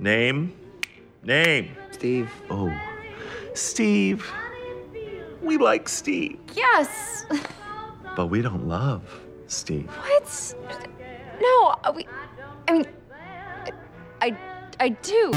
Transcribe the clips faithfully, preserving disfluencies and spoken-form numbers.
Name? Name. Steve. Oh, Steve. We like Steve. Yes. But we don't love Steve. What? No, we... I mean... I... I do.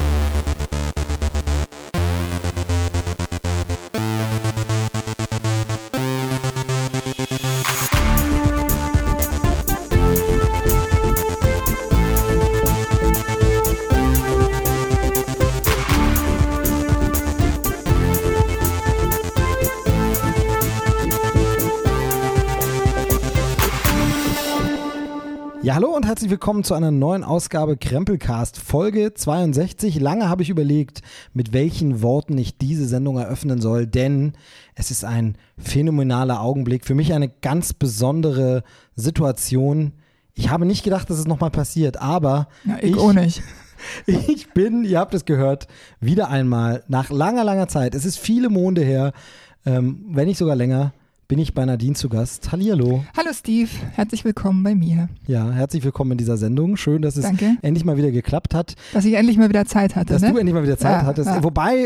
Ja, hallo und herzlich willkommen zu einer neuen Ausgabe Krempelcast, Folge zweiundsechzig. Lange habe ich überlegt, mit welchen Worten ich diese Sendung eröffnen soll, denn es ist ein phänomenaler Augenblick, für mich eine ganz besondere Situation. Ich habe nicht gedacht, dass es nochmal passiert, aber ja, ich, ich auch nicht. Ich bin, ihr habt es gehört, wieder einmal nach langer, langer Zeit, es ist viele Monde her, ähm, wenn nicht sogar länger, bin ich bei Nadine zu Gast. Hallihallo. Hallo Steve, herzlich willkommen bei mir. Ja, herzlich willkommen in dieser Sendung. Schön, dass es Danke. endlich mal wieder geklappt hat. Dass ich endlich mal wieder Zeit hatte. Dass ne? du endlich mal wieder Zeit ja, hattest. Ja. Wobei,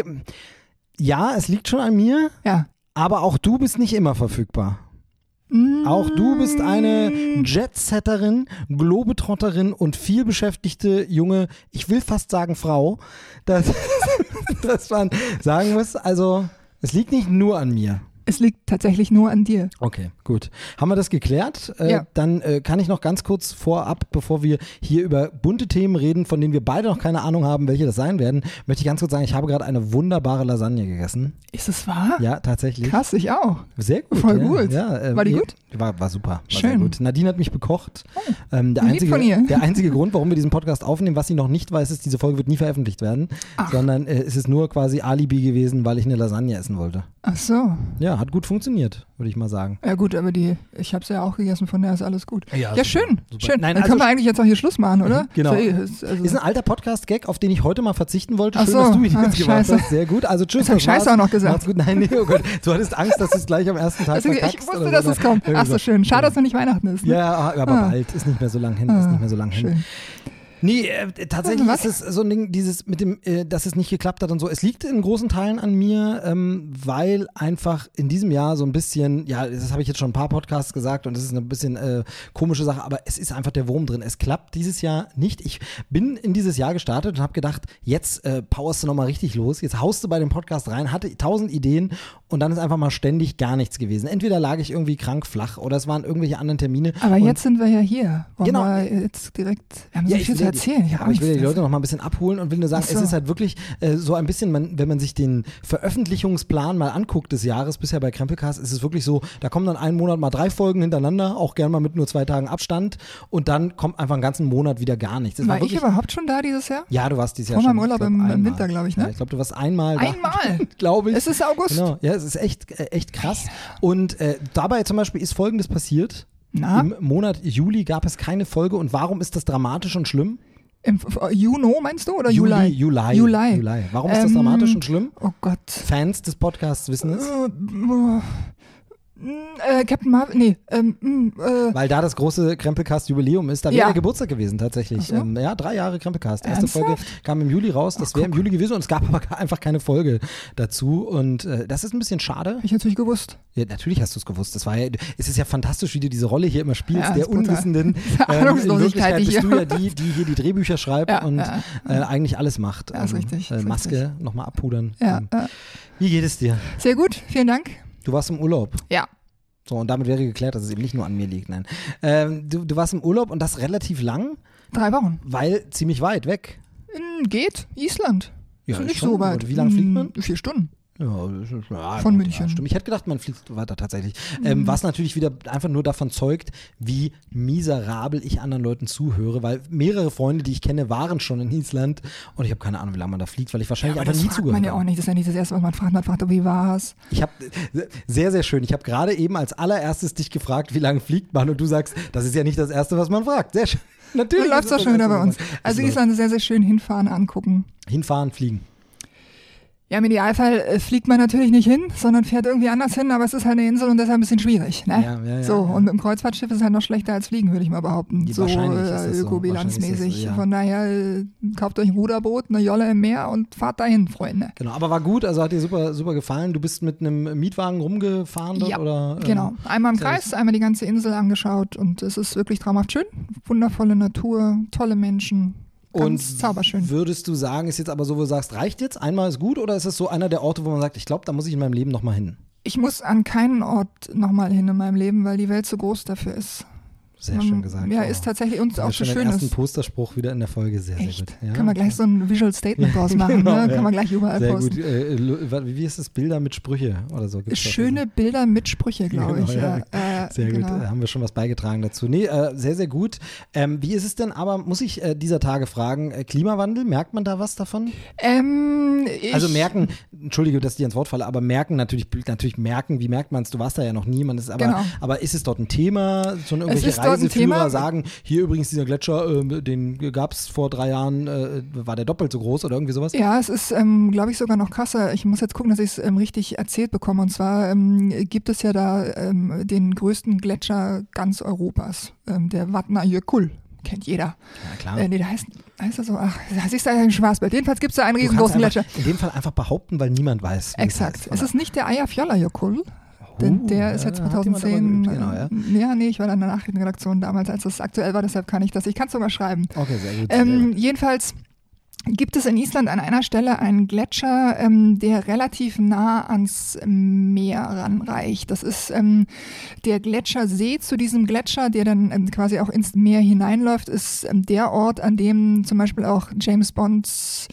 ja, es liegt schon an mir, ja. aber auch du bist nicht immer verfügbar. Mm. Auch du bist eine Jetsetterin, Globetrotterin und vielbeschäftigte junge, ich will fast sagen Frau. Das, das man sagen muss, also es liegt nicht nur an mir. Es liegt tatsächlich nur an dir. Okay, gut. Haben wir das geklärt? Äh, ja. Dann äh, kann ich noch ganz kurz vorab, bevor wir hier über bunte Themen reden, von denen wir beide noch keine Ahnung haben, welche das sein werden, möchte ich ganz kurz sagen, ich habe gerade eine wunderbare Lasagne gegessen. Ist es wahr? Ja, tatsächlich. Krass, ich auch. Sehr gut. Voll ja. gut. Ja, äh, war die gut? War, war super. War Schön. Sehr gut. Nadine hat mich bekocht. Oh, ähm, der, lieb einzige, von ihr. der einzige Grund, warum wir diesen Podcast aufnehmen, was sie noch nicht weiß, ist, diese Folge wird nie veröffentlicht werden, Ach. sondern äh, es ist nur quasi Alibi gewesen, weil ich eine Lasagne essen wollte. Ach so. Ja, hat gut funktioniert, würde ich mal sagen. Ja gut, aber die, ich habe es ja auch gegessen, von daher ist alles gut. Ja, Ja, super, schön. super. Schön. Nein, Dann also können wir eigentlich jetzt auch hier Schluss machen, oder? Genau. So, ist, also Ist ein alter Podcast-Gag, auf den ich heute mal verzichten wollte. Ach Schön, so. dass du ihn Ach, jetzt gemacht scheiße. hast. Sehr gut. Also tschüss. Jetzt hab ich das war's. Scheiße auch noch gesagt. Macht's gut. Nein, nee, oh Gott. Du hattest Angst, dass du es gleich am ersten Tag also, ich verkackst wusste, oder dass so. es kommt. Irgendwie Ach so, schön. Schade, dass noch nicht Weihnachten ist. Ne? Ja, aber Ah. bald. Ist nicht mehr so lang hin. Ist Ah, nicht mehr so lang hin. schön. Nee, äh, tatsächlich Was? ist es so ein Ding, dieses mit dem, äh, dass es nicht geklappt hat und so. Es liegt in großen Teilen an mir, ähm, weil einfach in diesem Jahr so ein bisschen, ja, das habe ich jetzt schon ein paar Podcasts gesagt und das ist eine bisschen äh, komische Sache, aber es ist einfach der Wurm drin. Es klappt dieses Jahr nicht. Ich bin in dieses Jahr gestartet und habe gedacht, jetzt äh, powerst du nochmal richtig los, jetzt haust du bei dem Podcast rein, hatte tausend Ideen und dann ist einfach mal ständig gar nichts gewesen. Entweder lag ich irgendwie krank flach oder es waren irgendwelche anderen Termine. Aber und jetzt sind wir ja hier. Wollen Genau. wir jetzt direkt, wir haben so Ja, ich viel will zu ja erzählen. Ich hab aber ich will ja die Angst. Leute noch mal ein bisschen abholen und will nur sagen, Ach so. es ist halt wirklich äh, so ein bisschen, man, wenn man sich den Veröffentlichungsplan mal anguckt des Jahres bisher bei Krempelcast, ist es wirklich so, da kommen dann einen Monat mal drei Folgen hintereinander, auch gerne mal mit nur zwei Tagen Abstand und dann kommt einfach einen ganzen Monat wieder gar nichts. Es War wirklich, ich überhaupt schon da dieses Jahr? ja, du warst dieses Vor Jahr schon. meinem Urlaub ich glaub, im- im einmal. Winter, glaub ich, ne? Ja, ich glaube, du warst einmal da. Einmal? glaube ich. Es ist August. Genau, ja, es ist echt, äh, echt krass. Und äh, dabei zum Beispiel ist Folgendes passiert. Na? Im Monat Juli gab es keine Folge und warum ist das dramatisch und schlimm? Im F- Juno meinst du oder Juli? Juli. Juli. Juli. Warum ist das Ähm, dramatisch und schlimm? Oh Gott. Fans des Podcasts wissen es. Äh, äh, äh, Captain Marvel, nee, ähm, äh, Weil da das große Krempelcast-Jubiläum ist. Da wäre Ja. der Geburtstag gewesen tatsächlich. Ach so. Ähm, ja, drei Jahre Krempelcast. Erste Ernsthaft? Folge kam im Juli raus. Das Ach, wäre im guck. Juli gewesen und es gab aber einfach keine Folge dazu. Und äh, das ist ein bisschen schade. hab ich natürlich gewusst. Ja, natürlich hast du es gewusst. Das war ja, es ist ja fantastisch, wie du diese Rolle hier immer spielst, Ja, der ist brutal. Unwissenden. Diese Ähm, in Ahnungslosigkeit, Wirklichkeit die bist hier- du ja die, die hier die Drehbücher schreibt Ja, und ja. Äh, eigentlich alles macht. Ja, ist Ähm, richtig, Äh, ist Maske nochmal abpudern. Ja, Ähm, äh, Wie geht es dir? sehr gut, vielen Dank. Du warst im Urlaub. Ja. So, und damit wäre geklärt, dass es eben nicht nur an mir liegt. Nein. Ähm, du, du warst im Urlaub und das relativ lang, Drei Wochen. weil ziemlich weit weg. Hm, geht, Island. Ja, ist nicht schon. so weit. Und wie lange fliegt man? Hm, Vier Stunden. Ja, das ist, ja, Von gut, München. Ja, stimmt. Ich hätte gedacht, man fliegt weiter tatsächlich. Ähm, was natürlich wieder einfach nur davon zeugt, wie miserabel ich anderen Leuten zuhöre, weil mehrere Freunde, die ich kenne, waren schon in Island und ich habe keine Ahnung, wie lange man da fliegt, weil ich wahrscheinlich Aber einfach das nie fragt zugehört man ja habe. auch nicht. Das ist ja nicht das Erste, was man fragt. Man fragt, wie war's? Ich habe sehr, sehr schön. Ich habe gerade eben als allererstes dich gefragt, wie lange fliegt man und du sagst, das ist ja nicht das Erste, was man fragt. Sehr schön. Natürlich. Du läufst ist doch das schon wieder Erste, bei uns. was man- Also Es Island ist sehr, sehr schön. Hinfahren, angucken. läuft. Hinfahren, fliegen. Ja, im Idealfall äh, fliegt man natürlich nicht hin, sondern fährt irgendwie anders hin, aber es ist halt eine Insel und deshalb ein bisschen schwierig. Ne? Ja, ja, ja, so, ja. und mit dem Kreuzfahrtschiff ist es halt noch schlechter als Fliegen, würde ich mal behaupten. Die- So wahrscheinlich ist äh, das so. ökobilanzmäßig. Wahrscheinlich ist das so, ja. Von daher äh, kauft euch ein Ruderboot, eine Jolle im Meer und fahrt dahin, Freunde. Genau, aber war gut, also hat dir super, super gefallen. Du bist mit einem Mietwagen rumgefahren dort? Ja, oder, ähm, genau. Einmal im sehr Kreis, einmal die ganze Insel angeschaut und es ist wirklich traumhaft schön. Wundervolle Natur, tolle Menschen. Ganz Und zauberschön. würdest du sagen, ist jetzt aber so, wo du sagst, reicht jetzt, einmal ist gut, oder ist es so einer der Orte, wo man sagt, ich glaube, da muss ich in meinem Leben nochmal hin? Ich muss an keinen Ort nochmal hin in meinem Leben, weil die Welt zu groß dafür ist. Sehr schön gesagt. Ja, Oh. ist tatsächlich uns Ja, auch schon so den schön ersten ist. Posterspruch wieder in der Folge, sehr, Echt? sehr gut. Ja, Können wir gleich so ein Visual Statement draus machen, Genau, ne? ja. Können wir gleich überall sehr posten. gut. Äh, lu- wie wie ist das? Bilder mit Sprüche oder so? Gibt's das Schöne Bilder mit Sprüche, glaube Genau, ich. ja. Ja. Äh, Sehr genau. gut, äh, haben wir schon was beigetragen dazu. Nee, äh, sehr, sehr gut. Ähm, wie ist es denn aber, muss ich äh, dieser Tage fragen, äh, Klimawandel, merkt man da was davon? Ähm, ich, Also merken, entschuldige, dass ich dir ins Wort falle, aber merken natürlich, natürlich merken, wie merkt man es, du warst da ja noch nie, man ist aber, Genau. aber ist es dort ein Thema, so irgendwelche ist dort ein Reiseführer Thema. sagen, hier übrigens dieser Gletscher, äh, den gab es vor drei Jahren, äh, war der doppelt so groß oder irgendwie sowas? Ja, es ist, ähm, glaube ich, sogar noch krasser. Ich muss jetzt gucken, dass ich es ähm, richtig erzählt bekomme. Und zwar ähm, gibt es ja da ähm, den größten Gletscher ganz Europas, ähm, der Vatnajökull. Kennt jeder. Ja, klar. Äh, nee, der heißt, heißt er so, ach, das ist ein Schwarzbild. Jedenfalls gibt es da einen Du kannst riesengroßen einfach, Gletscher. in dem Fall einfach behaupten, weil niemand weiß. wie es Exakt. heißt. Es ist nicht der Eyjafjallajökull. Denn Oh, der ist ja, ja da hat jemand zweitausendzehn. aber geübt, genau, ja. äh, ja, nee, ich war in der Nachrichtenredaktion damals, als das aktuell war, deshalb kann ich das. Ich kann es sogar schreiben. Okay, sehr gut. sehr Ähm, gut. jedenfalls gibt es in Island an einer Stelle einen Gletscher, ähm, der relativ nah ans Meer ranreicht. Das ist ähm, der Gletschersee. Zu diesem Gletscher, der dann ähm, quasi auch ins Meer hineinläuft, ist ähm, der Ort, an dem zum Beispiel auch James Bonds,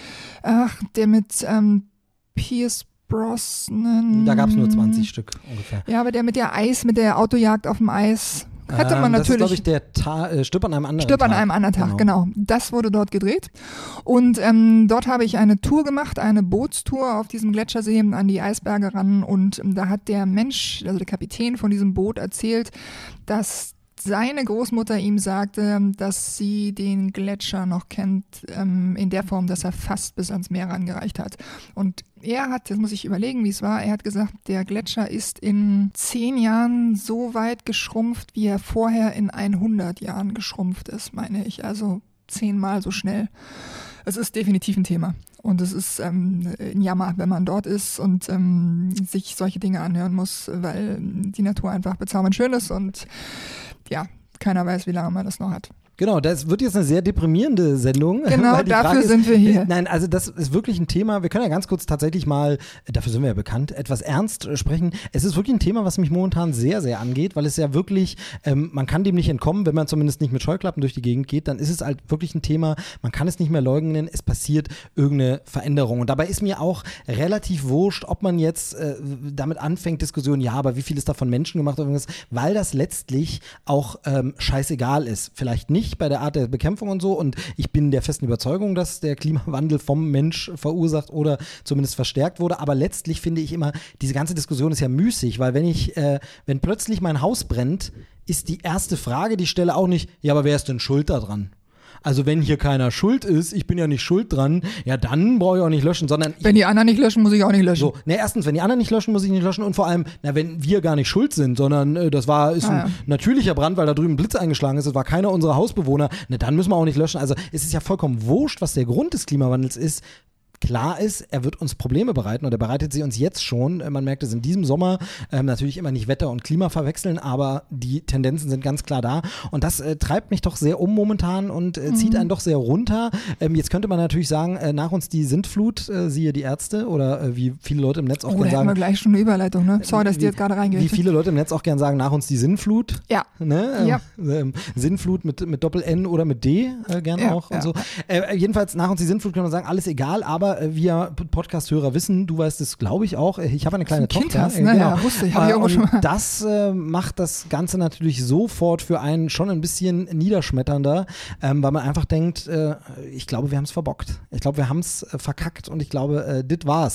ach, der mit ähm, Pierce Brosnan. Da gab es nur zwanzig Stück ungefähr. Ja, aber der mit der Eis, mit der Autojagd auf dem Eis. Hätte man Ähm, das ist, natürlich. glaube ich, der Ta äh, Stirb an einem anderen Stirb Tag. an einem anderen Tag, genau. Das wurde dort gedreht. Und ähm, dort habe ich eine Tour gemacht, eine Bootstour auf diesem Gletschersee an die Eisberge ran. Und ähm, da hat der Mensch, also der Kapitän von diesem Boot erzählt, dass seine Großmutter ihm sagte, dass sie den Gletscher noch kennt, ähm, in der Form, dass er fast bis ans Meer rangereicht hat. Und er hat, jetzt muss ich überlegen, wie es war, er hat gesagt, der Gletscher ist in zehn Jahren so weit geschrumpft, wie er vorher in hundert Jahren geschrumpft ist, meine ich. Also zehnmal so schnell. Es ist definitiv ein Thema. Und es ist ähm, ein Jammer, wenn man dort ist und ähm, sich solche Dinge anhören muss, weil die Natur einfach bezaubernd schön ist und ja, keiner weiß, wie lange man das noch hat. Genau, das wird jetzt eine sehr deprimierende Sendung. Genau, weil die dafür Frage ist, sind wir hier. Nein, also das ist wirklich ein Thema. Wir können ja ganz kurz tatsächlich mal, dafür sind wir ja bekannt, etwas ernst sprechen. Es ist wirklich ein Thema, was mich momentan sehr, sehr angeht, weil es ja wirklich, ähm, man kann dem nicht entkommen, wenn man zumindest nicht mit Scheuklappen durch die Gegend geht, dann ist es halt wirklich ein Thema, man kann es nicht mehr leugnen, es passiert irgendeine Veränderung. Und dabei ist mir auch relativ wurscht, ob man jetzt äh, damit anfängt, Diskussionen, ja, aber wie viel ist da von Menschen gemacht oder irgendwas, weil das letztlich auch ähm, scheißegal ist. Vielleicht nicht bei der Art der Bekämpfung und so, und ich bin der festen Überzeugung, dass der Klimawandel vom Mensch verursacht oder zumindest verstärkt wurde, aber letztlich finde ich immer, diese ganze Diskussion ist ja müßig, weil wenn ich, äh, wenn plötzlich mein Haus brennt, ist die erste Frage, die ich stelle, auch nicht, ja, aber wer ist denn schuld daran? Also wenn hier keiner schuld ist, ich bin ja nicht schuld dran, ja dann brauche ich auch nicht löschen, sondern ich, Wenn die anderen nicht löschen, muss ich auch nicht löschen. so, ne, erstens, wenn die anderen nicht löschen, muss ich nicht löschen, und vor allem, na, wenn wir gar nicht schuld sind, sondern äh, das war, ist Ah, ein ja. natürlicher Brand, weil da drüben ein Blitz eingeschlagen ist, das war keiner unserer Hausbewohner, ne, dann müssen wir auch nicht löschen. Also es ist ja vollkommen wurscht, was der Grund des Klimawandels ist. Klar ist, er wird uns Probleme bereiten, und er bereitet sie uns jetzt schon. Man merkt es in diesem Sommer, ähm, natürlich immer nicht Wetter und Klima verwechseln, aber die Tendenzen sind ganz klar da, und das äh, treibt mich doch sehr um momentan und äh, zieht einen doch sehr runter. Ähm, jetzt könnte man natürlich sagen, äh, nach uns die Sintflut, äh, siehe die Ärzte, oder äh, wie viele Leute im Netz auch Oh, da gerne hätten sagen, wir gleich schon eine Überleitung, ne? Sorry, dass ich wie- dir jetzt gerade wie reingehe. viele Leute im Netz auch gerne sagen, nach uns die Sinnflut. Ja. Ne? Ähm, Ja. ähm, Sinnflut mit, mit Doppel-N oder mit D äh, gern Ja, auch und ja. so. Äh, jedenfalls nach uns die Sinnflut kann man sagen, alles egal, aber äh, wir Podcast-Hörer wissen, du weißt es, glaube ich auch, ich habe eine kleine Ein Kind Tochter. hast, ne? Ja, wusste ich, hab ich Äh, irgendwo und schon mal. das äh, macht das Ganze natürlich sofort für einen schon ein bisschen niederschmetternder, ähm, weil man einfach denkt, äh, ich glaube, wir haben es verbockt. Ich glaube, wir haben es äh, verkackt, und ich glaube, äh, das war's.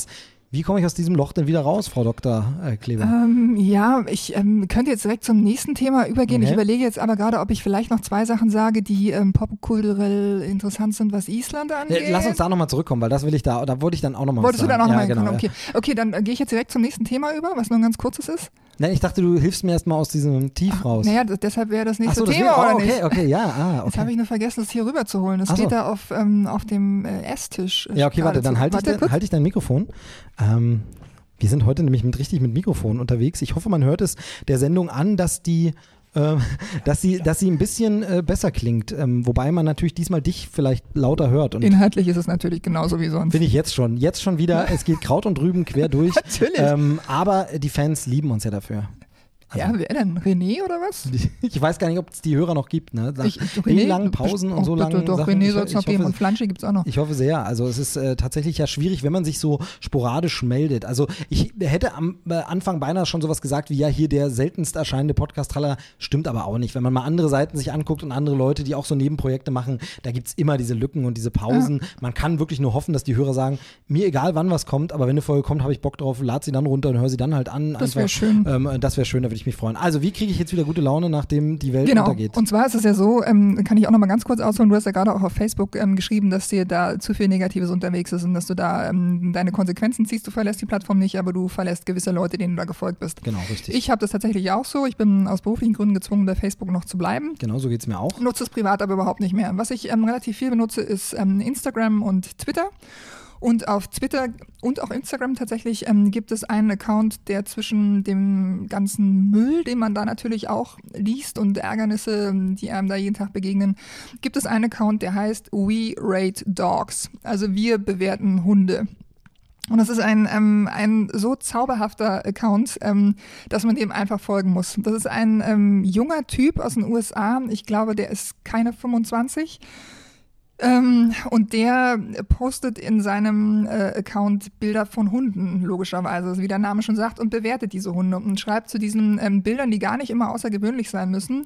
Wie komme ich aus diesem Loch denn wieder raus, Frau Doktor Äh, Kleber? Ähm, ja, ich ähm, könnte jetzt direkt zum nächsten Thema übergehen. Okay. Ich überlege jetzt aber gerade, ob ich vielleicht noch zwei Sachen sage, die ähm, popkulturell interessant sind, was Island angeht. Äh, Lass uns da nochmal zurückkommen, weil das will ich da, da wollte ich dann auch nochmal was Wolltest du sagen. dann auch ja, nochmal genau, hinkommen? Okay, okay, dann äh, gehe ich jetzt direkt zum nächsten Thema über, was nur ein ganz kurzes ist. Nein, ich dachte, du hilfst mir erstmal aus diesem Tief raus. Naja, das, deshalb wäre das Ach nächste so, das Thema, wär, oh, oder okay, nicht? okay, ja, ah, okay. Jetzt habe ich nur vergessen, das hier rüber zu holen. Das Ach so. steht da auf, ähm, auf dem äh, Esstisch. Ja, okay, warte, dann halte ich, Warte, de, kurz. halt ich dein Mikrofon. Ähm, wir sind heute nämlich mit, richtig mit Mikrofon unterwegs. Ich hoffe, man hört es der Sendung an, dass die, äh, dass sie, dass sie ein bisschen äh, besser klingt. Ähm, wobei man natürlich diesmal dich vielleicht lauter hört. Und Inhaltlich ist es natürlich genauso wie sonst. finde ich jetzt schon. Jetzt schon wieder, es geht Kraut und Rüben quer durch. Natürlich. Ähm, aber die Fans lieben uns ja dafür. Also, Ja, wer denn? René oder was? ich weiß gar nicht, ob es die Hörer noch gibt. Ne? Nach Ich, den langen Pausen und so doch, langen Doch, Sachen. René Ich- soll es ich noch geben hoffe, und Flanschi gibt es auch noch. Ich hoffe sehr. Also es ist äh, tatsächlich ja schwierig, wenn man sich so sporadisch meldet. Also ich hätte am äh, Anfang beinahe schon sowas gesagt wie, ja, hier der seltenst erscheinende Podcast, tralala, stimmt aber auch nicht. Wenn man mal andere Seiten sich anguckt und andere Leute, die auch so Nebenprojekte machen, da gibt es immer diese Lücken und diese Pausen. Man kann wirklich nur hoffen, dass die Hörer sagen, mir egal wann was kommt, aber wenn eine Folge kommt, habe ich Bock drauf, lad sie dann runter und höre sie dann halt an. Das wäre Einfach, schön. Ähm, das wäre schön, da würde ich mich freuen. Also wie kriege ich jetzt wieder gute Laune, nachdem die Welt Genau. untergeht? Und zwar ist es ja so, ähm, kann ich auch noch mal ganz kurz ausholen, du hast ja gerade auch auf Facebook ähm, geschrieben, dass dir da zu viel Negatives unterwegs ist und dass du da ähm, deine Konsequenzen ziehst. Du verlässt die Plattform nicht, aber du verlässt gewisse Leute, denen du da gefolgt bist. Genau, richtig. Ich habe das tatsächlich auch so. Ich bin aus beruflichen Gründen gezwungen, bei Facebook noch zu bleiben. genau, so geht es mir auch. Nutze es privat aber überhaupt nicht mehr. Was ich ähm, relativ viel benutze, ist ähm, Instagram und Twitter. Und auf Twitter und auch Instagram tatsächlich ähm, gibt es einen Account, der zwischen dem ganzen Müll, den man da natürlich auch liest und Ärgernisse, die einem da jeden Tag begegnen, gibt es einen Account, der heißt We Rate Dogs. Also wir bewerten Hunde. Und das ist ein, ähm, ein so zauberhafter Account, ähm, dass man dem einfach folgen muss. Das ist ein ähm, junger Typ aus den U S A. Ich glaube, der ist keine fünfundzwanzig. Ähm, und der postet in seinem äh, Account Bilder von Hunden, logischerweise, also wie der Name schon sagt, und bewertet diese Hunde und schreibt zu diesen ähm, Bildern, die gar nicht immer außergewöhnlich sein müssen,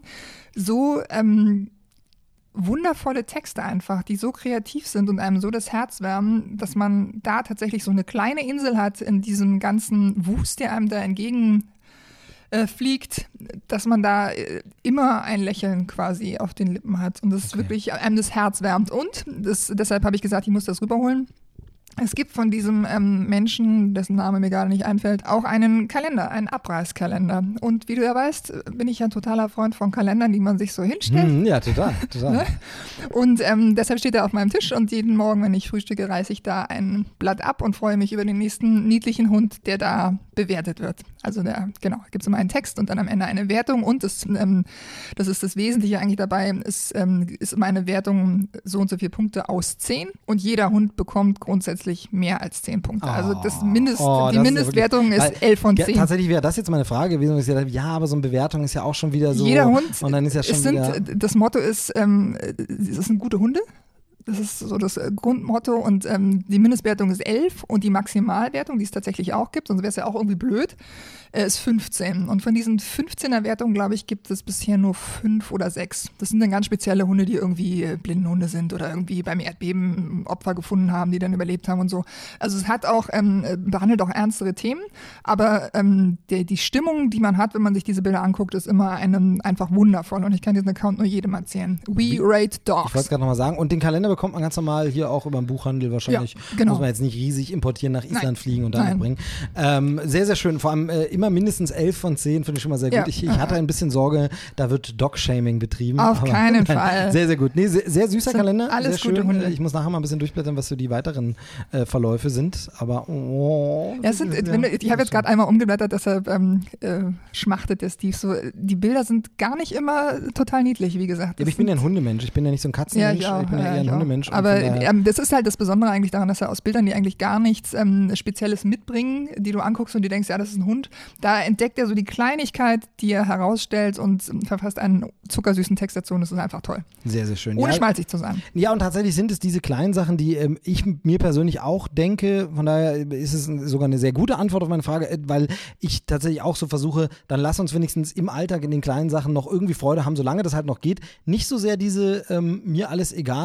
so ähm, wundervolle Texte einfach, die so kreativ sind und einem so das Herz wärmen, dass man da tatsächlich so eine kleine Insel hat in diesem ganzen Wust, der einem da entgegen äh, fliegt, dass man da äh, immer ein Lächeln quasi auf den Lippen hat und das Okay. wirklich einem das Herz wärmt. Und das, deshalb habe ich gesagt, ich muss das rüberholen. Es gibt von diesem ähm, Menschen, dessen Name mir gerade nicht einfällt, auch einen Kalender, einen Abreißkalender. Und wie du ja weißt, bin ich ja ein totaler Freund von Kalendern, die man sich so hinstellt. Hm, ja, total, total. Und ähm, deshalb steht er auf meinem Tisch und jeden Morgen, wenn ich frühstücke, reiße ich da ein Blatt ab und freue mich über den nächsten niedlichen Hund, der da bewertet wird. Also der, genau, gibt es immer einen Text und dann am Ende eine Wertung und das, ähm, das ist das Wesentliche eigentlich dabei, ist, ähm, ist immer eine Wertung so und so viele Punkte aus zehn und jeder Hund bekommt grundsätzlich mehr als zehn Punkte. Also das Mindest, Oh, die das ist ja Mindestwertung wirklich- ist elf von Ja, zehn. tatsächlich wäre das jetzt meine Frage gewesen, wo ich gesagt habe, ja, aber so eine Bewertung ist ja auch schon wieder so. Jeder Hund, und dann ist ja schon es sind, wieder. das Motto ist, ähm, es sind gute Hunde. Das ist so das äh, Grundmotto und ähm, die Mindestwertung ist elf und die Maximalwertung, die es tatsächlich auch gibt, sonst wäre es ja auch irgendwie blöd, äh, ist fünfzehn. Und von diesen fünfzehner Wertungen, glaube ich, gibt es bisher nur fünf oder sechs. Das sind dann ganz spezielle Hunde, die irgendwie äh, Blindenhunde sind oder irgendwie beim Erdbeben Opfer gefunden haben, die dann überlebt haben und so. Also es hat auch, ähm, behandelt auch ernstere Themen, aber ähm, der, die Stimmung, die man hat, wenn man sich diese Bilder anguckt, ist immer einem einfach wundervoll und ich kann diesen Account nur jedem erzählen. We Wie? Rate Ich wollte Dogs. es gerade nochmal sagen. Und den Kalender bekommt man ganz normal hier auch über den Buchhandel wahrscheinlich. Ja, genau. Muss man jetzt nicht riesig importieren, nach Island Nein. fliegen und dann Nein. bringen. Ähm, sehr, sehr schön. Vor allem äh, immer mindestens elf von zehn finde ich schon mal sehr gut. Ja. Ich, ich hatte ein bisschen Sorge, da wird Dog-Shaming betrieben. Auf aber keinen nein, Fall. Sehr, sehr gut. Nee, sehr, sehr süßer Sind Kalender. alles sehr gute schön. Hunde. Ich muss nachher mal ein bisschen durchblättern, was so die weiteren äh, Verläufe sind. Aber oh, Ja, es sind, wenn du, ich habe jetzt gerade einmal umgeblättert, deshalb ähm, äh, schmachtet der Steve so. Die Bilder sind gar nicht immer total niedlich, wie gesagt. Ja, aber Das ich bin ja sind- ein Hundemensch. Ich bin ja nicht so ein Ja, Katzenmensch. ich, auch, ich bin ja ja, eher ein ich auch. Hundemensch. und Aber von daher- ähm, das ist halt das Besondere eigentlich daran, dass er aus Bildern, die eigentlich gar nichts ähm, Spezielles mitbringen, die du anguckst und dir denkst, ja, das ist ein Hund, da entdeckt er so die Kleinigkeit, die er herausstellt und ähm, verfasst einen zuckersüßen Text dazu und das ist einfach toll. Sehr, sehr schön. Ohne ja, schmalzig zu sein. Ja, und tatsächlich sind es diese kleinen Sachen, die ähm, ich mir persönlich auch denke. Von daher ist es ein, sogar eine sehr gute Antwort auf meine Frage, äh, weil ich tatsächlich auch so versuche, dann lass uns wenigstens im Alltag in den kleinen Sachen noch irgendwie Freude haben, solange das halt noch geht. Nicht so sehr diese ähm, mir alles egal äh,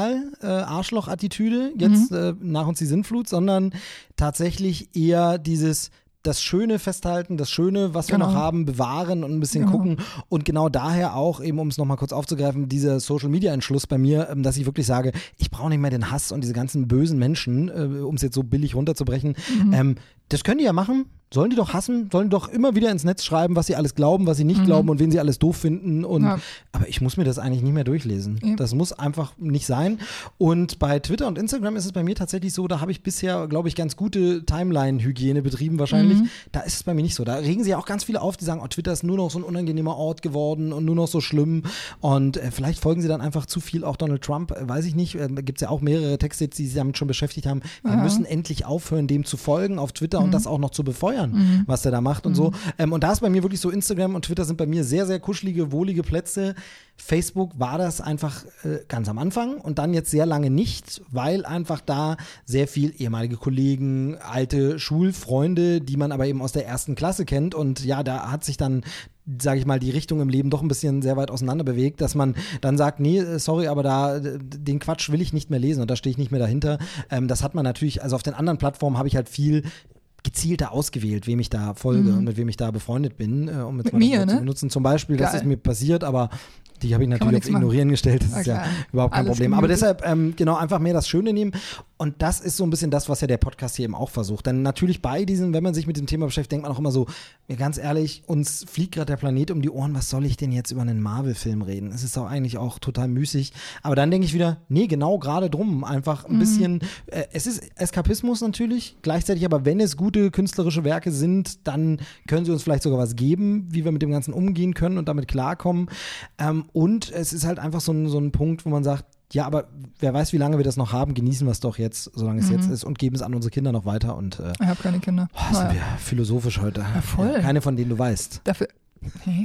Arschloch-Attitüde, jetzt mhm. äh, nach uns die Sinnflut, sondern tatsächlich eher dieses das Schöne festhalten, das Schöne, was genau. wir noch haben, bewahren und ein bisschen genau. gucken. Und genau daher auch, eben um es nochmal kurz aufzugreifen, dieser Social-Media-Entschluss bei mir, dass ich wirklich sage, ich brauche nicht mehr den Hass und diese ganzen bösen Menschen, äh, um es jetzt so billig runterzubrechen. Mhm. Ähm, das können die ja machen. Sollen die doch hassen, sollen die doch immer wieder ins Netz schreiben, was sie alles glauben, was sie nicht mhm. glauben und wen sie alles doof finden. Und, ja. Aber ich muss mir das eigentlich nicht mehr durchlesen. Ja. Das muss einfach nicht sein. Und bei Twitter und Instagram ist es bei mir tatsächlich so, da habe ich bisher, glaube ich, ganz gute Timeline-Hygiene betrieben wahrscheinlich. Mhm. Da ist es bei mir nicht so. Da regen sich auch ganz viele auf, die sagen, oh, Twitter ist nur noch so ein unangenehmer Ort geworden und nur noch so schlimm. Und äh, vielleicht folgen sie dann einfach zu viel auch Donald Trump, äh, weiß ich nicht. Äh, da gibt es ja auch mehrere Texte, die sich damit schon beschäftigt haben. Wir ja. müssen endlich aufhören, dem zu folgen auf Twitter mhm. und das auch noch zu befeuern. Mhm. was der da macht und mhm. so. Ähm, und da ist bei mir wirklich so, Instagram und Twitter sind bei mir sehr, sehr kuschelige, wohlige Plätze. Facebook war das einfach äh, ganz am Anfang und dann jetzt sehr lange nicht, weil einfach da sehr viel ehemalige Kollegen, alte Schulfreunde, die man aber eben aus der ersten Klasse kennt und ja, da hat sich dann sage ich mal, die Richtung im Leben doch ein bisschen sehr weit auseinander bewegt, dass man dann sagt, nee, sorry, aber da den Quatsch will ich nicht mehr lesen und da stehe ich nicht mehr dahinter. Ähm, das hat man natürlich, also auf den anderen Plattformen habe ich halt viel gezielter ausgewählt, wem ich da folge mhm. und mit wem ich da befreundet bin, äh, um jetzt mit mal mir, das ne? zu benutzen. Zum Beispiel, Geil. das ist mir passiert, aber die habe ich natürlich auf Ignorieren machen. gestellt, das okay. ist ja überhaupt kein Alles Problem. Aber deshalb, ähm, genau, einfach mehr das Schöne nehmen und das ist so ein bisschen das, was ja der Podcast hier eben auch versucht. Denn natürlich bei diesem, wenn man sich mit dem Thema beschäftigt, denkt man auch immer so, ja, ganz ehrlich, uns fliegt gerade der Planet um die Ohren, was soll ich denn jetzt über einen Marvel-Film reden? Es ist doch eigentlich auch total müßig. Aber dann denke ich wieder, nee, genau gerade drum, einfach ein mhm. bisschen, äh, es ist Eskapismus natürlich, gleichzeitig aber, wenn es gute künstlerische Werke sind, dann können sie uns vielleicht sogar was geben, wie wir mit dem Ganzen umgehen können und damit klarkommen. Ähm, Und es ist halt einfach so ein, so ein Punkt, wo man sagt, ja, aber wer weiß, wie lange wir das noch haben, genießen wir es doch jetzt, solange es mhm. jetzt ist und geben es an unsere Kinder noch weiter. Und, äh, ich habe keine Kinder. Oh, sind naja. wir philosophisch heute. Ja, voll. Ja, keine von denen du weißt. Dafür, hey.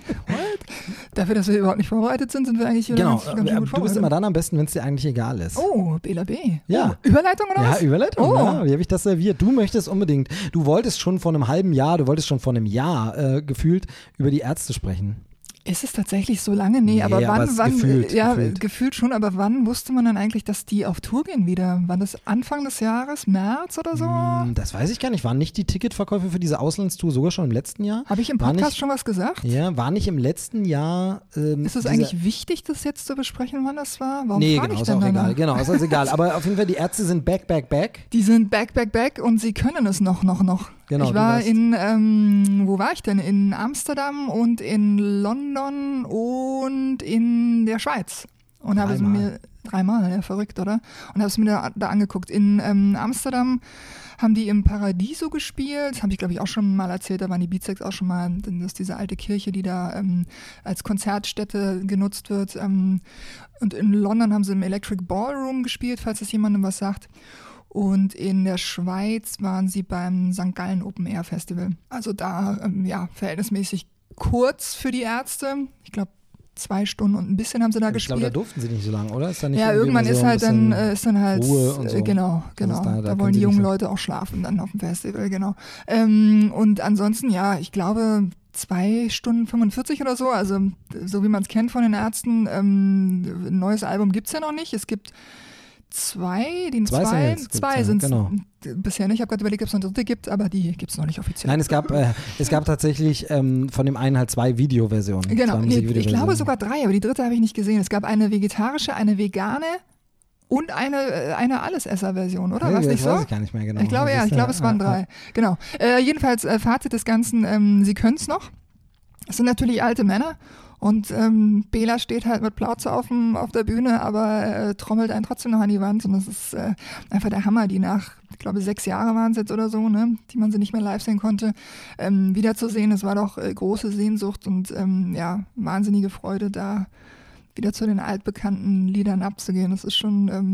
Dafür, dass wir überhaupt nicht vorbereitet sind, sind wir eigentlich genau. ganz, ganz gut Du bist immer dann am besten, wenn es dir eigentlich egal ist. Oh, Bela B. Ja. Oh, Überleitung oder was? Ja, Überleitung. Oh. Ja. Wie habe ich das serviert? Du möchtest unbedingt, du wolltest schon vor einem halben Jahr, du wolltest schon vor einem Jahr äh, gefühlt über die Ärzte sprechen. Ist es tatsächlich so lange? Nee, nee aber wann, aber wann gefühlt, ja, gefühlt. gefühlt schon, aber wann wusste man dann eigentlich, dass die auf Tour gehen wieder? War das Anfang des Jahres, März oder so? Mm, das weiß ich gar nicht. Waren nicht die Ticketverkäufe für diese Auslandstour sogar schon im letzten Jahr? Habe ich im war Podcast nicht, schon was gesagt? Ja, war nicht im letzten Jahr. Ähm, ist es eigentlich wichtig, das jetzt zu besprechen, wann das war? Warum nee, frage genau, ich ist denn auch danach? egal. Genau, ist also egal. Aber auf jeden Fall, die Ärzte sind back, back, back. Die sind back, back, back und sie können es noch, noch, noch. Genau, ich war in, ähm, wo war ich denn? In Amsterdam und in London und in der Schweiz. Und habe es mir dreimal, ja, verrückt, oder? Und habe es mir da, da angeguckt. In ähm, Amsterdam haben die im Paradiso gespielt. Das habe ich, glaube ich, auch schon mal erzählt. Da waren die Beatsex auch schon mal. Das ist diese alte Kirche, die da ähm, als Konzertstätte genutzt wird. Ähm, und in London haben sie im Electric Ballroom gespielt, falls es jemandem was sagt. Und in der Schweiz waren sie beim Sankt Gallen Open Air Festival. Also da, ähm, ja, verhältnismäßig kurz für die Ärzte. Ich glaube, zwei Stunden und ein bisschen haben sie da ich gespielt. Ich glaube, da durften sie nicht so lange, oder? Ist da nicht ja, irgendwann ist, so halt dann, äh, ist dann halt, Ruhe und so. äh, genau, genau. Da, da, da wollen die jungen Leute auch schlafen dann auf dem Festival, genau. Ähm, und ansonsten, ja, ich glaube, zwei Stunden fünfundvierzig oder so, also so wie man es kennt von den Ärzten. Ähm, ein neues Album gibt es ja noch nicht. Es gibt Zwei, die zwei, zwei, zwei sind es genau. bisher nicht. Ich habe gerade überlegt, ob es noch eine dritte gibt, aber die gibt es noch nicht offiziell. Nein, es gab, äh, es gab tatsächlich ähm, von dem einen halt zwei Videoversionen. Genau, zwei nee, ich glaube sogar drei, aber die dritte habe ich nicht gesehen. Es gab eine vegetarische, eine vegane und eine, eine Allesesser-Version, oder? Ja, War es nicht das so? weiß ich gar nicht mehr genau. Ich glaube ja, ich glaube es waren drei. Genau. Äh, jedenfalls, äh, Fazit des Ganzen, ähm, sie können es noch. Es sind natürlich alte Männer. Und ähm, Bela steht halt mit Plauze auf, dem, auf der Bühne, aber äh, trommelt einen trotzdem noch an die Wand. Und das ist äh, einfach der Hammer, die nach, ich glaube, sechs Jahre waren es jetzt oder so, ne, die man sie nicht mehr live sehen konnte, ähm, wiederzusehen. Es war doch äh, große Sehnsucht und ähm, ja, wahnsinnige Freude, da wieder zu den altbekannten Liedern abzugehen. Das ist schon, ähm,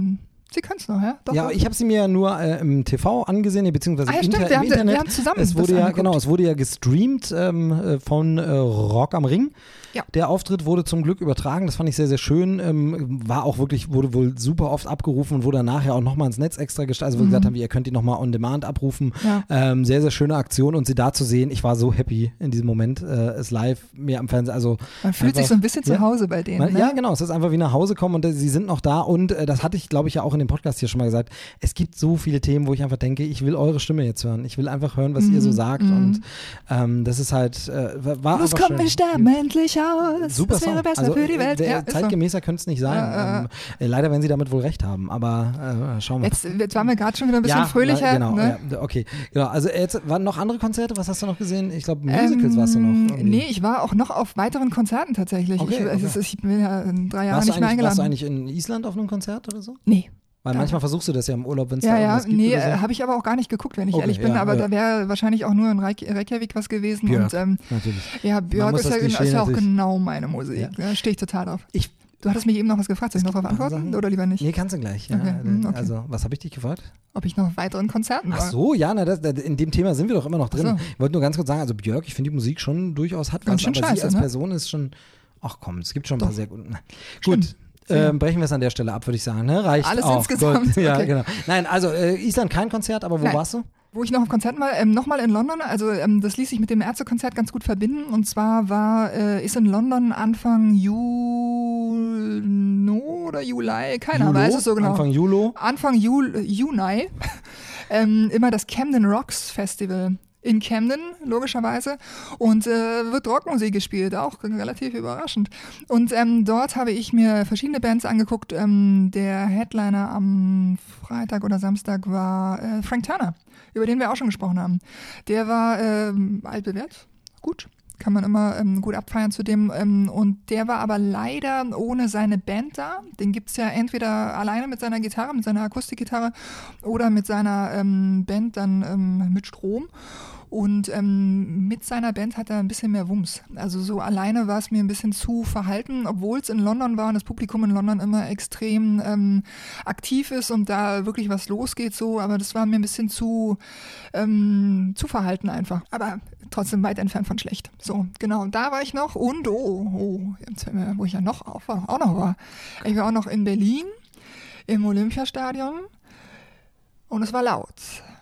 Sie können es noch, ja? Doch, ja, doch. ich habe sie mir ja nur äh, im T V angesehen, beziehungsweise Ah, ja, im, stimmt, Inter wir im haben, Internet. wir haben zusammen es wurde das ja, angeguckt. genau, es wurde ja gestreamt ähm, von äh, Rock am Ring. Ja. Der Auftritt wurde zum Glück übertragen, das fand ich sehr, sehr schön. Ähm, war auch wirklich, wurde wohl super oft abgerufen und wurde dann nachher auch nochmal ins Netz extra gestellt. Also, wo wir Mhm. gesagt haben, ihr könnt die nochmal on demand abrufen. Ja. Ähm, sehr, sehr schöne Aktion und sie da zu sehen. Ich war so happy in diesem Moment, äh, es live mir am Fernseher. Also Man fühlt sich einfach- so ein bisschen zu ja. Hause bei denen. Man, ne? Ja, genau. Es ist einfach wie nach Hause kommen und äh, sie sind noch da. Und äh, das hatte ich, glaube ich, ja auch in dem Podcast hier schon mal gesagt. Es gibt so viele Themen, wo ich einfach denke, ich will eure Stimme jetzt hören. Ich will einfach hören, was Mhm, ihr so sagt. mhm. Und ähm, das ist halt, äh, war Los, einfach komm, schön. wir sterben endlich aus. Super das wäre Song. besser Also, für die Welt. äh, Ja, ist so. zeitgemäßer könnte es nicht sein. Ja, äh, ähm, äh, leider werden sie damit wohl recht haben. Aber äh, schauen wir. Jetzt, jetzt waren wir gerade schon wieder ein bisschen ja, fröhlicher. na, genau, ne? ja, okay. Genau, also jetzt waren noch andere Konzerte, was hast du noch gesehen? Ich glaube, Musicals warst du noch. Ähm, irgendwie. Nee, ich war auch noch auf weiteren Konzerten tatsächlich. Okay, ich, okay. es ist, ich bin ja in drei Jahren warst, du nicht mehr eigentlich, warst eingeladen. du eigentlich in Island auf einem Konzert oder so? Nee. Weil Ja. manchmal versuchst du das ja im Urlaub, wenn es Ja, da ja, irgendwas gibt nee, oder so. äh, habe ich aber auch gar nicht geguckt, wenn ich Okay, ehrlich bin, ja, aber ja. da wäre wahrscheinlich auch nur in Reik Reykjavik was gewesen. Björk, Und ähm, natürlich. ja, Björk muss ist das ja, Klischee ist ja auch natürlich- genau meine Musik. Da stehe ich total drauf. Ich, Du hattest mich eben noch was gefragt, soll ich noch darauf ein paar antworten Sachen. oder lieber nicht? nee, kannst du gleich. Ja. Okay, hm, okay. Also, was habe ich dich gefragt? Ob ich noch auf weiteren Konzerten war? Ach so, ja, na, das, das, in dem Thema sind wir doch immer noch drin. Ach so. Ich wollte nur ganz kurz sagen, also Björk, ich finde die Musik schon durchaus hat Ganz was, schön aber sie scheiße, als ne? Person ist schon, ach komm, es gibt schon ein paar Doch. sehr gute. Na, Stimmt. Gut. Ähm, brechen wir es an der Stelle ab, würde ich sagen. Ne? Reicht Alles auch. insgesamt, Gut. Ja, okay. genau. Nein, also äh, Island kein Konzert, aber wo Nein. warst du? Wo ich noch auf Konzerten war, ähm, nochmal in London, also ähm, das ließ sich mit dem Ärztekonzert ganz gut verbinden und zwar war, äh, ist in London Anfang Juni oder Juli, keiner Julo? weiß es so genau. Anfang Juli. Anfang Jul, Juni ähm, immer das Camden Rocks Festival in Camden, logischerweise. Und äh, wird Rockmusik gespielt, auch relativ überraschend. Und ähm, dort habe ich mir verschiedene Bands angeguckt. Ähm, der Headliner am Freitag oder Samstag war äh, Frank Turner, über den wir auch schon gesprochen haben. Der war ähm, altbewährt, gut. Kann man immer ähm, gut abfeiern zu dem. Ähm, und der war aber leider ohne seine Band da. Den gibt's ja entweder alleine mit seiner Gitarre, mit seiner Akustikgitarre oder mit seiner ähm, Band dann ähm, mit Strom. Und ähm, mit seiner Band hat er ein bisschen mehr Wumms. Also so alleine war es mir ein bisschen zu verhalten, obwohl es in London war und das Publikum in London immer extrem ähm, aktiv ist und da wirklich was losgeht so. Aber das war mir ein bisschen zu, ähm, zu verhalten einfach. Aber trotzdem weit entfernt von schlecht. So, genau, da war ich noch und oh, oh jetzt fällt mir, wo ich ja noch auf war, auch noch war. Ich war auch noch in Berlin im Olympiastadion und es war laut.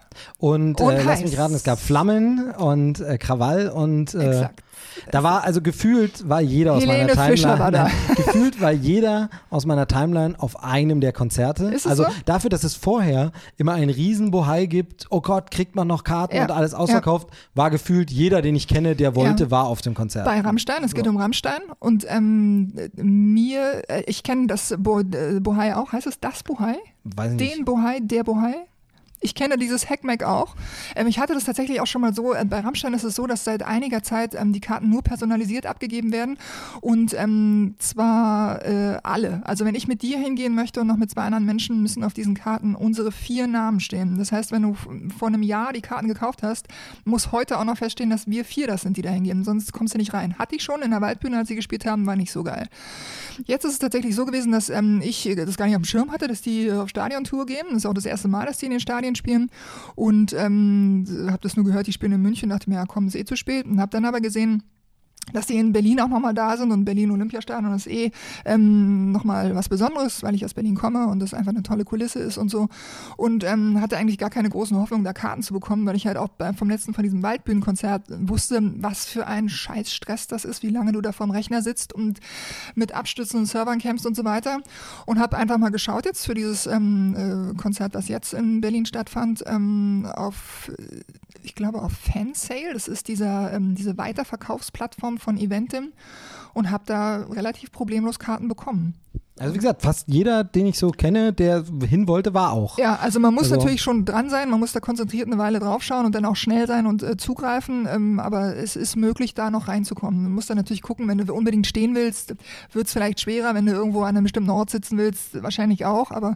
Und, Und äh, lass heiß. mich raten, es gab Flammen und äh, Krawall und äh, Exakt. da war, also gefühlt war jeder aus Helene meiner Timeline, Fischer war da. Nein, gefühlt war jeder aus meiner Timeline auf einem der Konzerte. Ist es also so? dafür, dass es vorher immer einen riesen Bohai gibt, oh Gott, kriegt man noch Karten Ja. und alles ausverkauft, war gefühlt jeder, den ich kenne, der wollte, Ja. war auf dem Konzert. Bei Rammstein, es geht So. um Rammstein und ähm, mir, äh, ich kenne das Bo äh, Bohai auch, heißt es das Bohai? Weiß nicht. Den Bohai, der Bohai? Ich kenne dieses Hackmack auch. Ähm, ich hatte das tatsächlich auch schon mal so, äh, bei Rammstein ist es so, dass seit einiger Zeit ähm, die Karten nur personalisiert abgegeben werden und ähm, zwar äh, alle. Also wenn ich mit dir hingehen möchte und noch mit zwei anderen Menschen, müssen auf diesen Karten unsere vier Namen stehen. Das heißt, wenn du f- vor einem Jahr die Karten gekauft hast, muss heute auch noch feststehen, dass wir vier das sind, die da hingehen, sonst kommst du nicht rein. Hatte ich schon in der Waldbühne, als sie gespielt haben, war nicht so geil. Jetzt ist es tatsächlich so gewesen, dass ähm, ich das gar nicht auf dem Schirm hatte, dass die auf Stadiontour gehen. Das ist auch das erste Mal, dass die in den Stadien spielen. Und ähm, habe das nur gehört, die spielen in München, dachte mir, ja komm, ist eh zu spät. Und habe dann aber gesehen, dass die in Berlin auch nochmal da sind und Berlin Olympiastadion ist eh ähm, nochmal was Besonderes, weil ich aus Berlin komme und das einfach eine tolle Kulisse ist und so. Und ähm, hatte eigentlich gar keine großen Hoffnungen, da Karten zu bekommen, weil ich halt auch bei, vom letzten von diesem Waldbühnenkonzert wusste, was für ein Scheißstress das ist, wie lange du da vorm Rechner sitzt und mit Abstützen und Servern kämpfst und so weiter. Und habe einfach mal geschaut jetzt für dieses ähm, äh, Konzert, was jetzt in Berlin stattfand, ähm, auf, ich glaube auf Fansale, das ist dieser, ähm, diese Weiterverkaufsplattform von Eventim und habe da relativ problemlos Karten bekommen. Also wie gesagt, fast jeder, den ich so kenne, der hin wollte, war auch. Ja, also man muss Also- natürlich schon dran sein, man muss da konzentriert eine Weile draufschauen und dann auch schnell sein und äh, zugreifen, ähm, aber es ist möglich, da noch reinzukommen. Du musst dann natürlich gucken, wenn du unbedingt stehen willst, wird es vielleicht schwerer, wenn du irgendwo an einem bestimmten Ort sitzen willst, wahrscheinlich auch, aber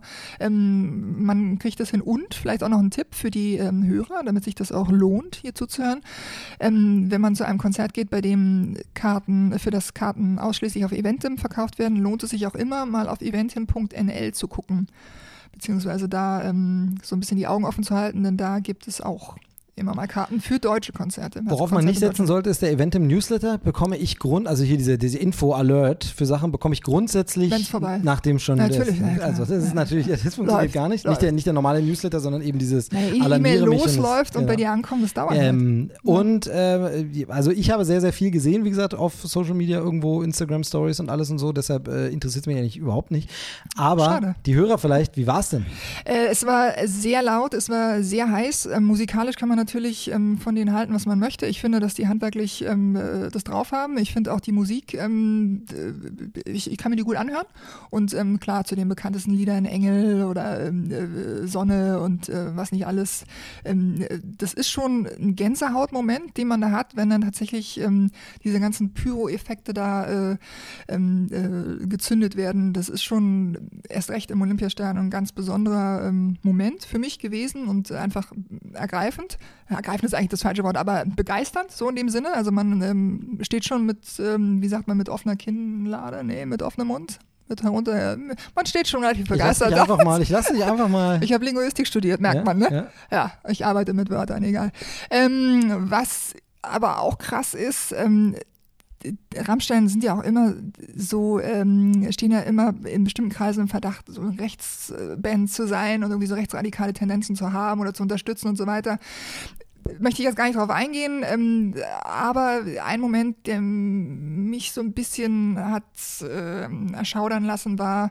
ähm, man kriegt das hin und vielleicht auch noch ein Tipp für die ähm, Hörer, damit sich das auch lohnt, hier zuzuhören. Ähm, wenn man zu einem Konzert geht, bei dem Karten, für das Karten ausschließlich auf Eventim verkauft werden, lohnt es sich auch immer, mal auf eventim punkt n l zu gucken. beziehungsweise da ähm, so ein bisschen die Augen offen zu halten, denn da gibt es auch immer mal Karten für deutsche Konzerte. Also Worauf man nicht setzen sollte, ist der Event im Newsletter. Bekomme ich Grund, also hier diese, diese Info-Alert für Sachen bekomme ich grundsätzlich, nachdem schon natürlich, das, ja, also das ist natürlich, das funktioniert läuft, gar nicht. Läuft. Nicht der, nicht der normale Newsletter, sondern eben dieses naja, Alarmiere E-Mail mich losläuft und, und genau. bei dir ankommt, das dauert ähm, halt. Und äh, also ich habe sehr, sehr viel gesehen, wie gesagt, auf Social Media irgendwo, Instagram Stories und alles und so, deshalb äh, interessiert es mich eigentlich überhaupt nicht. Aber Schade. Die Hörer vielleicht, wie war es denn? Äh, es war sehr laut, es war sehr heiß. Ähm, musikalisch kann man natürlich ähm, von denen halten, was man möchte. Ich finde, dass die handwerklich ähm, das drauf haben. Ich finde auch die Musik, ähm, ich, ich kann mir die gut anhören. Und ähm, klar, zu den bekanntesten Liedern Engel oder ähm, äh, Sonne und äh, was nicht alles. Ähm, das ist schon ein Gänsehautmoment, den man da hat, wenn dann tatsächlich ähm, diese ganzen Pyro-Effekte da äh, ähm, äh, gezündet werden. Das ist schon erst recht im Olympiastadion ein ganz besonderer ähm, Moment für mich gewesen und einfach ergreifend. Ergreifend ist eigentlich das falsche Wort, aber begeisternd, so in dem Sinne. Also man ähm, steht schon mit, ähm, wie sagt man, mit offener Kinnlade, nee, mit offenem Mund. Mit herunter, man steht schon relativ begeistert. Ich lass dich einfach mal, ich lass dich einfach mal. Ich habe Linguistik studiert, merkt ja, man, ne? Ja. ja, ich arbeite mit Wörtern, egal. Ähm, was aber auch krass ist, ähm, Rammstein sind ja auch immer so, ähm, stehen ja immer in bestimmten Kreisen im Verdacht, so eine Rechtsband zu sein und irgendwie so rechtsradikale Tendenzen zu haben oder zu unterstützen und so weiter. Möchte ich jetzt gar nicht drauf eingehen, ähm, aber ein Moment, der mich so ein bisschen hat äh, erschaudern lassen, war,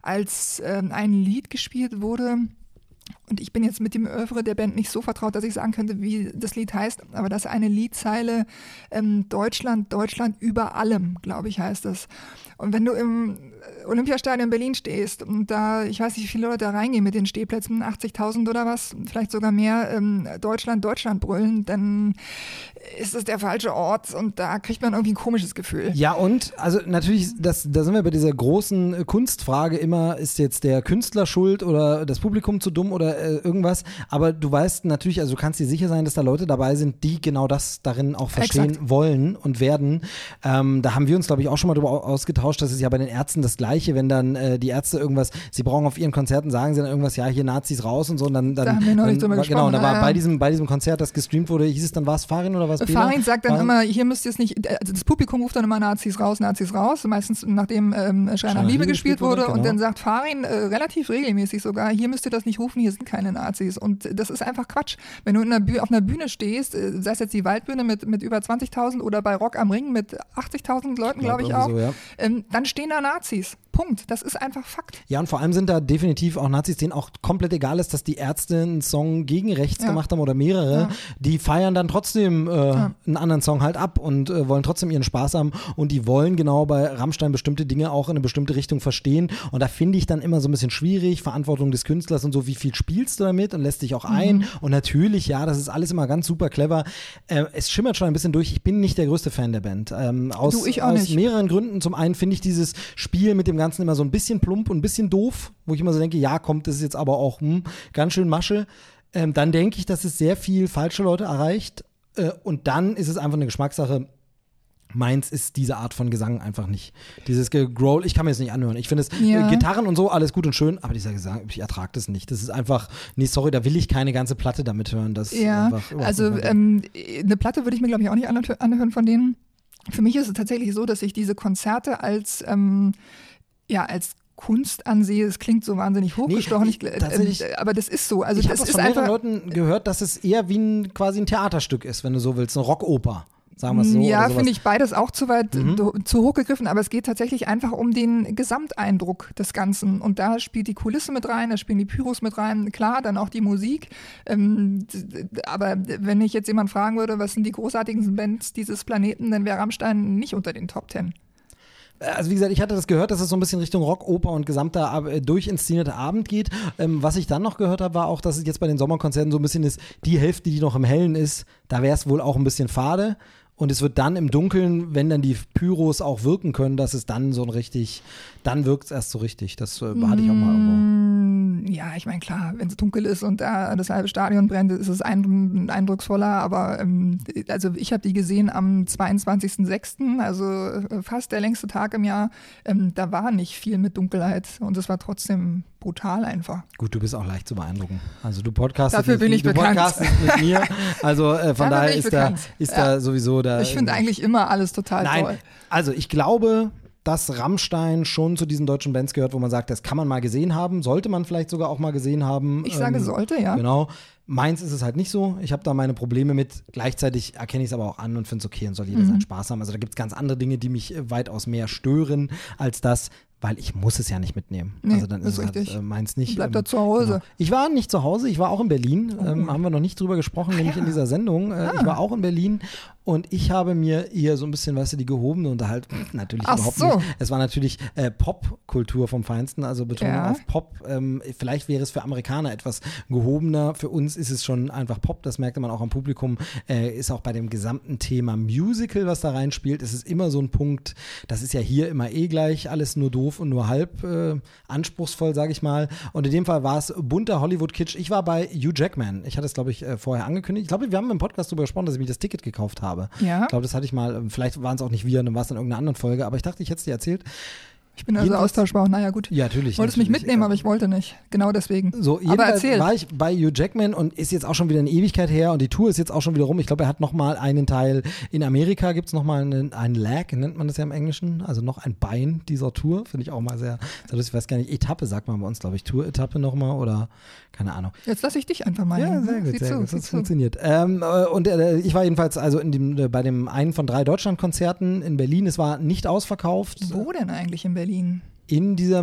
als äh, ein Lied gespielt wurde. Und ich bin jetzt mit dem Övre der Band nicht so vertraut, dass ich sagen könnte, wie das Lied heißt, aber das ist eine Liedzeile, ähm, Deutschland, Deutschland über allem, glaube ich, heißt das. Und wenn du im Olympiastadion in Berlin stehst und da, ich weiß nicht, wie viele Leute da reingehen mit den Stehplätzen, achtzigtausend oder was, vielleicht sogar mehr, ähm, Deutschland, Deutschland brüllen, dann ist das der falsche Ort und da kriegt man irgendwie ein komisches Gefühl. Ja, und also natürlich, das, da sind wir bei dieser großen Kunstfrage immer, ist jetzt der Künstler schuld oder das Publikum zu dumm oder äh, irgendwas, aber du weißt natürlich, also du kannst dir sicher sein, dass da Leute dabei sind, die genau das darin auch verstehen Exakt. wollen und werden. Ähm, da haben wir uns, glaube ich, auch schon mal darüber ausgetauscht, das ist ja bei den Ärzten das Gleiche, wenn dann äh, die Ärzte irgendwas, sie brauchen auf ihren Konzerten, sagen sie dann irgendwas, ja, hier Nazis raus und so und dann, dann Da haben wir neulich dann, drüber genau, und da war gesprochen, bei ja. diesem, bei diesem Konzert, das gestreamt wurde, hieß es dann, war es Farin oder was? Farin sagt dann war, immer, hier müsst ihr es nicht, also das Publikum ruft dann immer Nazis raus, Nazis raus, meistens nachdem ähm, Schrei nach Liebe gespielt wurde, genau. Und dann sagt Farin äh, relativ regelmäßig sogar, hier müsst ihr das nicht rufen, hier sind keine Nazis und das ist einfach Quatsch. Wenn du in einer Büh- auf einer Bühne stehst, äh, sei es jetzt die Waldbühne mit, mit über zwanzigtausend oder bei Rock am Ring mit achtzigtausend Leuten, glaube ich, glaub, ich auch, so, ja. ähm, dann stehen da Nazis. Punkt. Das ist einfach Fakt. Ja, und vor allem sind da definitiv auch Nazis, denen auch komplett egal ist, dass die Ärzte einen Song gegen rechts ja. gemacht haben oder mehrere. Ja. Die feiern dann trotzdem äh, ja. einen anderen Song halt ab und äh, wollen trotzdem ihren Spaß haben und die wollen genau bei Rammstein bestimmte Dinge auch in eine bestimmte Richtung verstehen und da finde ich dann immer so ein bisschen schwierig, Verantwortung des Künstlers und so, wie viel spielst du damit und lässt dich auch ein mhm. und natürlich, ja, das ist alles immer ganz super clever. Äh, es schimmert schon ein bisschen durch, ich bin nicht der größte Fan der Band. Ähm, aus, du, ich auch aus nicht. mehreren Gründen. Zum einen finde ich dieses Spiel mit dem Ganzen immer so ein bisschen plump und ein bisschen doof, wo ich immer so denke, ja, kommt, das ist jetzt aber auch hm, ganz schön Masche. Ähm, dann denke ich, dass es sehr viel falsche Leute erreicht äh, und dann ist es einfach eine Geschmackssache. Meins ist diese Art von Gesang einfach nicht. Dieses Growl, ich kann mir das nicht anhören. Ich finde es, ja. äh, Gitarren und so, alles gut und schön, aber dieser Gesang, ich ertrage das nicht. Das ist einfach, nee, sorry, da will ich keine ganze Platte damit hören. Das ja, einfach also ähm, eine Platte würde ich mir, glaube ich, auch nicht anhören von denen. Für mich ist es tatsächlich so, dass ich diese Konzerte als, ähm, ja, als Kunst ansehe, es klingt so wahnsinnig hochgestochen, nee, ich, äh, aber das ist so. Also ich das habe ist von mehreren einfach Leuten gehört, dass es eher wie ein, quasi ein Theaterstück ist, wenn du so willst, eine Rockoper. Sagen wir es so. Ja, finde ich beides auch zu weit, mhm. zu hoch gegriffen, aber es geht tatsächlich einfach um den Gesamteindruck des Ganzen und da spielt die Kulisse mit rein, da spielen die Pyros mit rein, klar, dann auch die Musik, ähm, aber wenn ich jetzt jemand fragen würde, was sind die großartigsten Bands dieses Planeten, dann wäre Rammstein nicht unter den Top Ten. Also wie gesagt, ich hatte das gehört, dass es so ein bisschen Richtung Rock, Oper und gesamter äh, durchinszenierter Abend geht. Ähm, was ich dann noch gehört habe, war auch, dass es jetzt bei den Sommerkonzerten so ein bisschen ist, die Hälfte, die noch im Hellen ist, da wäre es wohl auch ein bisschen fade. Und es wird dann im Dunkeln, wenn dann die Pyros auch wirken können, dass es dann so ein richtig, dann wirkt es erst so richtig. Das äh, hatte ich auch mal irgendwo. Ja, ich meine, klar, wenn es dunkel ist und da das halbe Stadion brennt, ist es ein, eindrucksvoller. Aber ähm, also ich habe die gesehen am zweiundzwanzigsten sechsten, also fast der längste Tag im Jahr. Ähm, da war nicht viel mit Dunkelheit und es war trotzdem brutal einfach. Gut, du bist auch leicht zu beeindrucken. Also du podcastest Dafür bin mit, ich du bekannt. podcastest mit mir. Also äh, von Dafür daher bin ich ist, da, bekannt. ist Ja. da sowieso da. Ich finde eigentlich immer alles total Nein, toll. also ich glaube, dass Rammstein schon zu diesen deutschen Bands gehört, wo man sagt, das kann man mal gesehen haben, sollte man vielleicht sogar auch mal gesehen haben. Ich sage sollte, ja. Genau. Meins ist es halt nicht so. Ich habe da meine Probleme mit. Gleichzeitig erkenne ich es aber auch an und finde es okay und soll jeder Mhm. seinen Spaß haben. Also da gibt es ganz andere Dinge, die mich äh, weitaus mehr stören als das, weil ich muss es ja nicht mitnehmen. Nee, also dann ist ist es halt, richtig. äh, meins nicht. Bleib ähm, da zu Hause. Genau. Ich war nicht zu Hause, ich war auch in Berlin. Oh. Ähm, haben wir noch nicht drüber gesprochen, nämlich ja. in dieser Sendung. Äh, Ah. Ich war auch in Berlin und ich habe mir eher so ein bisschen, weißt du, die gehobene Unterhaltung, natürlich Ach überhaupt so. nicht. Es war natürlich äh, Popkultur vom Feinsten, also Betonung Ja. auf Pop. Ähm, vielleicht wäre es für Amerikaner etwas gehobener. Für uns ist es schon einfach Pop, das merkte man auch am Publikum. Äh, ist auch bei dem gesamten Thema Musical, was da reinspielt, ist es immer so ein Punkt, das ist ja hier immer eh gleich, alles nur doof und nur halb äh, anspruchsvoll, sage ich mal. Und in dem Fall war es bunter Hollywood-Kitsch. Ich war bei Hugh Jackman. Ich hatte es, glaube ich, äh, vorher angekündigt. Ich glaube, wir haben im Podcast darüber gesprochen, dass ich mir das Ticket gekauft habe. Ja. Ich glaube, das hatte ich mal, äh, vielleicht waren es auch nicht wir, dann war es in irgendeiner anderen Folge, aber ich dachte, ich hätte es dir erzählt. Ich bin also Jedenfalls- austauschbar. Naja, gut. Ja, natürlich. Wolltest mich natürlich. mitnehmen, aber ich wollte nicht. Genau deswegen. So, aber jedenfalls erzähl. war ich bei Hugh Jackman und ist jetzt auch schon wieder eine Ewigkeit her und die Tour ist jetzt auch schon wieder rum. Ich glaube, er hat nochmal einen Teil, in Amerika gibt es nochmal einen, einen Lag, nennt man das ja im Englischen, also noch ein Bein dieser Tour, finde ich auch mal sehr, sehr lustig. Ich weiß gar nicht, Etappe sagt man bei uns, glaube ich, Tour-Etappe nochmal oder keine Ahnung. Jetzt lasse ich dich einfach mal. Ja, hin. sehr gut, Sieh sehr zu, gut, sieh das zu. funktioniert. Ähm, äh, und äh, ich war jedenfalls also in dem, äh, bei dem einen von drei Deutschlandkonzerten in Berlin, es war nicht ausverkauft. Wo denn eigentlich in Berlin? In dieser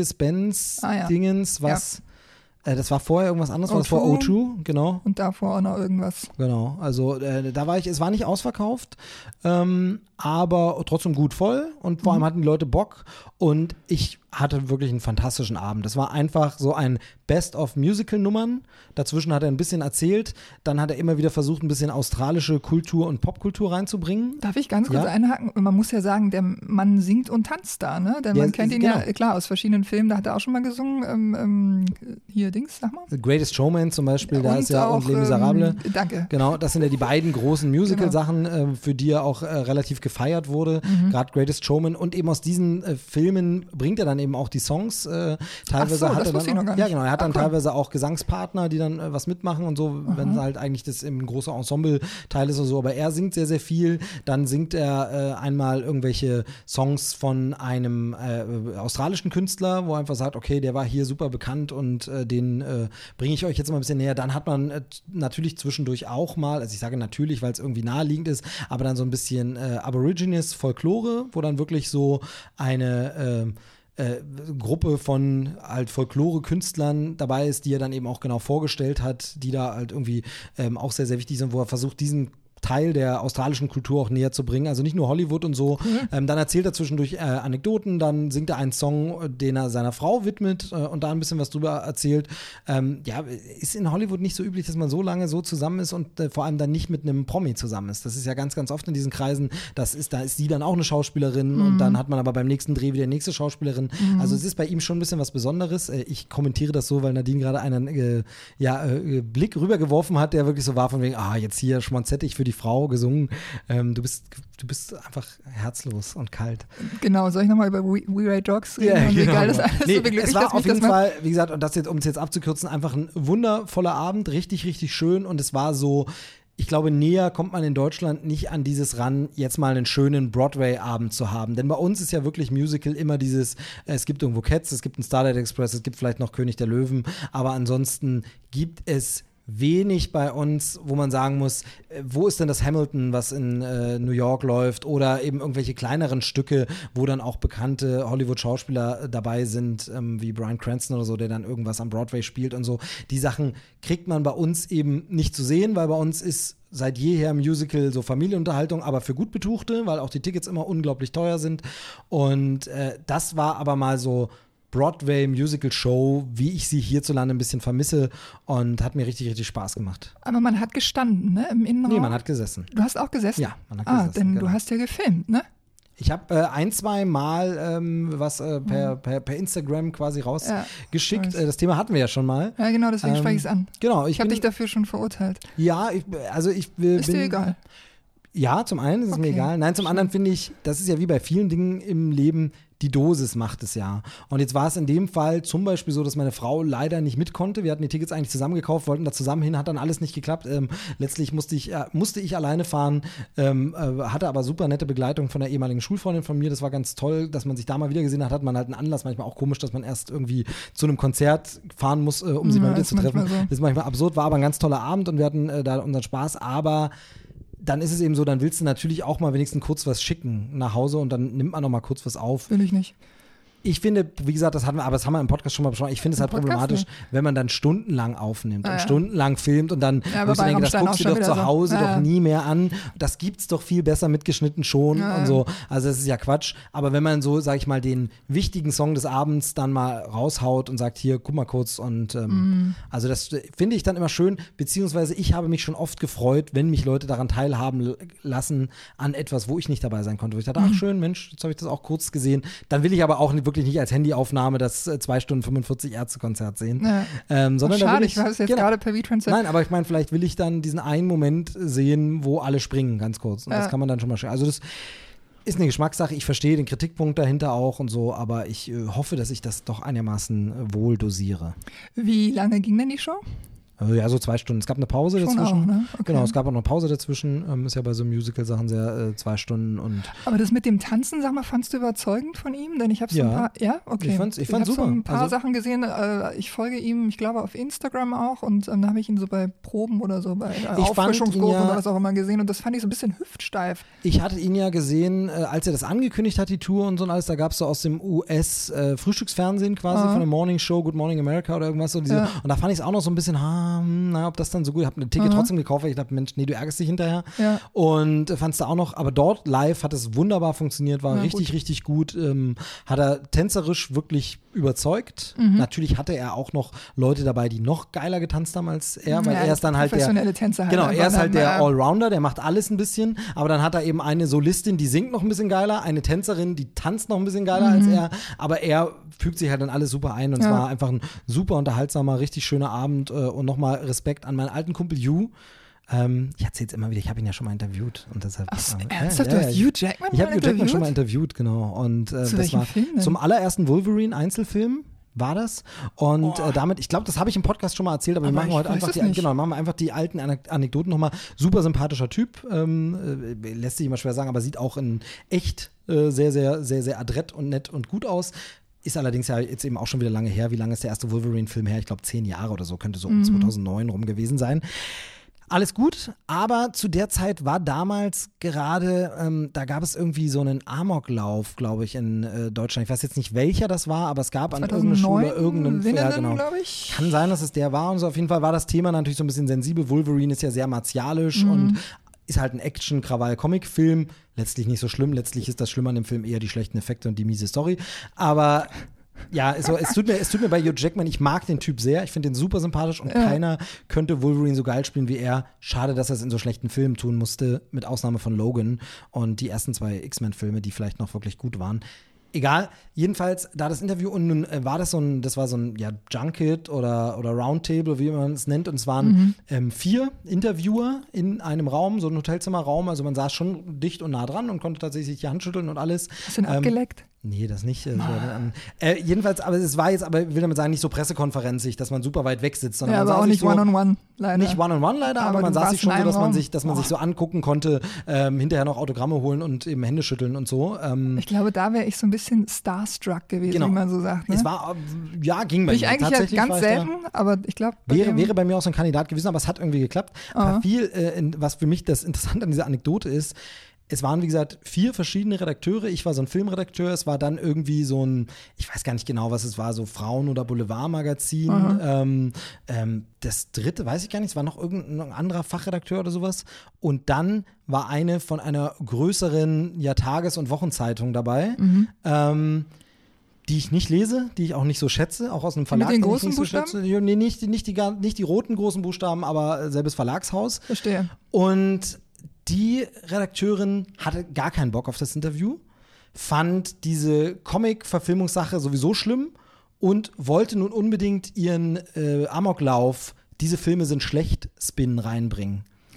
Mercedes-Benz-Dingens, Ah, ja. was, äh, das war vorher irgendwas anderes, war das O zwei? vor O zwei, genau. Und davor auch noch irgendwas. Genau, also äh, da war ich, es war nicht ausverkauft, ähm, aber trotzdem gut voll und vor Mhm. allem hatten die Leute Bock und ich hatte wirklich einen fantastischen Abend. Das war einfach so ein Best-of-Musical-Nummern. Dazwischen hat er ein bisschen erzählt, dann hat er immer wieder versucht, ein bisschen australische Kultur und Popkultur reinzubringen. Darf ich ganz kurz Ja. einhaken? Man muss ja sagen, der Mann singt und tanzt da, ne? Der Ja, man kennt ihn genau. ja, klar, aus verschiedenen Filmen, da hat er auch schon mal gesungen. Ähm, ähm, hier, Dings, sag mal. The Greatest Showman zum Beispiel, da Und ist ja auch, und Les Miserables. Ähm, danke. Genau, das sind ja die beiden großen Musical-Sachen, äh, für die er auch äh, relativ gefeiert wurde. Mhm. Gerade Greatest Showman. Und eben aus diesen äh, Filmen bringt er dann eben auch die Songs. Äh, teilweise Ach so, hat das er wusste ich dann noch auch, gar ja, nicht. genau, er hat Ah, dann cool. teilweise auch Gesangspartner, die dann äh, was mitmachen und so, wenn halt eigentlich das eben ein großer Ensemble-Teil ist oder so. Aber er singt sehr, sehr viel. Dann singt er äh, einmal irgendwelche Songs von einem äh, australischen Künstler, wo er einfach sagt, okay, der war hier super bekannt und äh, den äh, bringe ich euch jetzt mal ein bisschen näher. Dann hat man äh, natürlich zwischendurch auch mal, also ich sage natürlich, weil es irgendwie naheliegend ist, aber dann so ein bisschen äh, Aborigines Folklore, wo dann wirklich so eine äh, Äh, Gruppe von halt Folklore-Künstlern dabei ist, die er dann eben auch genau vorgestellt hat, die da halt irgendwie ähm, auch sehr, sehr wichtig sind, wo er versucht, diesen Teil der australischen Kultur auch näher zu bringen. Also nicht nur Hollywood und so. Mhm. Ähm, dann erzählt er zwischendurch äh, Anekdoten, dann singt er einen Song, den er seiner Frau widmet äh, und da ein bisschen was drüber erzählt. Ähm, ja, ist in Hollywood nicht so üblich, dass man so lange so zusammen ist und äh, vor allem dann nicht mit einem Promi zusammen ist. Das ist ja ganz, ganz oft in diesen Kreisen. Das ist, da ist sie dann auch eine Schauspielerin Mhm. und dann hat man aber beim nächsten Dreh wieder die nächste Schauspielerin. Also es ist bei ihm schon ein bisschen was Besonderes. Äh, ich kommentiere das so, weil Nadine gerade einen äh, ja, äh, Blick rübergeworfen hat, der wirklich so war von wegen, ah, jetzt hier schmonzettig für die Frau gesungen. Ähm, du bist, du bist einfach herzlos und kalt. Genau, soll ich nochmal über We, We Rate Dogs reden? Ja, und wie genau. geil das alles Nee, so wie glücklich, es war dass mich auf jeden das macht? Fall, wie gesagt, und das jetzt, um es jetzt abzukürzen, einfach ein wundervoller Abend, richtig, richtig schön und es war so, ich glaube, näher kommt man in Deutschland nicht an dieses ran, jetzt mal einen schönen Broadway-Abend zu haben. Denn bei uns ist ja wirklich Musical immer dieses, äh, es gibt irgendwo Cats, es gibt einen Starlight Express, es gibt vielleicht noch König der Löwen, aber ansonsten gibt es wenig bei uns, wo man sagen muss, äh, wo ist denn das Hamilton, was in äh, New York läuft oder eben irgendwelche kleineren Stücke, wo dann auch bekannte Hollywood-Schauspieler äh, dabei sind, ähm, wie Bryan Cranston oder so, der dann irgendwas am Broadway spielt und so. Die Sachen kriegt man bei uns eben nicht zu sehen, weil bei uns ist seit jeher Musical so Familienunterhaltung, aber für gut Betuchte, weil auch die Tickets immer unglaublich teuer sind. Und äh, das war aber mal so Broadway-Musical-Show, wie ich sie hierzulande ein bisschen vermisse und hat mir richtig, richtig Spaß gemacht. Aber man hat gestanden, ne? Im Innenraum. Nee, man hat gesessen. Du hast auch gesessen? Ja, man hat ah, gesessen, denn genau. du hast ja gefilmt, ne? Ich habe äh, ein, zwei Mal ähm, was äh, per, per, per Instagram quasi rausgeschickt. Ja, äh, das Thema hatten wir ja schon mal. Ja, genau, deswegen Ähm, spreche ich es an. Genau. Ich habe bin- dich dafür schon verurteilt. Ja, ich, also ich äh, Ist bin... dir egal. Ja, zum einen ist es Okay. mir egal. Nein, zum anderen finde ich, das ist ja wie bei vielen Dingen im Leben, die Dosis macht es ja. Und jetzt war es in dem Fall zum Beispiel so, dass meine Frau leider nicht mit konnte. Wir hatten die Tickets eigentlich zusammen gekauft, wollten da zusammen hin, hat dann alles nicht geklappt. Ähm, letztlich musste ich, äh, musste ich alleine fahren, ähm, äh, hatte aber super nette Begleitung von der ehemaligen Schulfreundin von mir. Das war ganz toll, dass man sich da mal wieder gesehen hat. Hat man halt einen Anlass, manchmal auch komisch, dass man erst irgendwie zu einem Konzert fahren muss, äh, um sich Ja, mal wieder ist zu treffen. manchmal so. Das ist manchmal absurd, war aber ein ganz toller Abend und wir hatten äh, da unseren Spaß, aber dann ist es eben so, dann willst du natürlich auch mal wenigstens kurz was schicken nach Hause und dann nimmt man noch mal kurz was auf. Will ich nicht. Ich finde, wie gesagt, das hatten wir, aber das haben wir im Podcast schon mal besprochen. Ich finde es Im halt Podcast problematisch, nicht. wenn man dann stundenlang aufnimmt Ah, und ja. stundenlang filmt und dann Ja, wo ich aber bei denke, das Rammstein guckst du auch doch schon zu wieder so. Hause Ja, doch ja. nie mehr an. Das gibt's doch viel besser mitgeschnitten schon Ja, und ja. so. Also das ist ja Quatsch. Aber wenn man so, sag ich mal, den wichtigen Song des Abends dann mal raushaut und sagt, hier, guck mal kurz und ähm, Mhm. also das finde ich dann immer schön, beziehungsweise ich habe mich schon oft gefreut, wenn mich Leute daran teilhaben l- lassen an etwas, wo ich nicht dabei sein konnte. Wo ich dachte, Mhm. ach schön, Mensch, jetzt habe ich das auch kurz gesehen. Dann will ich aber auch nicht, wirklich nicht als Handyaufnahme das äh, zwei Stunden fünfundvierzig Ärztekonzert sehen. Ja. Ähm, sondern Ach, da schade, will ich weiß jetzt genau. gerade per V-Transit. Nein, aber ich meine, vielleicht will ich dann diesen einen Moment sehen, wo alle springen, ganz kurz. Und Ja. das kann man dann schon mal schön. Also das ist eine Geschmackssache. Ich verstehe den Kritikpunkt dahinter auch und so, aber ich äh, hoffe, dass ich das doch einigermaßen äh, wohl dosiere. Wie lange ging denn die Show? Also ja, so zwei Stunden. Es gab eine Pause Schon dazwischen. auch, ne? Okay. Genau, es gab auch eine Pause dazwischen. Ähm, ist ja bei so Musical-Sachen sehr äh, zwei Stunden und Aber das mit dem Tanzen, sag mal, fandst du überzeugend von ihm? Denn ich habe so Ja. ein paar, ja, okay. Ich fand's- ich fand's hab so super. ein paar Also- Sachen gesehen. Äh, ich folge ihm, ich glaube, auf Instagram auch und ähm, da habe ich ihn so bei Proben oder so bei äh, fand ihn Auffrischungskursen ja- oder was auch immer gesehen und das fand ich so ein bisschen hüftsteif. ich hatte ihn ja gesehen, äh, als er das angekündigt hat, die Tour und so und alles, da gab es so aus dem U S-Frühstücksfernsehen quasi, Aha. von der Morning Show, Good Morning America oder irgendwas so. Diese, Ja. Und da fand ich es auch noch so ein bisschen, ha, hm, na, ob das dann so gut, ich habe ein Ticket Aha. trotzdem gekauft, weil ich dachte, Mensch, nee, du ärgerst dich hinterher. Ja. Und äh, fandst du auch noch, aber dort live hat es wunderbar funktioniert, war Na, richtig, gut. richtig gut, ähm, hat er tänzerisch wirklich überzeugt. Mhm. Natürlich hatte er auch noch Leute dabei, die noch geiler getanzt haben als er, weil Ja, er ist dann halt der professionelle Tänzer halt Genau, einfach, er ist halt ne? der Ja. Allrounder, der macht alles ein bisschen, aber dann hat er eben eine Solistin, die singt noch ein bisschen geiler, eine Tänzerin, die tanzt noch ein bisschen geiler als er, aber er fügt sich halt dann alles super ein und es Ja. war einfach ein super unterhaltsamer, richtig schöner Abend äh, und nochmal Respekt an meinen alten Kumpel Hugh. Ähm, ich erzähl's immer wieder, ich habe ihn ja schon mal interviewt und deshalb. Ach so, äh, ernsthaft? ja, Du ja, hast ich- Hugh Jackman Ich habe mal Hugh Jackman interviewt? schon mal interviewt, genau. Und äh, Zu das welchem war Film denn? zum allerersten Wolverine-Einzelfilm. War das? Und äh, damit, ich glaube, das habe ich im Podcast schon mal erzählt, aber, Aber wir machen ich heute weiß einfach es die, nicht. genau, machen wir einfach die alten Anek- Anekdoten nochmal. Super sympathischer Typ, ähm, äh, lässt sich immer schwer sagen, aber sieht auch in echt äh, sehr, sehr, sehr, sehr adrett und nett und gut aus. Ist allerdings ja jetzt eben auch schon wieder lange her. Wie lange ist der erste Wolverine-Film her? Ich glaube, zehn Jahre oder so, könnte so um zweitausendneun rum gewesen sein. Alles gut, aber zu der Zeit war damals gerade, ähm, da gab es irgendwie so einen Amoklauf, glaube ich, in äh, Deutschland. Ich weiß jetzt nicht, welcher das war, aber es gab an irgendeiner Schule irgendeinen, ja, Winnenden, genau. glaube ich. Kann sein, dass es der war und so. Auf jeden Fall war das Thema natürlich so ein bisschen sensibel. Wolverine ist ja sehr martialisch Mhm. und ist halt ein Action-Krawall-Comic-Film. Letztlich nicht so schlimm. Letztlich ist das Schlimme an dem Film eher die schlechten Effekte und die miese Story. Aber ja, so, es, tut mir, es tut mir bei Hugh Jackman, ich mag den Typ sehr, ich finde den super sympathisch und Ja. keiner könnte Wolverine so geil spielen wie er. Schade, dass er es in so schlechten Filmen tun musste, mit Ausnahme von Logan und die ersten zwei X-Men-Filme, die vielleicht noch wirklich gut waren. Egal, jedenfalls da das Interview und nun äh, war das so ein, das war so ein ja, Junket oder, oder Roundtable, wie man es nennt, und es waren Mhm. ähm, vier Interviewer in einem Raum, so ein Hotelzimmerraum, also man saß schon dicht und nah dran und konnte tatsächlich die Hand schütteln und alles. Hast du ihn Ähm, abgeleckt? Nee, das nicht. Äh, äh, jedenfalls, aber es war jetzt, aber ich will damit sagen, nicht so pressekonferenzig, dass man super weit weg sitzt, sondern Ja, man aber saß auch sich nicht so, One-on-One, leider. Nicht One-on-One leider, aber, Aber man du saß warst sich schon in so, einem dass man Raum. sich, dass man sich Boah. so angucken konnte, ähm, hinterher noch Autogramme holen und eben Hände schütteln und so. Ähm, Ich glaube, da wäre ich so ein bisschen starstruck gewesen, Genau. wie man so sagt. Ne? Es war, äh, ja, ging bei Bin ich mir. eigentlich ja Tatsächlich ganz war ich da- selten, aber ich glaube, bei Wäre, dem- wäre bei mir auch so ein Kandidat gewesen, aber es hat irgendwie geklappt. Aha. Aber viel, äh, in, was für mich das Interessante an dieser Anekdote ist, es waren, wie gesagt, vier verschiedene Redakteure. Ich war so ein Filmredakteur. Es war dann irgendwie so ein, ich weiß gar nicht genau, was es war, so Frauen- oder Boulevardmagazin. Ähm, ähm, das dritte, weiß ich gar nicht, es war noch irgendein anderer Fachredakteur oder sowas. Und dann war eine von einer größeren ja, Tages- und Wochenzeitung dabei. Ähm, die ich nicht lese, die ich auch nicht so schätze, auch aus einem Verlag, den den großen ich nicht so Buchstaben? schätze. Ja, nee, nicht, nicht, die, gar- nicht die roten großen Buchstaben, aber selbes Verlagshaus. Verstehe. Und die Redakteurin hatte gar keinen Bock auf das Interview, fand diese Comic-Verfilmungssache sowieso schlimm und wollte nun unbedingt ihren äh, Amoklauf, diese Filme sind schlecht, Spin reinbringen.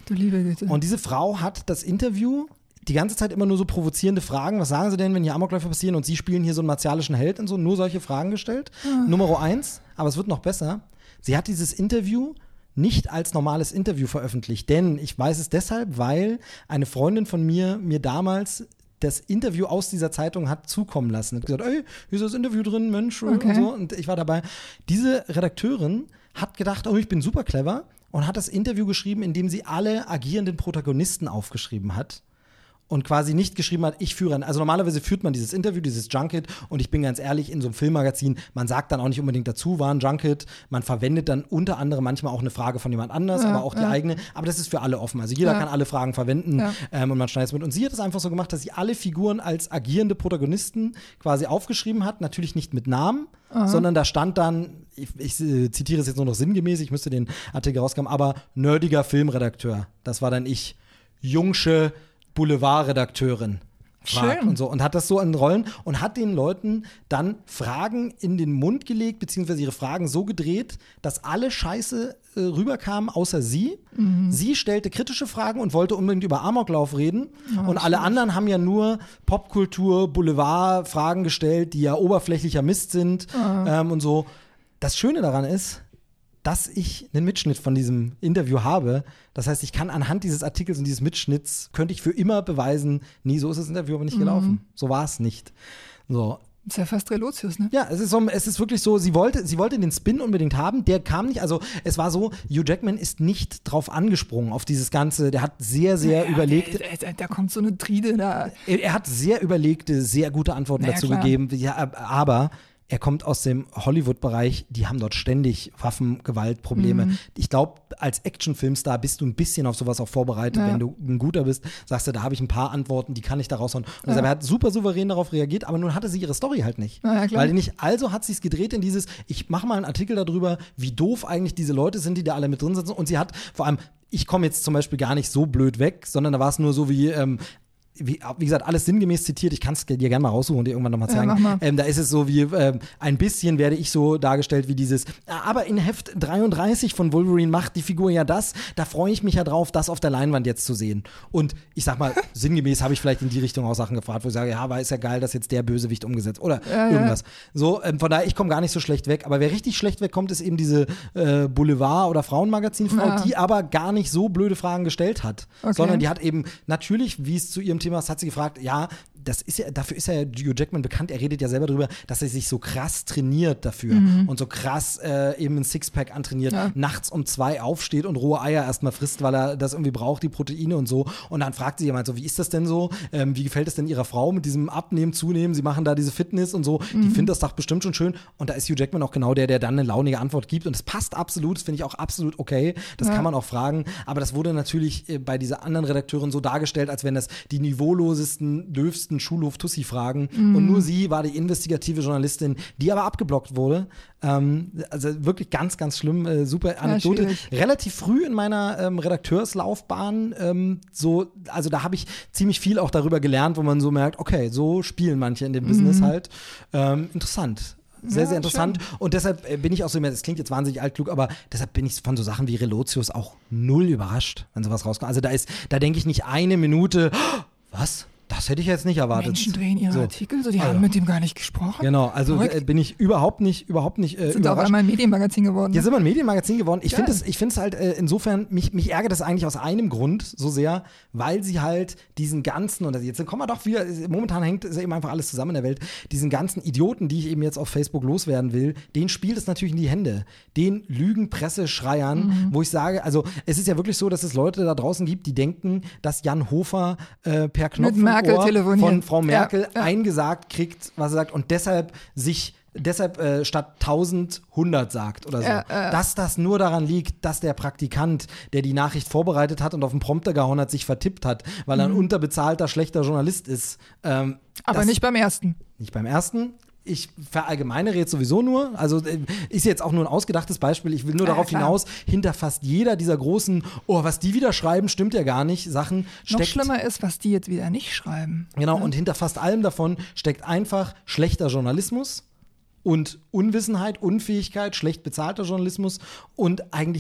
Du liebe Güte. Und diese Frau hat das Interview die ganze Zeit immer nur so provozierende Fragen. Was sagen Sie denn, wenn hier Amokläufe passieren und Sie spielen hier so einen martialischen Held und so? Nur solche Fragen gestellt. Ah. Nummer eins, aber es wird noch besser. Sie hat dieses Interview nicht als normales Interview veröffentlicht, denn ich weiß es deshalb, weil eine Freundin von mir mir damals das Interview aus dieser Zeitung hat zukommen lassen. Hat gesagt, ey, hier ist das Interview drin, Mensch, okay. und so. Und ich war dabei. Diese Redakteurin hat gedacht, oh, ich bin super clever und hat das Interview geschrieben, in dem sie alle agierenden Protagonisten aufgeschrieben hat. Und quasi nicht geschrieben hat, ich führe ein, also normalerweise führt man dieses Interview, dieses Junket und ich bin ganz ehrlich, in so einem Filmmagazin, man sagt dann auch nicht unbedingt dazu, war ein Junket, man verwendet dann unter anderem manchmal auch eine Frage von jemand anders, ja, aber auch die ja. eigene, aber das ist für alle offen, also jeder ja. kann alle Fragen verwenden ja. ähm, und man schneidet es mit. Und sie hat es einfach so gemacht, dass sie alle Figuren als agierende Protagonisten quasi aufgeschrieben hat, natürlich nicht mit Namen, aha. sondern da stand dann, ich, ich äh, zitiere es jetzt nur noch sinngemäß, ich müsste den Artikel rauskommen, aber nerdiger Filmredakteur, das war dann ich, Jungsche Boulevardredakteurin fragt und so und hat das so in Rollen und hat den Leuten dann Fragen in den Mund gelegt, beziehungsweise ihre Fragen so gedreht, dass alle Scheiße äh, rüberkamen, außer sie. Mhm. Sie stellte kritische Fragen und wollte unbedingt über Amoklauf reden oh, und alle anderen haben ja nur Popkultur, Boulevard-Fragen gestellt, die ja oberflächlicher Mist sind oh. ähm, und so. Das Schöne daran ist, dass ich einen Mitschnitt von diesem Interview habe. Das heißt, ich kann anhand dieses Artikels und dieses Mitschnitts, könnte ich für immer beweisen, nie, so ist das Interview aber nicht gelaufen. Mhm. So war es nicht. So. Ist ja fast Relotius, ne? Ja, es ist, so, es ist wirklich so, sie wollte, sie wollte den Spin unbedingt haben, der kam nicht, also es war so, Hugh Jackman ist nicht drauf angesprungen, auf dieses Ganze, der hat sehr, sehr ja, überlegt. Da, da kommt so eine Tride da. Er, er hat sehr überlegte, sehr gute Antworten ja, dazu klar. gegeben, ja, aber er kommt aus dem Hollywood-Bereich, die haben dort ständig Waffengewaltprobleme. Mhm. Ich glaube, als Actionfilmstar bist du ein bisschen auf sowas auch vorbereitet. Ja. Wenn du ein guter bist, sagst du, da habe ich ein paar Antworten, die kann ich da raushauen. Und ja. deshalb, er hat super souverän darauf reagiert, aber nun hatte sie ihre Story halt nicht. Ja, ja, Weil nicht, also hat sie es gedreht in dieses, ich mache mal einen Artikel darüber, wie doof eigentlich diese Leute sind, die da alle mit drin sitzen. Und sie hat vor allem, ich komme jetzt zum Beispiel gar nicht so blöd weg, sondern da war es nur so wie, ähm, Wie, wie gesagt, alles sinngemäß zitiert, ich kann es dir gerne mal raussuchen und dir irgendwann nochmal zeigen. Ja, mach mal. Ähm, da ist es so wie, ähm, ein bisschen werde ich so dargestellt wie dieses, aber in Heft dreiunddreißig von Wolverine macht die Figur ja das, da freue ich mich ja drauf, das auf der Leinwand jetzt zu sehen. Und ich sag mal, sinngemäß habe ich vielleicht in die Richtung auch Sachen gefragt, wo ich sage, ja, aber ist ja geil, dass jetzt der Bösewicht umgesetzt oder ja, irgendwas. Ja. So, ähm, von daher, ich komme gar nicht so schlecht weg, aber wer richtig schlecht wegkommt, ist eben diese äh, Boulevard- oder Frauenmagazin-Frau, ja. die aber gar nicht so blöde Fragen gestellt hat, okay. sondern die hat eben natürlich, wie es zu ihrem Thema ist, hat sie gefragt, ja, das ist ja, dafür ist ja Hugh Jackman bekannt, er redet ja selber darüber, dass er sich so krass trainiert dafür mhm. und so krass äh, eben ein Sixpack antrainiert, ja. nachts um zwei aufsteht und rohe Eier erstmal frisst, weil er das irgendwie braucht, die Proteine und so. Und dann fragt sie jemand so, wie ist das denn so? Ähm, wie gefällt es denn ihrer Frau mit diesem Abnehmen, Zunehmen? Sie machen da diese Fitness und so. Mhm. Die findet das doch bestimmt schon schön. Und da ist Hugh Jackman auch genau der, der dann eine launige Antwort gibt. Und das passt absolut, das finde ich auch absolut okay. Das ja. kann man auch fragen. Aber das wurde natürlich äh, bei dieser anderen Redakteurin so dargestellt, als wenn das die niveaulosesten, döfsten Schulhof-Tussi-Fragen. Mhm. Und nur sie war die investigative Journalistin, die aber abgeblockt wurde. Ähm, also wirklich ganz, ganz schlimm. Äh, super Anekdote. Ja, relativ früh in meiner ähm, Redakteurslaufbahn, ähm, so, also da habe ich ziemlich viel auch darüber gelernt, wo man so merkt, okay, so spielen manche in dem mhm. Business halt. Ähm, interessant. Sehr, ja, sehr interessant. Schön. Und deshalb bin ich auch so, das klingt jetzt wahnsinnig altklug, aber deshalb bin ich von so Sachen wie Relotius auch null überrascht, wenn sowas rauskommt. Also da ist, da denke ich nicht eine Minute, oh, was? Das hätte ich jetzt nicht erwartet. Menschen drehen ihre so. Artikel, so die also. haben mit dem gar nicht gesprochen. Genau, also äh, bin ich überhaupt nicht, überhaupt nicht äh, sind überrascht. Sind auch einmal ein Medienmagazin geworden. Jetzt sind wir ein Medienmagazin geworden. Ich finde es ich find's halt äh, insofern, mich, mich ärgert das eigentlich aus einem Grund so sehr, weil sie halt diesen ganzen, und jetzt kommen wir doch wieder, momentan hängt es eben einfach alles zusammen in der Welt, diesen ganzen Idioten, die ich eben jetzt auf Facebook loswerden will, denen spielt es natürlich in die Hände. Den Lügenpresseschreiern, mhm. wo ich sage, also es ist ja wirklich so, dass es Leute da draußen gibt, die denken, dass Jan Hofer äh, per Knopfdruck von Frau Merkel ja, ja. eingesagt kriegt, was er sagt, und deshalb sich deshalb äh, statt tausend hundert sagt oder so. Ja, ja. Dass das nur daran liegt, dass der Praktikant, der die Nachricht vorbereitet hat und auf den Prompter gehauen hat, sich vertippt hat, weil er ein mhm. unterbezahlter, schlechter Journalist ist. Ähm, Aber nicht beim ersten. Nicht beim ersten. Ich verallgemeinere jetzt sowieso nur, also ist jetzt auch nur ein ausgedachtes Beispiel, ich will nur ja, darauf klar. hinaus, hinter fast jeder dieser großen, oh, was die wieder schreiben, stimmt ja gar nicht, Sachen steckt. Noch schlimmer ist, was die jetzt wieder nicht schreiben. Genau, ja. und hinter fast allem davon steckt einfach schlechter Journalismus und Unwissenheit, Unfähigkeit, schlecht bezahlter Journalismus und eigentlich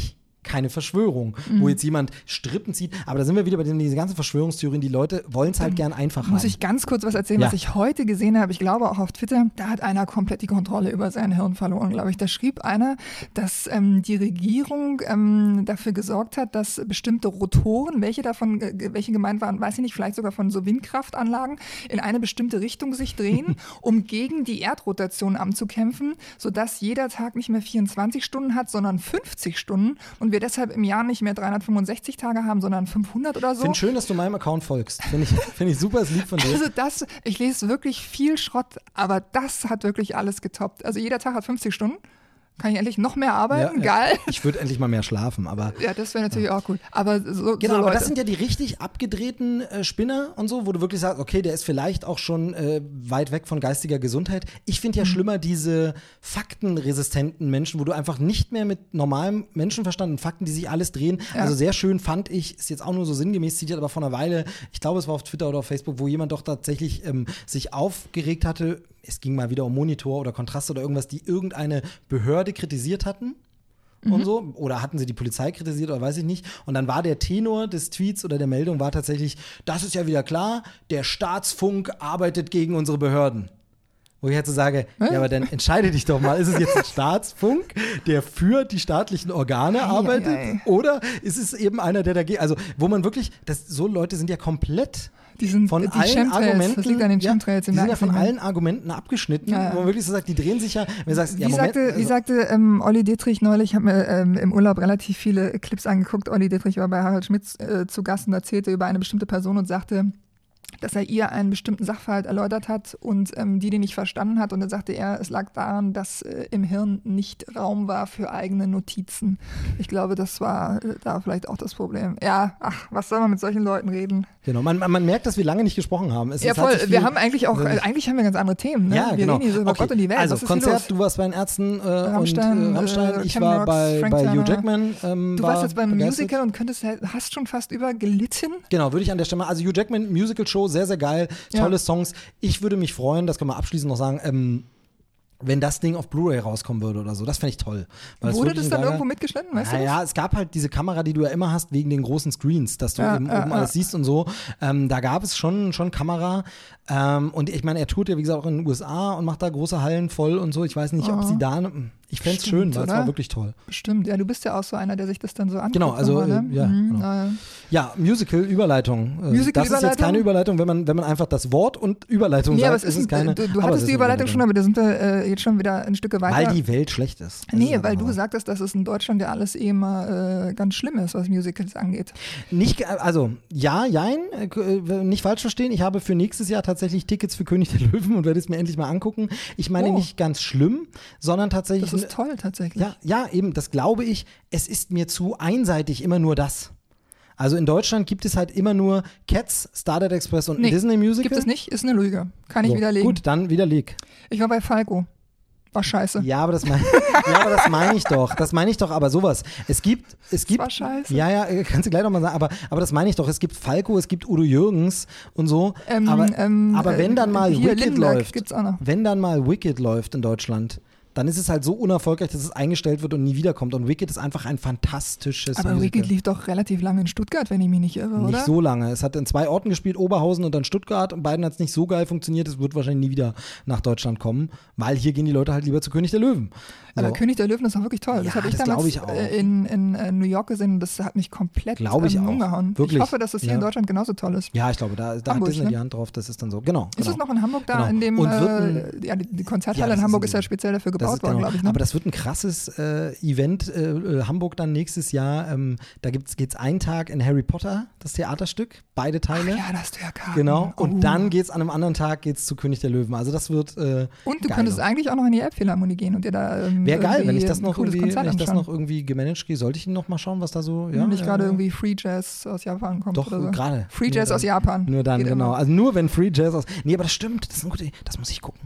keine Verschwörung, mhm. wo jetzt jemand Strippen zieht. Aber da sind wir wieder bei den, diese ganzen Verschwörungstheorien, die Leute wollen es halt gern einfach haben. Muss ich ganz kurz was erzählen, ja. was ich heute gesehen habe, ich glaube auch auf Twitter, da hat einer komplett die Kontrolle über sein Hirn verloren, glaube ich. Da schrieb einer, dass ähm, die Regierung ähm, dafür gesorgt hat, dass bestimmte Rotoren, welche davon, äh, welche gemeint waren, weiß ich nicht, vielleicht sogar von so Windkraftanlagen, in eine bestimmte Richtung sich drehen, um gegen die Erdrotation anzukämpfen, sodass jeder Tag nicht mehr vierundzwanzig Stunden hat, sondern fünfzig Stunden und wir deshalb im Jahr nicht mehr dreihundertfünfundsechzig Tage haben, sondern fünfhundert oder so. Ich finde schön, dass du meinem Account folgst. Finde ich, find ich super, ist lieb von dir. Also das, ich lese wirklich viel Schrott, aber das hat wirklich alles getoppt. Also jeder Tag hat fünfzig Stunden. Kann ich endlich noch mehr arbeiten? Ja, Geil. Ja. Ich würde endlich mal mehr schlafen, aber. Ja, das wäre natürlich ja. auch cool. Aber so, genau, so aber Leute. das sind ja die richtig abgedrehten äh, Spinner und so, wo du wirklich sagst, okay, der ist vielleicht auch schon äh, weit weg von geistiger Gesundheit. Ich finde ja mhm. schlimmer diese faktenresistenten Menschen, wo du einfach nicht mehr mit normalem Menschenverstand und Fakten, die sich alles drehen. Ja. Also sehr schön fand ich, ist jetzt auch nur so sinngemäß zitiert, aber vor einer Weile, ich glaube, es war auf Twitter oder auf Facebook, wo jemand doch tatsächlich ähm, sich aufgeregt hatte. Es ging mal wieder um Monitor oder Kontrast oder irgendwas, die irgendeine Behörde kritisiert hatten. Mhm. Und so. Oder hatten sie die Polizei kritisiert oder weiß ich nicht. Und dann war der Tenor des Tweets oder der Meldung war tatsächlich, das ist ja wieder klar, der Staatsfunk arbeitet gegen unsere Behörden. Wo ich halt so sage, äh? ja, aber dann entscheide dich doch mal, ist es jetzt ein Staatsfunk, der für die staatlichen Organe ei, arbeitet? Ei, ei. Oder ist es eben einer, der dagegen, also wo man wirklich, das, so Leute sind ja komplett die sind, von die allen Argumenten, das liegt an den Chemtrails, ja, die sind ja von allen Argumenten abgeschnitten, ja, ja. wo man wirklich so sagt, die drehen sich ja, wenn du sagst, wie ja, Moment, sagte, also, wie sagte ähm, Olli Dittrich neulich, ich habe mir ähm, im Urlaub relativ viele Clips angeguckt, Olli Dittrich war bei Harald Schmidt äh, zu Gast und erzählte über eine bestimmte Person und sagte, dass er ihr einen bestimmten Sachverhalt erläutert hat und ähm, die den nicht verstanden hat. Und dann sagte er, es lag daran, dass äh, im Hirn nicht Raum war für eigene Notizen. Ich glaube, das war äh, da vielleicht auch das Problem. Ja, ach, was soll man mit solchen Leuten reden? Genau, man, man merkt, dass wir lange nicht gesprochen haben. Es, ja, es voll. viel, wir haben eigentlich auch, äh, eigentlich haben wir ganz andere Themen. Ne? Ja, wir genau. reden hier so über okay. Gott und die Welt. Also was ist Konzert, du warst bei den Ärzten äh, Rammstein, und äh, Rammstein. Äh, ich Cam war Rocks, bei, Frank bei Hugh Turner. Jackman. Ähm, du war warst jetzt beim begeistert. Musical und könntest, hast schon fast über gelitten. Genau, würde ich an der Stelle mal. Also Hugh Jackman, Musical-Show, sehr, sehr geil. Tolle ja. Songs. Ich würde mich freuen, das können wir abschließend noch sagen, ähm, wenn das Ding auf Blu-ray rauskommen würde oder so, das fände ich toll. Weil Wurde das dann irgendwo mitgeschnitten, weißt du das? Ja, es gab halt diese Kamera, die du ja immer hast, wegen den großen Screens, dass du ja, eben ja, oben ja. alles siehst und so. Ähm, da gab es schon, schon Kamera. Ähm, und ich meine, er tourt ja, wie gesagt, auch in den U S A und macht da große Hallen voll und so. Ich weiß nicht, ob oh. sie da, ich fände es schön, weil es war wirklich toll. Bestimmt, ja, du bist ja auch so einer, der sich das dann so anguckt. Genau, also, mal, ne? äh, ja, mhm, genau. äh. Ja, Musical-Überleitung. Äh, Musical das ist jetzt keine Überleitung, wenn man, wenn man einfach das Wort und Überleitung nee, sagt, aber es ist, ist es keine. Du, du hattest die Überleitung schon, aber da sind wir äh, jetzt schon wieder ein Stück weiter. Weil die Welt schlecht ist. Das nee, ist weil aber du sagtest, dass es in Deutschland ja alles eh immer äh, ganz schlimm ist, was Musicals angeht. Nicht, also, ja, jein, äh, nicht falsch verstehen. Ich habe für nächstes Jahr tatsächlich Tickets für König der Löwen und werde es mir endlich mal angucken. Ich meine oh. nicht ganz schlimm, sondern tatsächlich. Das ist toll, tatsächlich. Ja, ja, eben, das glaube ich. Es ist mir zu einseitig immer nur das. Also in Deutschland gibt es halt immer nur Cats, Stardust Express und nee, Disney Musical. Gibt es nicht, ist eine Lüge. Kann ich so, widerlegen. Gut, dann widerleg. Ich war bei Falco. War scheiße. Ja, aber das meine ja, aber das meine ich doch. Das meine ich doch, aber sowas. Es gibt, es gibt. Das war scheiße. Ja, ja, kannst du gleich nochmal sagen, aber, aber das meine ich doch. Es gibt Falco, es gibt Udo Jürgens und so. Ähm, aber, ähm, aber wenn dann mal hier, Wicked Lindenberg läuft, gibt's auch noch. wenn dann mal Wicked läuft in Deutschland, dann ist es halt so unerfolgreich, dass es eingestellt wird und nie wiederkommt. Und Wicked ist einfach ein fantastisches Aber Musical. Wicked lief doch relativ lange in Stuttgart, wenn ich mich nicht irre, oder? Nicht so lange. Es hat in zwei Orten gespielt, Oberhausen und dann Stuttgart. Und beiden hat es nicht so geil funktioniert. Es wird wahrscheinlich nie wieder nach Deutschland kommen, weil hier gehen die Leute halt lieber zu König der Löwen. So. Aber König der Löwen ist auch wirklich toll. Ja, das habe ich das damals ich auch. in, in, in New York gesehen und das hat mich komplett Glaub ich ähm, auch. umgehauen. Wirklich. Ich hoffe, dass das hier Ja. in Deutschland genauso toll ist. Ja, ich glaube, da, da Hamburg, hat Disney ne? die Hand drauf. Das ist dann so. Genau. Ist genau. es noch in Hamburg da, Genau. in dem, Und wird äh, ein, ja, die, die Konzerthalle ja, das in Hamburg ist ist ja ein- speziell dafür Das gebaut ist worden, genau. glaube ich. Ne? Aber das wird ein krasses äh, Event. Äh, äh, Hamburg dann nächstes Jahr. Ähm, da geht es einen Tag in Harry Potter, das Theaterstück. Beide Teile. Ach ja, da hast du ja Karten. Genau. Und Oh. dann geht es an einem anderen Tag geht's zu König der Löwen. Also das wird äh, Und du geil könntest noch. eigentlich auch noch in die Elbphilharmonie gehen und dir da ähm, Wäre geil, wenn ich das ein noch cooles irgendwie, Konzert wenn ich das anschauen. noch irgendwie gemanagt gehe. Sollte ich noch mal schauen, was da so. Ja, nicht ja, gerade ja. irgendwie Free Jazz aus Japan kommt Doch, oder so. gerade. Free Nur Jazz dann. aus Japan. Nur dann, Geht genau. immer. Also nur wenn Free Jazz aus. Nee, aber das stimmt. Das ist eine gute Idee. Das muss ich gucken.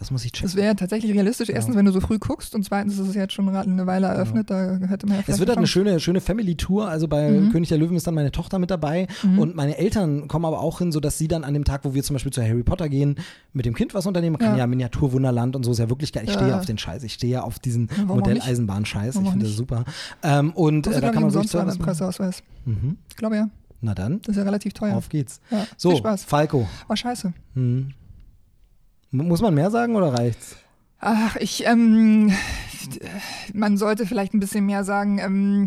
Das muss ich checken. Das wäre tatsächlich realistisch. Erstens, wenn du so früh guckst und zweitens ist es jetzt schon eine Weile eröffnet, da hätte man ja vielleicht Es wird halt eine Chance. schöne, schöne Family-Tour. Also bei Mhm. König der Löwen ist dann meine Tochter mit dabei Mhm. und meine Eltern kommen aber auch hin, sodass sie dann an dem Tag, wo wir zum Beispiel zu Harry Potter gehen, mit dem Kind was unternehmen. Man kann ja, Ja. Miniaturwunderland und so, ist ja wirklich geil. Ich Ja. stehe auf den Scheiß. Ich stehe ja auf diesen warum auch nicht? Modelleisenbahn-Scheiß. Warum Ich auch finde das nicht? super. Ähm, und Muss äh, ich, da glaub kann man ich, wirklich umsonst so einen was machen. Presseausweis. Mhm. Ich glaube ja. Na dann, Das ist ja relativ teuer. auf geht's. Ja. So, Viel Spaß. Falco. Oh, scheiße. Mhm. Muss man mehr sagen oder reicht's? Ach, ich, ähm, man sollte vielleicht ein bisschen mehr sagen. Ähm,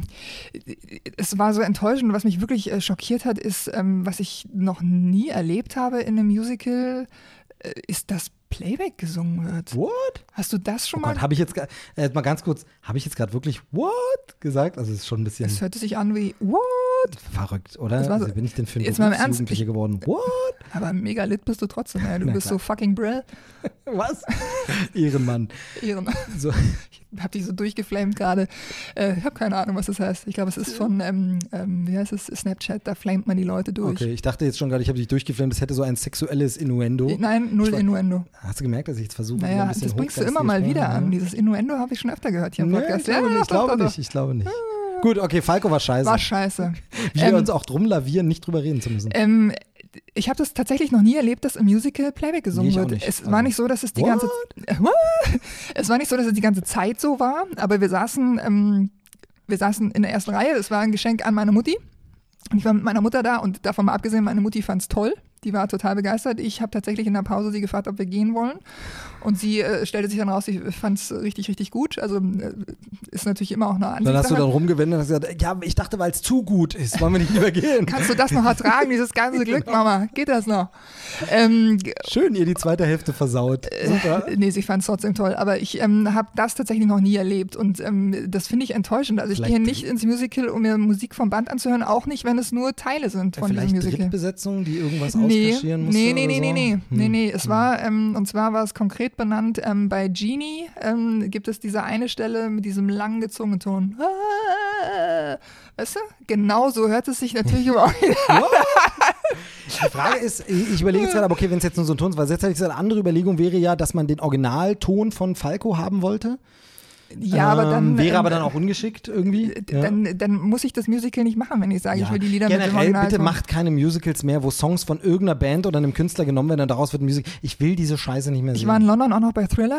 es war so enttäuschend. Was mich wirklich äh, schockiert hat, ist, ähm, was ich noch nie erlebt habe in einem Musical, äh, ist, dass Playback gesungen wird. What? Hast du das schon Oh mal? Gott, habe ich jetzt, ge- äh, mal ganz kurz, habe ich jetzt gerade wirklich what gesagt? Also es ist schon ein bisschen Es hörte sich an wie what? verrückt, oder? Das war so- Also bin ich denn für ein jetzt mal im Ernst, Berufsjugendliche ich- geworden? What? Aber mega lit bist du trotzdem. Ja. Du Na bist klar. so fucking Brill. Was? Ehrenmann. Ehren. So. Ich hab dich so durchgeflamed gerade. Äh, ich habe keine Ahnung, was das heißt. Ich glaube, es ist von, ähm, ähm, wie heißt es, Snapchat, da flamet man die Leute durch. Okay, ich dachte jetzt schon gerade, ich habe dich durchgeflammt, das hätte so ein sexuelles Innuendo. Nein, null Ich war- Innuendo. Hast du gemerkt, dass ich jetzt versuche, wieder ein Naja, bisschen das bringst du hochgeistige immer mal Sprache, wieder an. ne? Dieses Innuendo habe ich schon öfter gehört hier im Nee, Podcast. ich glaube, Ja, nicht, ich doch, glaube doch, doch. nicht, ich glaube nicht. Gut, okay, Falco war scheiße. War scheiße. Wie Ähm, wir uns auch drum lavieren, nicht drüber reden zu müssen. Ähm, ich habe das tatsächlich noch nie erlebt, dass im Musical Playback gesungen Nee, ich auch wird. nicht. Es Also- war nicht so, dass es die What? ganze äh, what? Es war nicht so, dass es die ganze Zeit so war, aber wir saßen, ähm, wir saßen in der ersten Reihe. Das war ein Geschenk an meine Mutti. Und ich war mit meiner Mutter da und davon mal abgesehen, meine Mutti fand es toll. Die war total begeistert. Ich habe tatsächlich in der Pause sie gefragt, ob wir gehen wollen. Und sie äh, stellte sich dann raus, sie fand es richtig, richtig gut. Also äh, ist natürlich immer auch eine Ansichtssache. Dann hast du dann rumgewendet und hast gesagt, ja, ich dachte, weil es zu gut ist, wollen wir nicht lieber gehen. Kannst du das noch ertragen, dieses ganze Glück, Mama? Geht das noch? Ähm, Schön, ihr die zweite Hälfte versaut. Super. Nee, sie fand es trotzdem toll. Aber ich ähm, habe das tatsächlich noch nie erlebt. Und ähm, das finde ich enttäuschend. Also ich Vielleicht- gehe nicht ins Musical, um mir Musik vom Band anzuhören, auch nicht, wenn es nur Teile sind von diesem Vielleicht Musical. Drittbesetzung, die irgendwas Nee, auskaschieren musste nee, nee, oder nee, so? nee, nee, Hm. nee, nee. Es war, ähm, und zwar war es konkret benannt, ähm, bei Genie ähm, gibt es diese eine Stelle mit diesem langgezogenen Ton. Ah, weißt du? Genau so hört es sich natürlich überhaupt nicht an. Die Frage ist, ich ich überlege jetzt gerade, aber okay, wenn es jetzt nur so ein Ton ist, weil jetzt hätte ich gesagt, eine andere Überlegung wäre ja, dass man den Originalton von Falco haben wollte. Ja, aber dann. Ähm, wäre ähm, aber dann auch ungeschickt irgendwie. d- Dann, dann muss ich das Musical nicht machen, wenn ich sage, Ja. ich will die Lieder mit dem Generell, Original. bitte macht keine Musicals mehr, wo Songs von irgendeiner Band oder einem Künstler genommen werden und daraus wird ein Musical. Ich will diese Scheiße nicht mehr Ich sehen. war in London auch noch bei Thriller.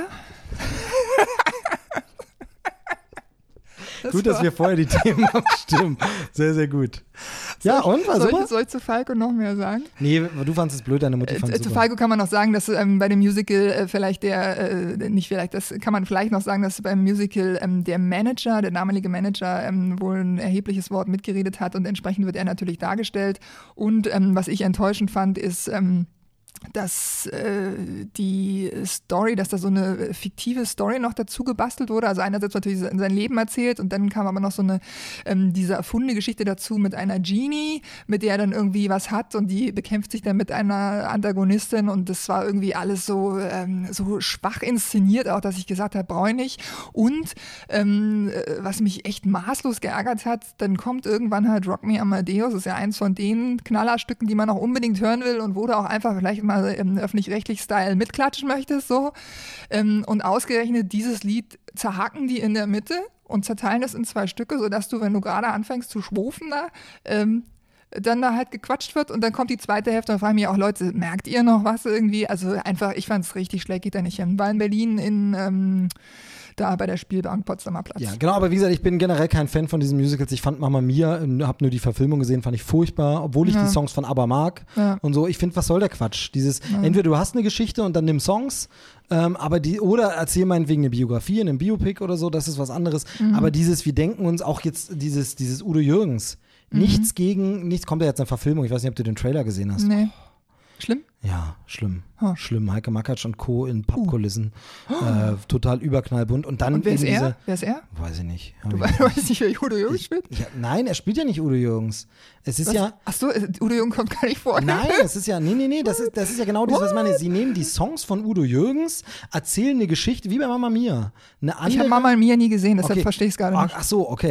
Das gut, dass war- wir vorher die Themen abstimmen. Sehr, sehr gut. Ja, und? War soll, super? ich, soll ich zu Falco noch mehr sagen? Nee, du fandest es blöd, deine Mutti fand Äh, es zu super. Falco kann man noch sagen, dass ähm, bei dem Musical äh, vielleicht der, äh, nicht vielleicht, das kann man vielleicht noch sagen, dass beim Musical ähm, der Manager, der damalige Manager ähm, wohl ein erhebliches Wort mitgeredet hat und entsprechend wird er natürlich dargestellt. Und ähm, was ich enttäuschend fand, ist, ähm, dass äh, die Story, dass da so eine fiktive Story noch dazu gebastelt wurde. Also einerseits natürlich sein sein Leben erzählt und dann kam aber noch so eine, ähm, diese erfundene Geschichte dazu mit einer Genie, mit der er dann irgendwie was hat und die bekämpft sich dann mit einer Antagonistin und das war irgendwie alles so, ähm, so schwach inszeniert, auch dass ich gesagt habe, brauche ich nicht. Und ähm, äh, was mich echt maßlos geärgert hat, dann kommt irgendwann halt Rock Me Amadeus, das ist ja eins von den Knallerstücken, die man auch unbedingt hören will und wo du auch einfach vielleicht mal im öffentlich-rechtlich Style mitklatschen möchtest, so. Ähm, und ausgerechnet dieses Lied zerhacken die in der Mitte und zerteilen es in zwei Stücke, sodass du, wenn du gerade anfängst zu schwofen da, ähm, dann da halt gequatscht wird und dann kommt die zweite Hälfte und fragen mich auch Leute, merkt ihr noch was irgendwie? Also einfach, ich fand es richtig schlecht, geht da nicht hin. War in Berlin in, ähm, da bei der Spielbank Potsdamer Platz. Ja, genau, aber wie gesagt, ich bin generell kein Fan von diesen Musicals. Ich fand Mama Mia, habe nur die Verfilmung gesehen, fand ich furchtbar, obwohl ich Ja. die Songs von ABBA mag Ja. und so. Ich finde, was soll der Quatsch? Dieses, entweder du hast eine Geschichte und dann nimm Songs, ähm, aber die, oder erzähl meinetwegen eine Biografie, einen Biopic oder so, das ist was anderes. Mhm. Aber dieses, wir denken uns auch jetzt, dieses, dieses Udo Jürgens, Mhm. nichts gegen, nichts kommt ja jetzt eine Verfilmung, ich weiß nicht, ob du den Trailer gesehen hast. Nee. Schlimm? Ja, schlimm. Huh. Schlimm. Heike Makatsch und Co. in Pappkulissen. Äh, total überknallbunt. Und dann Und wer ist eben er? diese, Wer ist er? weiß ich nicht. Hab Du ich weißt weißt nicht, wer Udo Jürgens spielt? ja, nein, er spielt ja nicht Udo Jürgens. Es ist Was? ja. Ach so, äh, Udo Jürgens kommt gar nicht vor. Nein, es ist ja. Nee, nee, nee, das ist, das ist ja genau das, was ich meine. Sie nehmen die Songs von Udo Jürgens, erzählen eine Geschichte, wie bei Mama Mia. Eine andere, Ich habe Mama Mia nie gesehen, deshalb Okay. verstehe ich es gerade Ach, nicht. ach so, okay.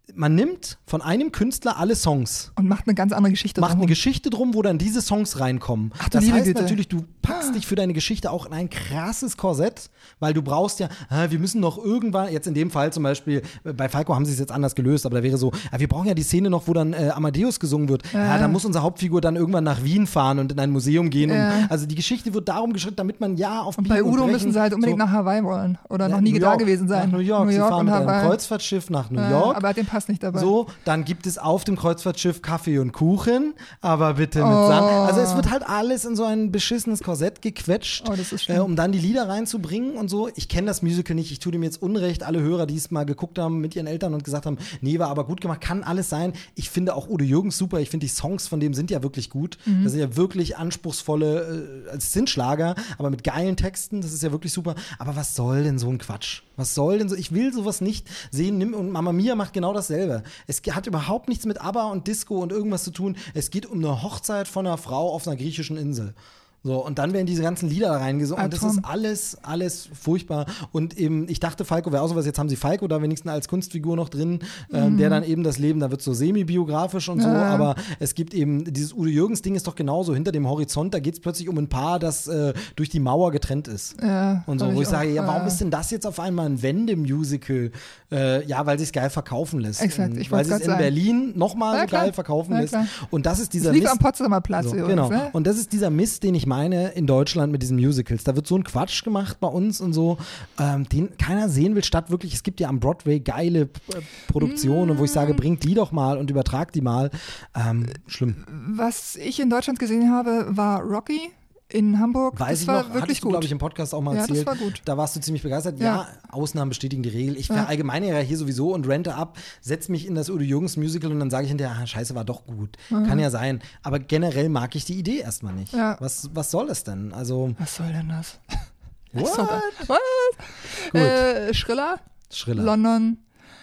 man nimmt von einem Künstler alle Songs. Und macht eine ganz andere Geschichte Macht drum. eine Geschichte drum, wo dann diese Songs reinkommen. Ach, du das liebe heißt Güte. natürlich, du packst dich für deine Geschichte auch in ein krasses Korsett, weil du brauchst ja, ah, wir müssen noch irgendwann, jetzt in dem Fall zum Beispiel, bei Falco haben sie es jetzt anders gelöst, aber da wäre so, ah, wir brauchen ja die Szene noch, wo dann äh, Amadeus gesungen wird. Ja. Ja, da muss unsere Hauptfigur dann irgendwann nach Wien fahren und in ein Museum gehen. Ja. Und, also die Geschichte wird darum geschrieben, damit man ja auf Und Biegen bei Udo und müssen Brechen sie halt unbedingt so, nach Hawaii wollen. Oder noch Ja, nie New da York, gewesen sein. Nach New York. New Sie York fahren und mit einem Hawaii. Kreuzfahrtschiff nach New Ja, York. aber den passt nicht dabei. So, dann gibt es auf dem Kreuzfahrtschiff Kaffee und Kuchen, aber bitte mit Oh. Sand. Also es wird halt alles in so ein beschissenes Korsett gequetscht, Oh, das ist schlimm. äh, um dann die Lieder reinzubringen und so. Ich kenne das Musical nicht, ich tue dem jetzt Unrecht. Alle Hörer, die es mal geguckt haben mit ihren Eltern und gesagt haben, nee, war aber gut gemacht, kann alles sein. Ich finde auch Udo Jürgens super, ich finde die Songs von dem sind ja wirklich gut. Mhm. Das sind ja wirklich anspruchsvolle, äh, es sind Schlager, aber mit geilen Texten, das ist ja wirklich super. Aber was soll denn so ein Quatsch? Was soll denn so? Ich will sowas nicht sehen. Nimm, und Mamma Mia macht genau dasselbe. Es hat überhaupt nichts mit ABBA und Disco und irgendwas zu tun. Es geht um eine Hochzeit von einer Frau auf einer griechischen Insel. So, und dann werden diese ganzen Lieder da reingesungen. Und das ist alles, alles furchtbar. Und eben, ich dachte, Falco wäre auch sowas. Jetzt haben sie Falco da wenigstens als Kunstfigur noch drin, ähm, Mhm. der dann eben das Leben, da wird so semi-biografisch und so. Ja. Aber es gibt eben, dieses Udo Jürgens-Ding ist doch genauso. Hinter dem Horizont, da geht es plötzlich um ein Paar, das äh, durch die Mauer getrennt ist. Ja, Und so, hab wo ich auch, sage, ja, warum ja. ist denn das jetzt auf einmal ein Wende-Musical? Äh, ja, weil sie es geil verkaufen lässt. Exakt, ich Weil wollt's sie es grad in sagen. Berlin nochmal Ja, so klar. geil verkaufen Ja, lässt. klar. Und das ist dieser Das lief Mist. am Potsdamer Platz So, übrigens. genau. Ne? Und das ist dieser Mist, den ich meine in Deutschland mit diesen Musicals. Da wird so ein Quatsch gemacht bei uns und so, ähm, den keiner sehen will, statt wirklich, es gibt ja am Broadway geile äh, Produktionen, Mm. wo ich sage, bringt die doch mal und übertragt die mal. Ähm, schlimm. Was ich in Deutschland gesehen habe, war Rocky in Hamburg. Weiß das ich war noch, wirklich hattest du, gut. glaube ich, im Podcast auch mal Ja, das erzählt. war gut. Da warst du ziemlich begeistert. Ja, Ja. Ausnahmen bestätigen die Regel. Ich Ja. verallgemeine ja hier sowieso und rente ab, setze mich in das Udo Jürgens Musical und dann sage ich hinterher, ah, scheiße, war doch gut. Kann ja sein. Aber generell mag ich die Idee erstmal nicht. Ja. Was, was soll es denn? Also, Was soll denn das? what? Was soll das? Was? Gut. Äh, Schriller, Schriller. London.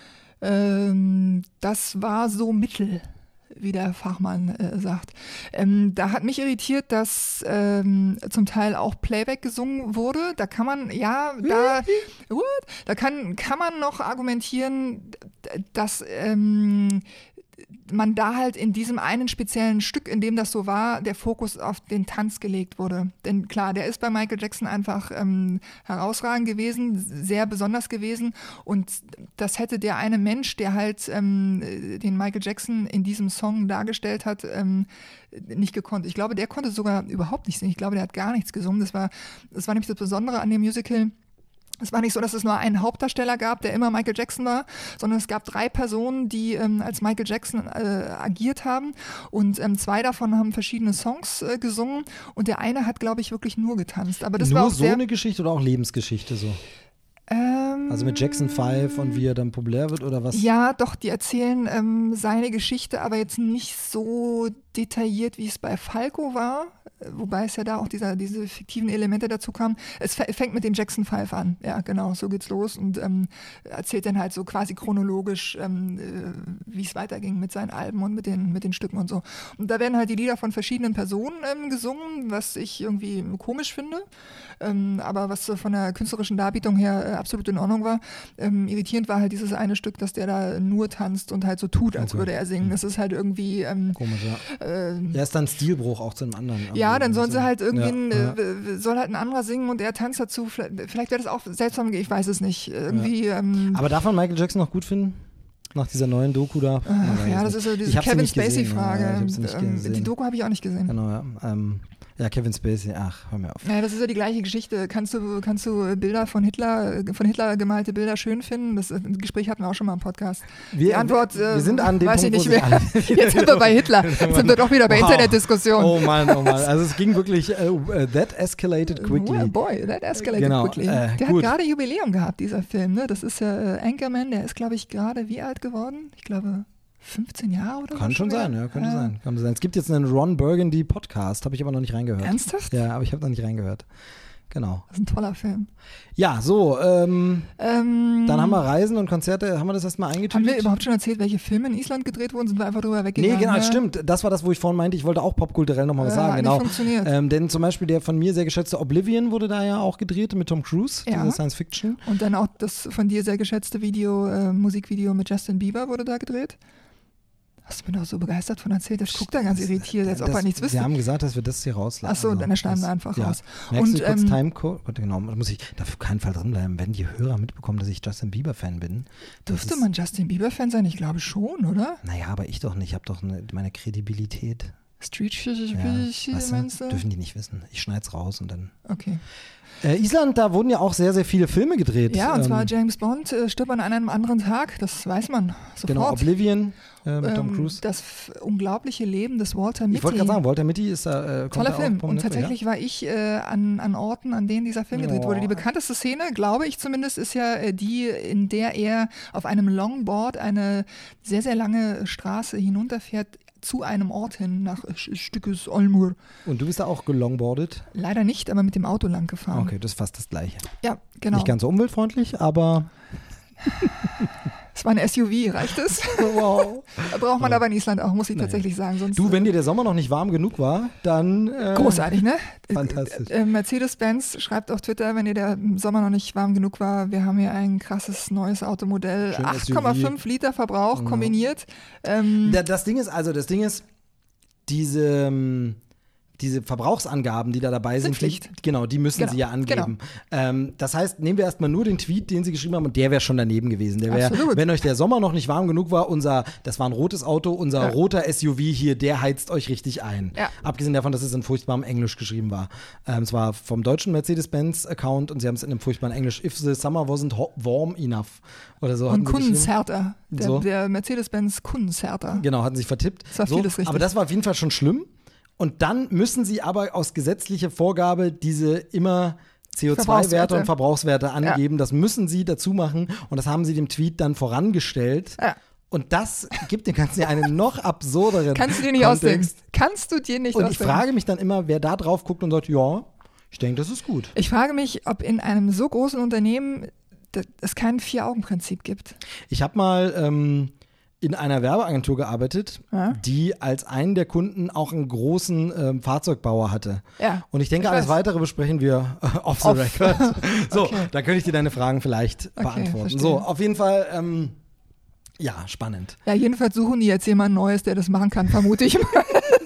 Ähm, das war so mittel, wie der Fachmann äh, sagt. Ähm, da hat mich irritiert, dass ähm, zum Teil auch Playback gesungen wurde. Da kann man, ja, da, what? da kann, kann man noch argumentieren, dass ähm, man da halt in diesem einen speziellen Stück, in dem das so war, der Fokus auf den Tanz gelegt wurde. Denn klar, der ist bei Michael Jackson einfach ähm, herausragend gewesen, sehr besonders gewesen und das hätte der eine Mensch, der halt ähm, den Michael Jackson in diesem Song dargestellt hat, ähm, nicht gekonnt. Ich glaube, der konnte sogar überhaupt nicht singen. Ich glaube, der hat gar nichts gesungen. Das war, das war nämlich das Besondere an dem Musical. Es war nicht so, dass es nur einen Hauptdarsteller gab, der immer Michael Jackson war, sondern es gab drei Personen, die ähm, als Michael Jackson äh, agiert haben und ähm, zwei davon haben verschiedene Songs äh, gesungen und der eine hat, glaube ich, wirklich nur getanzt. Aber das Nur war auch so sehr, eine Geschichte oder auch Lebensgeschichte so? ähm, Also mit Jackson Five und wie er dann populär wird oder was? Ja, doch, die erzählen ähm, seine Geschichte, aber jetzt nicht so detailliert, wie es bei Falco war. Wobei es ja da auch dieser, diese fiktiven Elemente dazu kamen. Es f- fängt mit den Jackson Five an. Ja, genau, so geht's los und ähm, erzählt dann halt so quasi chronologisch, ähm, äh, wie es weiterging mit seinen Alben und mit den, mit den Stücken und so. Und da werden halt die Lieder von verschiedenen Personen ähm, gesungen, was ich irgendwie komisch finde, ähm, aber was so von der künstlerischen Darbietung her äh, absolut in Ordnung war. Ähm, irritierend war halt dieses eine Stück, dass der da nur tanzt und halt so tut, als Okay. würde er singen. Das ist halt irgendwie ähm, Komisch, ja. äh, Ja, ist dann Stilbruch auch zu einem anderen. ja, dann sollen sie halt irgendwie, Ja, ein, äh, soll halt ein anderer singen und er tanzt dazu. Vielleicht, vielleicht wäre das auch seltsam, ich weiß es nicht. Irgendwie, ähm, Aber darf man Michael Jackson noch gut finden? Nach dieser neuen Doku da? ach, ja, das ist so Ich diese hab sie Kevin nicht gesehen, Spacey-Frage. ja, ich hab sie nicht Ähm, gesehen. die Doku habe ich auch nicht gesehen. Genau, ja. Ähm, ja, Kevin Spacey, ach, hör mir auf. Ja, das ist ja die gleiche Geschichte. Kannst du, kannst du Bilder von Hitler, von Hitler gemalte Bilder schön finden? Das äh, Gespräch hatten wir auch schon mal im Podcast. Wir, die Antwort, äh, wir sind an dem weiß Punkt, ich nicht wo sich mehr. alle- Jetzt sind wir bei Hitler. Jetzt sind wir doch wieder bei Wow. Internetdiskussionen. Oh Mann, oh Mann. Also es ging wirklich, uh, that escalated quickly. Well, boy, that escalated Genau, quickly. äh, der gut. hat gerade Jubiläum gehabt, dieser Film. Ne? Das ist ja äh, Anchorman, der ist, glaube ich, gerade wie alt geworden? Ich glaube, fünfzehn Jahre oder so. Kann schon wieder? sein, ja, könnte Äh, sein. Kann sein. Es gibt jetzt einen Ron Burgundy Podcast, habe ich aber noch nicht reingehört. Ernsthaft? Ja, aber ich habe noch nicht reingehört. Genau. Das ist ein toller Film. Ja, so, ähm, Ähm, dann haben wir Reisen und Konzerte, haben wir das erstmal haben eingetütet? wir überhaupt schon erzählt, welche Filme in Island gedreht wurden? Sind wir einfach drüber weggegangen? Nee, genau, ne? stimmt. Das war das, wo ich vorhin meinte, ich wollte auch popkulturell nochmal was Ja, sagen. hat Genau. nicht funktioniert. Ähm, denn zum Beispiel der von mir sehr geschätzte Oblivion wurde da ja auch gedreht mit Tom Cruise, Ja. diese Science Fiction. Und dann auch das von dir sehr geschätzte Video, äh, Musikvideo mit Justin Bieber wurde da gedreht. Hast du mir doch so begeistert von erzählt? Ich guck da ganz irritiert, als ob Das- er nichts Wir wüsste. haben gesagt, dass wir das hier rauslassen. Ach so, dann schneiden wir das- einfach ja. raus. Merkst Und, du kurz ähm, Timecode? Warte, genau, da muss ich darf auf keinen Fall drinbleiben. Wenn die Hörer mitbekommen, dass ich Justin Bieber-Fan bin. das Dürfte ist- man Justin Bieber-Fan sein? Ich glaube schon, oder? Naja, aber ich doch nicht. Ich habe doch ne, meine Kredibilität. Street Ja, weißt meinst du, du? dürfen die nicht wissen. Ich schneid's raus und dann. Okay. Äh, Island, da wurden ja auch sehr, sehr viele Filme gedreht. Ja, und zwar Ähm, James Bond äh, stirbt an einem anderen Tag, das weiß man sofort. Genau, Oblivion äh, mit Tom Ähm, Cruise. Das f- unglaubliche Leben des Walter Mitty. Ich wollte gerade sagen, Walter Mitty ist da. Äh, kommt Toller da auch Film. Und prominent vor, tatsächlich war ich äh, an, an Orten, an denen dieser Film gedreht Oh. wurde. Die bekannteste Szene, glaube ich zumindest, ist ja äh, die, in der er auf einem Longboard eine sehr, sehr lange Straße hinunterfährt zu einem Ort hin, nach Sch- Stückes Olmur. Ja. Und du bist da auch gelongboardet? Leider nicht, aber mit dem Auto lang gefahren. Okay, das ist fast das Gleiche. Ja, genau. Nicht ganz so umweltfreundlich, aber. Es war ein S U V, reicht es? Wow. Braucht man aber in Island auch, muss ich Naja. tatsächlich sagen. Sonst, Du, wenn dir der Sommer noch nicht warm genug war, dann. Äh, Großartig, ne? Fantastisch. Äh, äh, Mercedes-Benz schreibt auf Twitter, wenn ihr der Sommer noch nicht warm genug war, wir haben hier ein krasses neues Automodell, Schön acht Komma fünf Liter Verbrauch Ja. kombiniert. Ähm, Da- Das Ding ist, also das Ding ist, diese, ähm, diese Verbrauchsangaben, die da dabei Sind sind, die, Pflicht. genau, die müssen Genau, sie ja angeben. Ähm, das heißt, nehmen wir erstmal nur den Tweet, den sie geschrieben haben, und der wäre schon daneben gewesen. Der wäre, Absolut. wenn euch der Sommer noch nicht warm genug war, unser, das war ein rotes Auto, unser Ja. roter S U V hier, der heizt euch richtig ein. Ja. Abgesehen davon, dass es in furchtbarem Englisch geschrieben war. Ähm, es war vom deutschen Mercedes-Benz-Account und sie haben es in einem furchtbaren Englisch. If the summer wasn't ho- warm enough oder so. und hatten sie geschrieben. Kundenzerter. Der, So. der Mercedes-Benz Kundenzerter. Genau, hatten sich vertippt. Das war so, vieles richtig. aber das war auf jeden Fall schon schlimm. Und dann müssen sie aber aus gesetzlicher Vorgabe diese immer C O zwei Werte Verbrauchswerte. und Verbrauchswerte angeben. Das müssen sie dazu machen. Und das haben sie dem Tweet dann vorangestellt. Ja. Und das gibt dem Ganzen ja einen noch absurderen Kannst du dir nicht Kontext. ausdenken. Kannst du dir nicht Und ich ausdenken. frage mich dann immer, wer da drauf guckt und sagt, ja, ich denke, das ist gut. Ich frage mich, ob in einem so großen Unternehmen d- es kein Vier-Augen-Prinzip gibt. Ich habe mal ähm, in einer Werbeagentur gearbeitet, Ja. die als einen der Kunden auch einen großen ähm, Fahrzeugbauer hatte. Ja, Und ich denke, ich alles weiß. Weitere besprechen wir äh, off the Off. record. So, Okay. da könnte ich dir deine Fragen vielleicht Okay, beantworten. verstehe. So, auf jeden Fall, ähm, ja, spannend. Ja, jedenfalls suchen die jetzt jemand Neues, der das machen kann, vermute ich mal.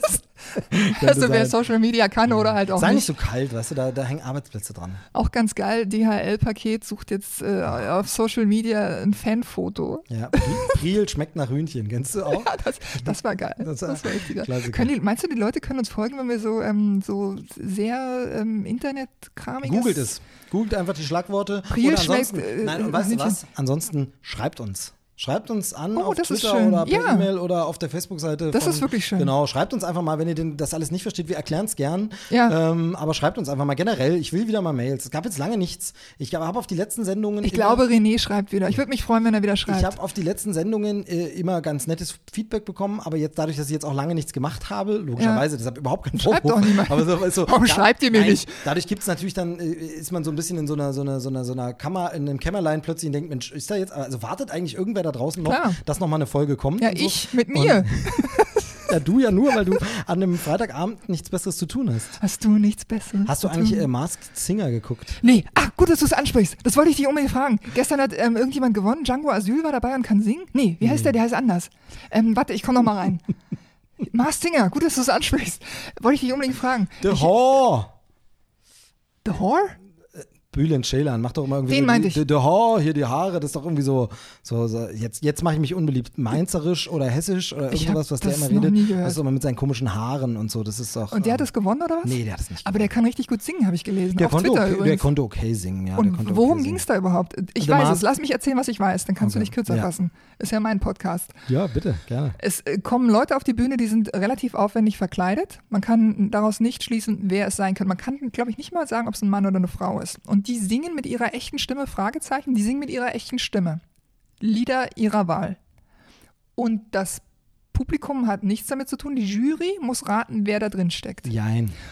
Also wer sein. Social Media kann oder halt auch Sei nicht nicht. so kalt, weißt du, da, da hängen Arbeitsplätze dran. Auch ganz geil, D H L-Paket sucht jetzt äh, auf Social Media ein Fanfoto. Ja, Pri- Priel schmeckt nach Hühnchen, kennst du auch? Ja, das, das war geil. Das Das, war war echt geil. Klassiker. Können die, meinst du, die Leute können uns folgen, wenn wir so, ähm, so sehr ähm, Internetkramiges... Googelt es. Googelt einfach die Schlagworte. Priel Oder ansonsten, schmeckt, äh, nein, und weißt du Hühnchen. was? Ansonsten schreibt uns. Schreibt uns an Oh, auf das ist Twitter schön. oder per Ja. E-Mail oder auf der Facebook-Seite. Das von- ist wirklich schön. Genau, schreibt uns einfach mal, wenn ihr den, das alles nicht versteht. Wir erklären es gern. Ja. Ähm, aber schreibt uns einfach mal generell. Ich will wieder mal Mails. Es gab jetzt lange nichts. Ich habe auf die letzten Sendungen. Ich immer, glaube, René schreibt wieder. Ich würde mich freuen, wenn er wieder schreibt. Ich habe auf die letzten Sendungen äh, immer ganz nettes Feedback bekommen, aber jetzt dadurch, dass ich jetzt auch lange nichts gemacht habe, logischerweise, deshalb überhaupt kein Schreibt Vorwurf. doch niemand. Aber so, ist so, Warum schreibt ihr mir nein, nicht? Dadurch gibt es natürlich dann, äh, ist man so ein bisschen in so einer, so einer, so einer, so einer Kammer, in einem Kämmerlein plötzlich und denkt, Mensch, ist da jetzt, also wartet eigentlich irgendwer da draußen noch, Klar. dass nochmal eine Folge kommt? ja, und so? ich mit mir. Ja, du ja nur, weil du an einem Freitagabend nichts Besseres zu tun hast. Hast du nichts Besseres Hast du zu eigentlich tun? äh, Masked Singer geguckt? Nee, ach, gut, dass du es ansprichst. Das wollte ich dich unbedingt fragen. Gestern hat ähm, irgendjemand gewonnen. Django Asyl war dabei und kann singen. Nee, wie heißt der? Der heißt anders. Ähm, warte, ich komme noch mal rein. Mars Singer, gut, dass du es ansprichst. Wollte ich dich unbedingt fragen. The ich, Whore! The Whore? Bülent Ceylan macht doch immer irgendwie Den so meinte die, ich. The Whore, hier die Haare, das ist doch irgendwie so, so, so jetzt, jetzt mache ich mich unbeliebt. Mainzerisch oder hessisch oder Ich irgendwas, hab was der das immer noch redet. nie gehört. Das ist immer mit seinen komischen Haaren und so, das ist doch. Und der äh, hat das gewonnen, oder was? Nee, der hat es nicht. Aber der kann richtig gut singen, habe ich gelesen. der Auf konnte, Twitter okay, der übrigens. konnte okay singen, ja. der Und konnte worum okay ging es da überhaupt? Ich The weiß Mask- es. Lass mich erzählen, was ich weiß. Dann kannst du Okay. dich kürzer Ja. fassen. Ist ja mein Podcast. singen. Ja, bitte, gerne. Es äh, kommen Leute auf die Bühne, die sind relativ aufwendig verkleidet. Man kann daraus nicht schließen, wer es sein könnte. Man kann, glaube ich, nicht mal sagen, ob es ein Mann oder eine Frau ist. Und die singen mit ihrer echten Stimme, Fragezeichen, die singen mit ihrer echten Stimme Lieder ihrer Wahl. Und das Publikum hat nichts damit zu tun. Die Jury muss raten, wer da drin steckt. Jein.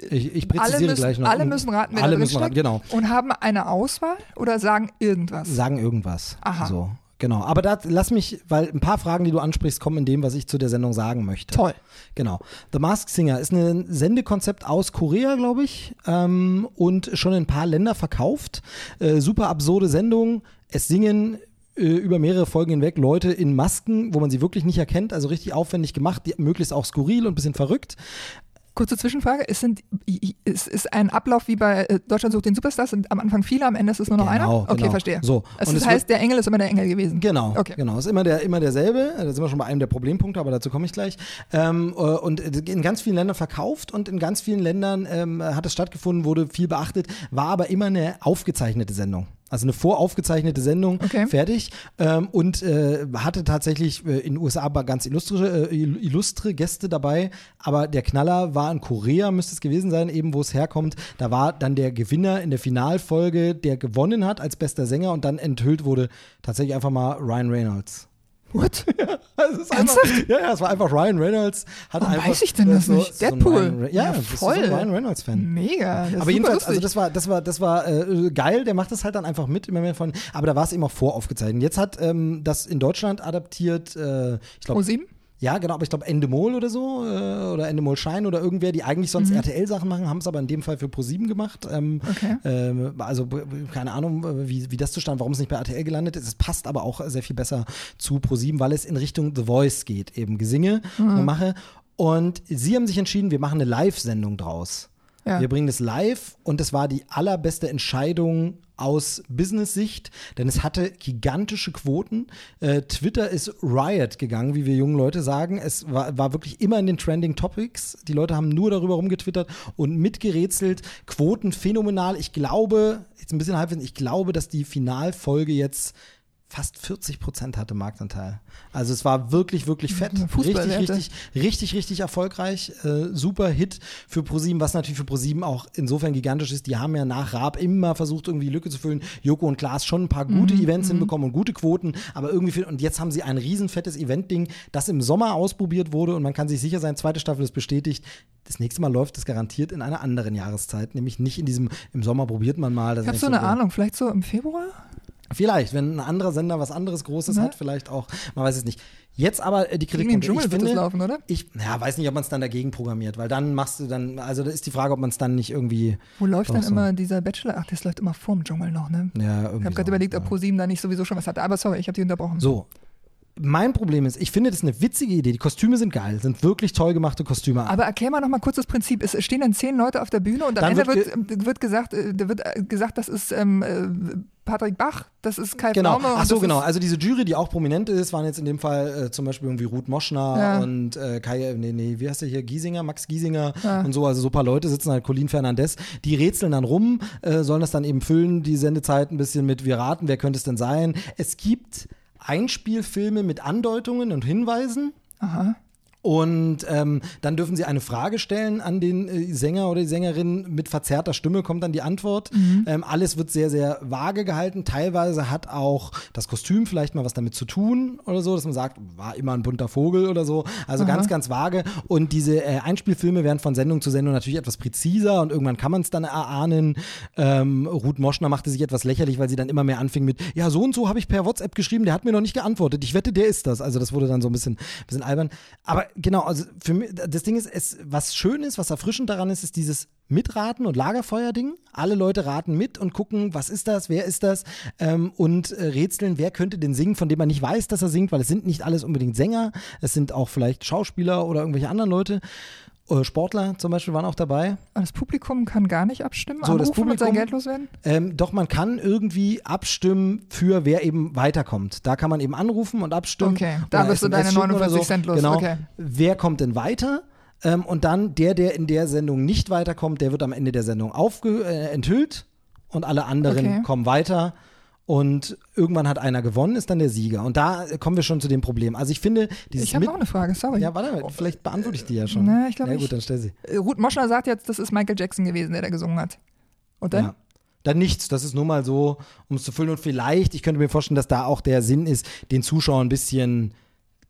Ich, ich alle präzisiere müssen, gleich noch. alle müssen raten, wer alle da drin müssen raten, steckt genau. und haben eine Auswahl oder sagen irgendwas? Sagen irgendwas. Aha. So, genau. Aber da, lass mich, weil ein paar Fragen, die du ansprichst, kommen in dem, was ich zu der Sendung sagen möchte. Toll. Genau. The Masked Singer ist ein Sendekonzept aus Korea, glaube ich, ähm, und schon in ein paar Länder verkauft. Äh, super absurde Sendung. Es singen äh, über mehrere Folgen hinweg Leute in Masken, wo man sie wirklich nicht erkennt, also richtig aufwendig gemacht, die, möglichst auch skurril und ein bisschen verrückt. Kurze Zwischenfrage, es sind, ist, ist ein Ablauf wie bei äh, Deutschland sucht den Superstar, sind am Anfang viele, am Ende ist es nur noch einer? Genau, Okay, genau. verstehe. So. Es Und das es heißt, der Engel ist immer der Engel gewesen. Genau, Okay. genau. Ist immer, der, immer derselbe. Da sind wir schon bei einem der Problempunkte, aber dazu komme ich gleich. Ähm, und in ganz vielen Ländern verkauft und in ganz vielen Ländern ähm, hat es stattgefunden, wurde viel beachtet, war aber immer eine aufgezeichnete Sendung. Also eine voraufgezeichnete Sendung, Okay. fertig. Ähm, und äh, hatte tatsächlich äh, in den U S A ganz illustre, äh, illustre Gäste dabei. Aber der Knaller war in Korea, müsste es gewesen sein, eben wo es herkommt. Da war dann der Gewinner in der Finalfolge, der gewonnen hat als bester Sänger und dann enthüllt wurde tatsächlich einfach mal Ryan Reynolds. What? Also es ist einfach, ja, ja, es war einfach Ryan Reynolds. Hat Warum einfach, weiß ich denn das so, nicht? so ein Deadpool. Ryan Re- ja, Ja, bist du voll. so ein Ryan Reynolds-Fan. Mega. Das ist Aber super jedenfalls, also lustig. das war, das war, das war äh, geil, der macht das halt dann einfach mit, immer mehr von, aber da war es eben auch voraufgezeichnet. Jetzt hat ähm, das in Deutschland adaptiert, äh, ich glaube, ProSieben? ja, genau, aber ich glaube Endemol oder so, äh, oder Endemol Shine oder irgendwer, die eigentlich sonst Mhm. R T L-Sachen machen, haben es aber in dem Fall für ProSieben gemacht. Ähm, Okay. ähm, also b- b- keine Ahnung, äh, wie, wie das zustande, warum es nicht bei R T L gelandet ist. Es passt aber auch sehr viel besser zu ProSieben, weil es in Richtung The Voice geht, eben Gesinge und mache. Und sie haben sich entschieden, wir machen eine Live-Sendung draus. Ja. Wir bringen das live und das war die allerbeste Entscheidung aus Business-Sicht, denn es hatte gigantische Quoten. Äh, Twitter ist Riot gegangen, wie wir jungen Leute sagen. Es war, war wirklich immer in den Trending Topics. Die Leute haben nur darüber rumgetwittert und mitgerätselt. Quoten phänomenal. Ich glaube, jetzt ein bisschen halbwissen, ich glaube, dass die Finalfolge jetzt fast vierzig Prozent hatte Marktanteil. Also es war wirklich, wirklich fett. Richtig, Fußballwerte. richtig, richtig, richtig erfolgreich. Äh, super Hit für ProSieben, was natürlich für ProSieben auch insofern gigantisch ist. Die haben ja nach Raab immer versucht, irgendwie Lücke zu füllen. Joko und Klaas schon ein paar gute Mhm, Events hinbekommen und gute Quoten, aber irgendwie viel, und jetzt haben sie ein riesenfettes Event-Ding, das im Sommer ausprobiert wurde und man kann sich sicher sein, zweite Staffel ist bestätigt. Das nächste Mal läuft es garantiert in einer anderen Jahreszeit, nämlich nicht in diesem, im Sommer probiert man mal. Das Ich habe ist so eigentlich eine Ahnung, vielleicht so im Februar? Vielleicht, wenn ein anderer Sender was anderes Großes Ne? hat, vielleicht auch, man weiß es nicht. Jetzt aber äh, die Gegen den Kritikpunkte. Dschungel Ich wird finde, das laufen, oder? ich ja, weiß nicht, ob man es dann dagegen programmiert, weil dann machst du dann, also da ist die Frage, ob man es dann nicht irgendwie, Wo läuft Doch dann so. immer dieser Bachelor? Ach, das läuft immer vorm Dschungel noch, ne? ja, irgendwie Ich habe gerade so, überlegt, ja. ob ProSieben da nicht sowieso schon was hatte. Aber sorry, ich habe die unterbrochen. So. Mein Problem ist, ich finde das eine witzige Idee. Die Kostüme sind geil, sind wirklich toll gemachte Kostüme. Aber erklär mal noch mal kurz das Prinzip. Es stehen dann zehn Leute auf der Bühne und am Dann Ende wird wird, wird, gesagt, äh, da wird äh, gesagt, das ist ähm, äh, Patrick Bach, das ist Kai Genau, Pflaume. und ach so, das genau. Ist, Also diese Jury, die auch prominent ist, waren jetzt in dem Fall äh, zum Beispiel irgendwie Ruth Moschner Ja. und äh, Kai, nee, nee, wie heißt der hier, Giesinger, Max Giesinger Ja. und so, also so ein paar Leute sitzen halt, Colin Fernandez, die rätseln dann rum, äh, sollen das dann eben füllen, die Sendezeit ein bisschen mit, wir raten, wer könnte es denn sein. Es gibt Einspielfilme mit Andeutungen und Hinweisen. aha. Und ähm, dann dürfen sie eine Frage stellen an den äh, Sänger oder die Sängerin. Mit verzerrter Stimme kommt dann die Antwort. Ähm, alles wird sehr, sehr vage gehalten. Teilweise hat auch das Kostüm vielleicht mal was damit zu tun oder so, dass man sagt, war immer ein bunter Vogel oder so. Also Aha. ganz, ganz vage. Und diese äh, Einspielfilme werden von Sendung zu Sendung natürlich etwas präziser und irgendwann kann man es dann erahnen. Ähm, Ruth Moschner machte sich etwas lächerlich, weil sie dann immer mehr anfing mit, ja, so und so habe ich per WhatsApp geschrieben, der hat mir noch nicht geantwortet. Ich wette, der ist das. Also das wurde dann so ein bisschen, bisschen albern. Aber genau, also für mich, das Ding ist, es, was schön ist, was erfrischend daran ist, ist dieses Mitraten und Lagerfeuer-Ding. Alle Leute raten mit und gucken, was ist das, wer ist das ähm, und äh, rätseln, wer könnte denn singen, von dem man nicht weiß, dass er singt, weil es sind nicht alles unbedingt Sänger, es sind auch vielleicht Schauspieler oder irgendwelche anderen Leute. Äh, Sportler zum Beispiel waren auch dabei. Aber das Publikum kann gar nicht abstimmen, So, das anrufen und sein Publikum- Geld loswerden? Ähm, doch man kann irgendwie abstimmen für wer eben weiterkommt. Da kann man eben anrufen und abstimmen. Okay, da oder wirst du S M S deine schicken oder neunundvierzig so. Cent los, Genau. okay. Wer kommt denn weiter? Ähm, und dann der, der in der Sendung nicht weiterkommt, der wird am Ende der Sendung aufge äh, enthüllt und alle anderen Okay. kommen weiter. Und irgendwann hat einer gewonnen, ist dann der Sieger. Und da kommen wir schon zu dem Problem. Also ich finde, dieses Ich habe Mit- noch eine Frage, sorry. Ja, warte mal, vielleicht beantworte ich die ja schon. Na, ich glaub Na nicht. gut, dann stell sie. Äh, Ruth Moschner sagt jetzt, das ist Michael Jackson gewesen, der da gesungen hat. Und dann? Ja. Dann nichts, das ist nur mal so, um es zu füllen. Und vielleicht, ich könnte mir vorstellen, dass da auch der Sinn ist, den Zuschauern ein bisschen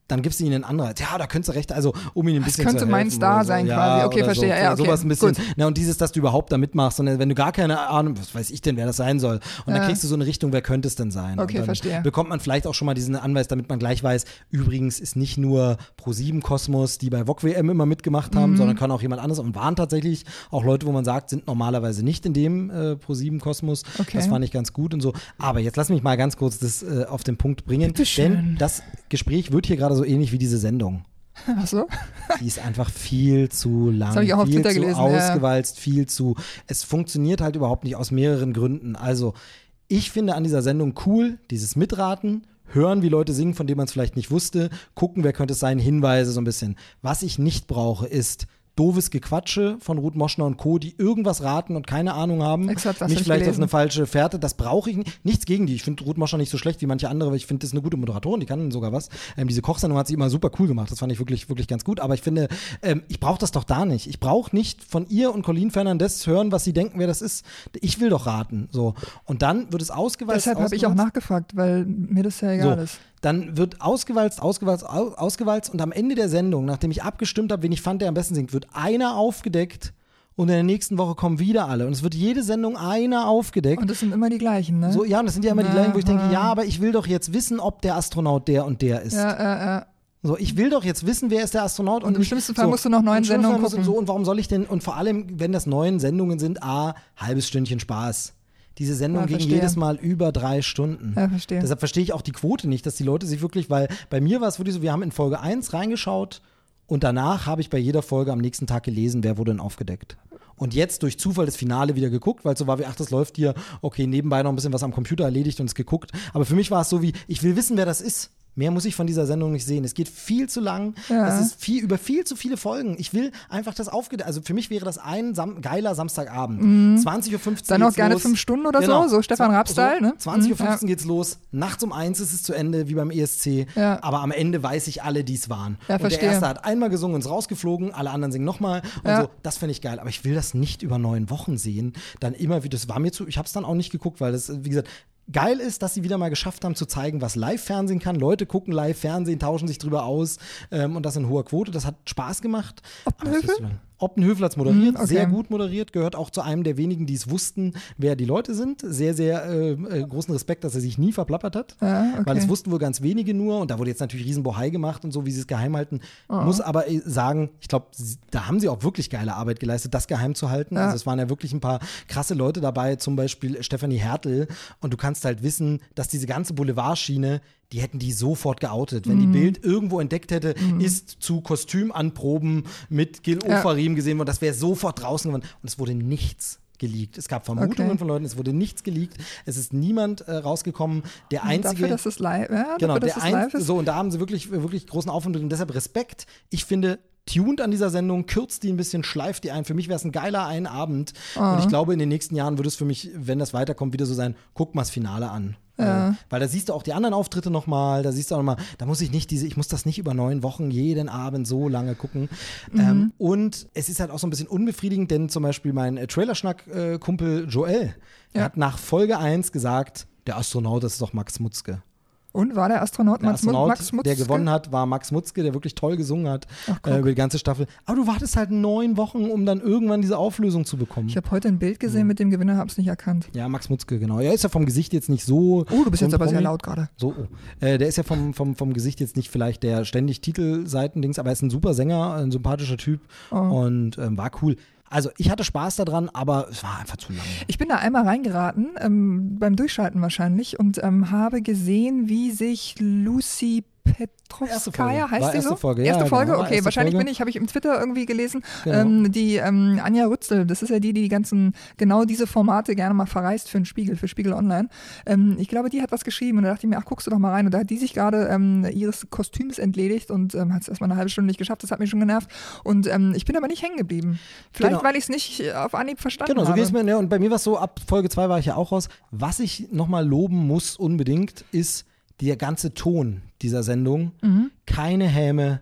dann gibst du ihnen einen Anreiz. Ja, da könntest du recht, also um ihnen ein bisschen zu helfen. Das könnte mein Star so. sein ja, quasi. Okay, verstehe. So. Ja, okay. Sowas ein bisschen. Gut. Na, und dieses, dass du überhaupt da mitmachst. Und wenn du gar keine Ahnung, was weiß ich denn, wer das sein soll. Und ja. dann kriegst du so eine Richtung, wer könnte es denn sein? Okay, und dann verstehe. bekommt man vielleicht auch schon mal diesen Anweis, damit man gleich weiß, übrigens ist nicht nur ProSieben Kosmos, die bei V O G W M immer mitgemacht haben, mhm. sondern kann auch jemand anderes und waren tatsächlich auch Leute, wo man sagt, sind normalerweise nicht in dem äh, ProSieben Kosmos. Okay. Das fand ich ganz gut und so. Aber jetzt lass mich mal ganz kurz das äh, auf den Punkt bringen. Bitte schön. Denn das Gespräch wird hier gerade so ähnlich wie diese Sendung. Ach so? Die ist einfach viel zu lang, Das habe ich auch auf viel Twitter zu gelesen, ausgewalzt, ja. viel zu. Es funktioniert halt überhaupt nicht aus mehreren Gründen. Also, ich finde an dieser Sendung cool, dieses Mitraten, hören, wie Leute singen, von denen man es vielleicht nicht wusste, gucken, wer könnte es sein, Hinweise so ein bisschen. Was ich nicht brauche, ist doofes Gequatsche von Ruth Moschner und Co., die irgendwas raten und keine Ahnung haben. Exakt, das mich hab ich vielleicht gelesen. auf eine falsche Fährte. Das brauche ich nicht. Nichts gegen die. Ich finde Ruth Moschner nicht so schlecht wie manche andere, weil ich finde, das ist eine gute Moderatorin, die kann sogar was. Ähm, diese Kochsendung hat sie immer super cool gemacht. Das fand ich wirklich, wirklich ganz gut. Aber ich finde, ähm, ich brauche das doch da nicht. Ich brauche nicht von ihr und Colleen Fernandez hören, was sie denken, wer das ist. Ich will doch raten. So. Und dann wird es ausgewalzt. Deshalb habe ich auch nachgefragt, weil mir das ja egal so. ist. Dann wird ausgewalzt, ausgewalzt, au- ausgewalzt und am Ende der Sendung, nachdem ich abgestimmt habe, wen ich fand, der am besten singt, wird einer aufgedeckt und in der nächsten Woche kommen wieder alle. Und es wird jede Sendung einer aufgedeckt. Und das sind immer die gleichen, ne? So, ja, und das sind ja immer die Ja, gleichen, wo ich denke, ja. ja, aber ich will doch jetzt wissen, ob der Astronaut der und der ist. Ja, ja, ja. So, ich will doch jetzt wissen, wer ist der Astronaut. Und im ich- schlimmsten Fall so, musst du noch neun im schlimmsten Fall Sendungen musst du gucken. So, und warum soll ich denn, und vor allem, wenn das neun Sendungen sind, a, halbes Stündchen Spaß. Diese Sendung Ja, ging verstehe. jedes Mal über drei Stunden. Ja, verstehe. Deshalb verstehe ich auch die Quote nicht, dass die Leute sich wirklich, weil bei mir war es wirklich so, wir haben in Folge eins reingeschaut und danach habe ich bei jeder Folge am nächsten Tag gelesen, wer wurde denn aufgedeckt. Und jetzt durch Zufall das Finale wieder geguckt, weil so war wie, ach, das läuft hier, okay, nebenbei noch ein bisschen was am Computer erledigt und es geguckt. Aber für mich war es so wie, ich will wissen, wer das ist. Mehr muss ich von dieser Sendung nicht sehen. Es geht viel zu lang. Ja. Es ist viel, über viel zu viele Folgen. Ich will einfach das aufgedeckt. Also für mich wäre das ein Sam geiler Samstagabend. zwanzig Uhr fünfzehn Dann auch geht's gerne los. fünf Stunden oder Genau. so, so Stefan Zwa- Raab-Style, so, ne? zwanzig Uhr Mhm, fünfzehn geht's los. Nachts um eins ist es zu Ende, wie beim E S C. Ja. Aber am Ende weiß ich alle, die es waren. Ja, und der verstehe. Erste hat einmal gesungen und ist rausgeflogen, alle anderen singen nochmal. Und Ja. so, das finde ich geil. Aber ich will das nicht über neun Wochen sehen. Dann immer wieder, das war mir zu, ich habe es dann auch nicht geguckt, weil das, wie gesagt, geil ist, dass sie wieder mal geschafft haben zu zeigen, was Live-Fernsehen kann. Leute gucken Live-Fernsehen, tauschen sich drüber aus ähm, und das in hoher Quote. Das hat Spaß gemacht. Optenhövel? Aber es ist zu lang. Optenhövel hat es moderiert, Mm, okay. sehr gut moderiert, gehört auch zu einem der wenigen, die es wussten, wer die Leute sind. Sehr, sehr äh, äh, großen Respekt, dass er sich nie verplappert hat. Ja, okay. Weil es wussten wohl ganz wenige nur und da wurde jetzt natürlich Riesenbohai gemacht und so, wie sie es geheim halten. Muss aber äh, sagen, ich glaube, da haben sie auch wirklich geile Arbeit geleistet, das geheim zu halten. Ja. Also es waren ja wirklich ein paar krasse Leute dabei, zum Beispiel Stefanie Hertel. Und du kannst halt wissen, dass diese ganze Boulevardschiene, die hätten die sofort geoutet. Wenn die Bild irgendwo entdeckt hätte, ist zu Kostümanproben mit Gil Ja. Ofarim gesehen worden, das wäre sofort draußen geworden. Und es wurde nichts geleakt. Es gab Vermutungen Okay. von Leuten, es wurde nichts geleakt. Es ist niemand äh, rausgekommen. Der Und einzige. Dafür, dass es live, ja, Genau, dafür, dass der es ein, live ist. so, und da haben sie wirklich, wirklich großen Aufwand und deshalb Respekt. Ich finde, tuned an dieser Sendung, kürzt die ein bisschen, schleift die ein. Für mich wäre es ein geiler ein Abend. Und ich glaube, in den nächsten Jahren würde es für mich, wenn das weiterkommt, wieder so sein, guck mal das Finale an. Ja. Äh, weil da siehst du auch die anderen Auftritte nochmal, da siehst du auch nochmal, da muss ich nicht diese, ich muss das nicht über neun Wochen jeden Abend so lange gucken. Mhm. Ähm, und es ist halt auch so ein bisschen unbefriedigend, denn zum Beispiel mein äh, Trailerschnack-Kumpel Joel, der Ja. hat nach Folge eins gesagt, der Astronaut, das ist doch Max Mutzke. Und war der Astronaut, Der Max, Mu- Astronaut, Max Mutzke? der gewonnen hat, war Max Mutzke, der wirklich toll gesungen hat Ach, guck. äh, über die ganze Staffel. Aber du wartest halt neun Wochen, um dann irgendwann diese Auflösung zu bekommen. Ich habe heute ein Bild gesehen mit dem Gewinner, habe es nicht erkannt. Ja, Max Mutzke, genau. Er ist ja vom Gesicht jetzt nicht so. Oh, du bist so jetzt ein aber sehr Promi. laut gerade. So, oh. äh, der ist ja vom, vom, vom Gesicht jetzt nicht vielleicht der ständig Titelseitendings, aber er ist ein super Sänger, ein sympathischer Typ Oh. und ähm, war cool. Also ich hatte Spaß daran, aber es war einfach zu lang. Ich bin da einmal reingeraten, ähm, beim Durchschalten wahrscheinlich, und ähm, habe gesehen, wie sich Lucy Erste Folge. Petrovskaya, heißt War die erste so? Folge, ja, erste Folge, genau, war okay. erste Wahrscheinlich Folge. bin ich, habe ich im Twitter irgendwie gelesen, Genau. ähm, die ähm, Anja Rützel, das ist ja die, die die ganzen, genau diese Formate gerne mal verreist für den Spiegel, für Spiegel Online. Ähm, ich glaube, die hat was geschrieben und da dachte ich mir, ach, guckst du doch mal rein. Und da hat die sich gerade ähm, ihres Kostüms entledigt und ähm, hat es erstmal eine halbe Stunde nicht geschafft, das hat mich schon genervt. Und ähm, ich bin aber nicht hängen geblieben. Vielleicht, Genau. weil ich es nicht auf Anhieb verstanden Genau, so habe. geht es mir. Ja, und bei mir war es so, ab Folge zwei war ich ja auch raus. Was ich nochmal loben muss unbedingt, ist der ganze Ton dieser Sendung. Mhm. Keine Häme,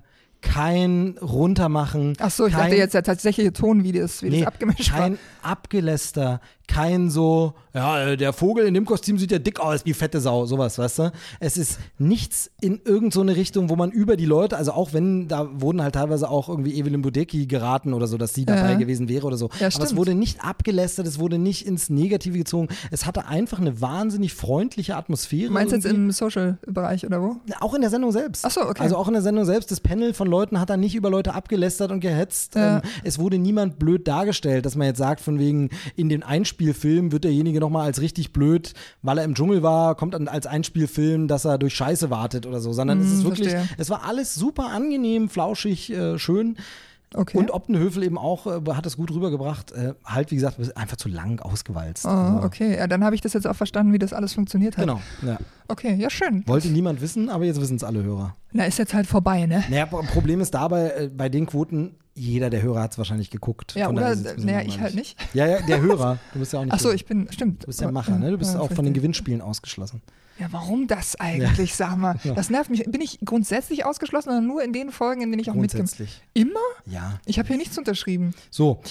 kein Runtermachen. Ach so, ich kein, dachte jetzt der tatsächliche Ton, wie das, wie nee, das abgemischt kein war. Abgeläster, kein so, ja, der Vogel in dem Kostüm sieht ja dick aus, die fette Sau, sowas, weißt du? Es ist nichts in irgend so eine Richtung, wo man über die Leute, also auch wenn, da wurden halt teilweise auch irgendwie Evelyn Bodecki geraten oder so, dass sie dabei Ja. gewesen wäre oder so. Ja, Aber es stimmt. wurde nicht abgelästert, es wurde nicht ins Negative gezogen. Es hatte einfach eine wahnsinnig freundliche Atmosphäre. Meinst du jetzt irgendwie. im Social-Bereich oder wo? Auch in der Sendung selbst. Ach so, okay. Also auch in der Sendung selbst, das Panel von Leuten hat da nicht über Leute abgelästert und gehetzt. Ja. Ähm, es wurde niemand blöd dargestellt, dass man jetzt sagt, von wegen, in den Einspielfilm wird derjenige nochmal als richtig blöd, weil er im Dschungel war, kommt dann als Einspielfilm, dass er durch Scheiße wartet oder so, sondern es Hm, ist wirklich, verstehe. es war alles super angenehm, flauschig, äh, schön. Okay. Und Optenhövel eben auch, äh, hat es gut rübergebracht. Äh, halt, wie gesagt, einfach zu lang ausgewalzt. Oh, Also, okay, ja, dann habe ich das jetzt auch verstanden, wie das alles funktioniert hat. Genau, ja. Okay, ja, schön. Wollte niemand wissen, aber jetzt wissen es alle Hörer. Na, ist jetzt halt vorbei, ne? Naja, Problem ist dabei, äh, bei den Quoten, jeder der Hörer hat es wahrscheinlich geguckt. Ja, Von oder, daher ist es ein bisschen naja, ich langweilig. halt nicht. Ja, ja, der Hörer. Du bist ja auch nicht. Ach so, der- ich bin, stimmt. Du bist der Macher, ne? Du bist Ja, auch ist von den richtig. Gewinnspielen ausgeschlossen. Ja, warum das eigentlich, sag mal? Das nervt mich. Bin ich grundsätzlich ausgeschlossen oder nur in den Folgen, in denen ich auch mitgemacht Grundsätzlich. habe? Immer? Ja. Ich habe hier nichts unterschrieben. So.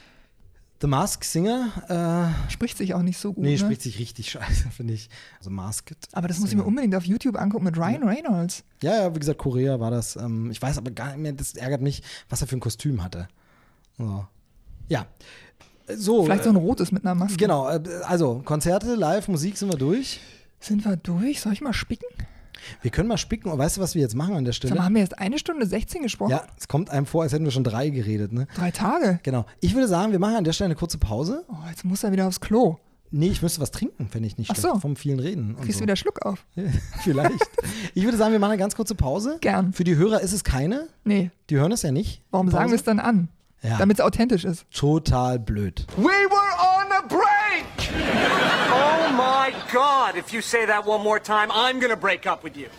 The Masked Singer, äh, Spricht sich auch nicht so gut. nee, ne? spricht sich richtig scheiße, finde ich. Also Masked. Aber das muss ich mir unbedingt auf YouTube angucken mit Ryan Reynolds. Ja, ja, wie gesagt, Korea war das. Ähm, ich weiß aber gar nicht mehr, das ärgert mich, was er für ein Kostüm hatte. So. Ja. So. Vielleicht so ein rotes mit einer Maske. äh, Genau, äh, also Konzerte, Live, Musik sind wir durch. Sind wir durch? Soll ich mal spicken? Wir können mal spicken. Und weißt du, was wir jetzt machen an der Stelle? Sag mal, haben wir jetzt eine Stunde sechzehn gesprochen? Ja, es kommt einem vor, als hätten wir schon drei geredet, ne? Drei Tage? Genau. Ich würde sagen, wir machen an der Stelle eine kurze Pause. Oh, jetzt muss er wieder aufs Klo. Nee, ich müsste was trinken, fände ich nicht Ach schlecht. so. Vom vielen Reden. Und Kriegst so. du wieder Schluck auf? Vielleicht. Ich würde sagen, wir machen eine ganz kurze Pause. Gern. Für die Hörer ist es keine. Nee. Die hören es ja nicht. Warum die sagen Pause. wir es dann an? Ja. Damit es authentisch ist. Total blöd. We were on a break! Oh my God, if you say that one more time, I'm gonna break up with you.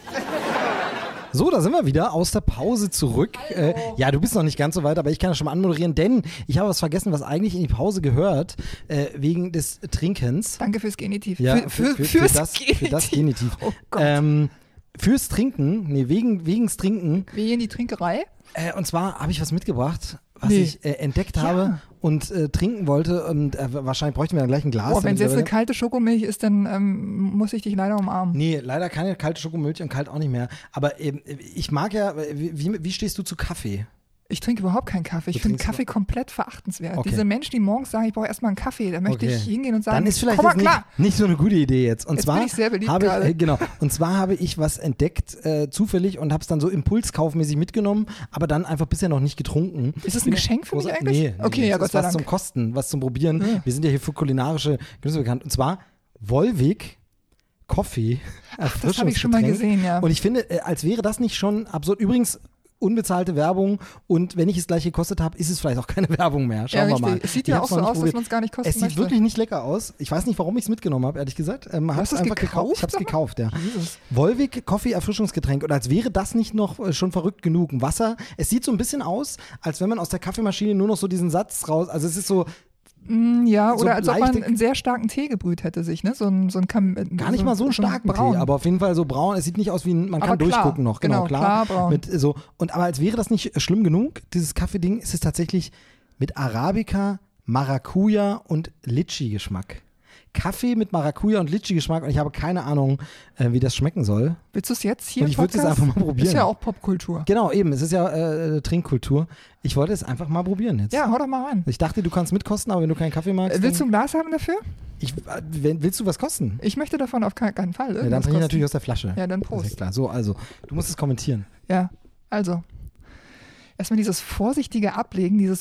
So, da sind wir wieder aus der Pause zurück. Äh, ja, du bist noch nicht ganz so weit, aber ich kann das schon mal anmoderieren, denn ich habe was vergessen, was eigentlich in die Pause gehört, äh, wegen des Trinkens. Danke fürs Genitiv. Ja, für, für, für, fürs das, für das Genitiv. Oh Gott. Ähm, fürs Trinken, nee, wegen, wegens Trinken. Wir gehen in die Trinkerei. Äh, und zwar habe ich was mitgebracht, was Nee. ich äh, entdeckt Ja. habe und äh, trinken wollte. Und äh, wahrscheinlich bräuchten wir dann gleich ein Glas. Boah, wenn damit es jetzt wir- eine kalte Schokomilch ist, dann ähm, muss ich dich leider umarmen. Nee, leider keine kalte Schokomilch und kalt auch nicht mehr. Aber ähm, ich mag ja, wie, wie, wie stehst du zu Kaffee? Ich trinke überhaupt keinen Kaffee. Ich Du finde trinkst Kaffee komplett verachtenswert. Okay. Diese Menschen, die morgens sagen, ich brauche erstmal einen Kaffee, da möchte Okay. ich hingehen und sagen, Dann ist vielleicht komm mal jetzt nicht, klar. nicht so eine gute Idee jetzt. Und Jetzt zwar bin ich sehr beliebt habe ich, gerade. äh, genau. Und zwar habe ich was entdeckt äh, zufällig und habe es dann so impulskaufmäßig mitgenommen, aber dann einfach bisher noch nicht getrunken. Ist es ein Geschenk für mich Großer- eigentlich? Nee, nee, Okay, nee, ja, es Gott ist sei was Dank. zum Kosten, was zum Probieren. Ja. Wir sind ja hier für kulinarische Genüsse bekannt. Und zwar Volvic Coffee. das habe ich schon mal Erfrischungsgetränk. gesehen, ja. Und ich finde, äh, als wäre das nicht schon absurd. Übrigens, unbezahlte Werbung und wenn ich es gleich gekostet habe, ist es vielleicht auch keine Werbung mehr. Schauen Ja, wir mal. richtig. Es sieht Ich ja hab's auch noch so nicht aus, dass probiert. man's gar nicht kosten Es sieht möchte. wirklich nicht lecker aus. Ich weiß nicht, warum ich es mitgenommen habe, ehrlich gesagt. Ähm, hab's hast es einfach gekauft, Ich habe es sag mal? gekauft, ja. Jesus. Volvic Coffee Erfrischungsgetränk. Und als wäre das nicht noch äh, schon verrückt genug. Ein Wasser. Es sieht so ein bisschen aus, als wenn man aus der Kaffeemaschine nur noch so diesen Satz raus. Also es ist so Mm, ja, so oder als ob man leichte- einen sehr starken Tee gebrüht hätte sich, ne? So ein, so ein Kam gar nicht mal so einen starken braun. Tee, aber auf jeden Fall so braun. Es sieht nicht aus wie ein, man kann Aber klar. durchgucken noch. Genau, Genau, klar. klar braun. Mit, so. Und aber als wäre das nicht schlimm genug, dieses Kaffeeding, ist es tatsächlich mit Arabica, Maracuja und Litschi-Geschmack. Kaffee mit Maracuja und Litschi-Geschmack und ich habe keine Ahnung, äh, wie das schmecken soll. Willst du es jetzt hier Und im ich würde es jetzt Podcast? einfach mal probieren. Ist ja auch Popkultur. Genau, eben. Es ist ja äh, Trinkkultur. Ich wollte es einfach mal probieren jetzt. Ja, hau doch mal rein. Ich dachte, du kannst mitkosten, aber wenn du keinen Kaffee magst, Äh, Willst du dann, ein Glas haben dafür? ich, äh, wenn, willst du was kosten? Ich möchte davon auf keinen keinen Fall. Ja, dann irgendwas trinke ich kosten. natürlich aus der Flasche. Ja, dann Das ist Prost. ja klar. So, also, du musst es kommentieren. Ja, also. Erstmal dieses vorsichtige Ablegen dieses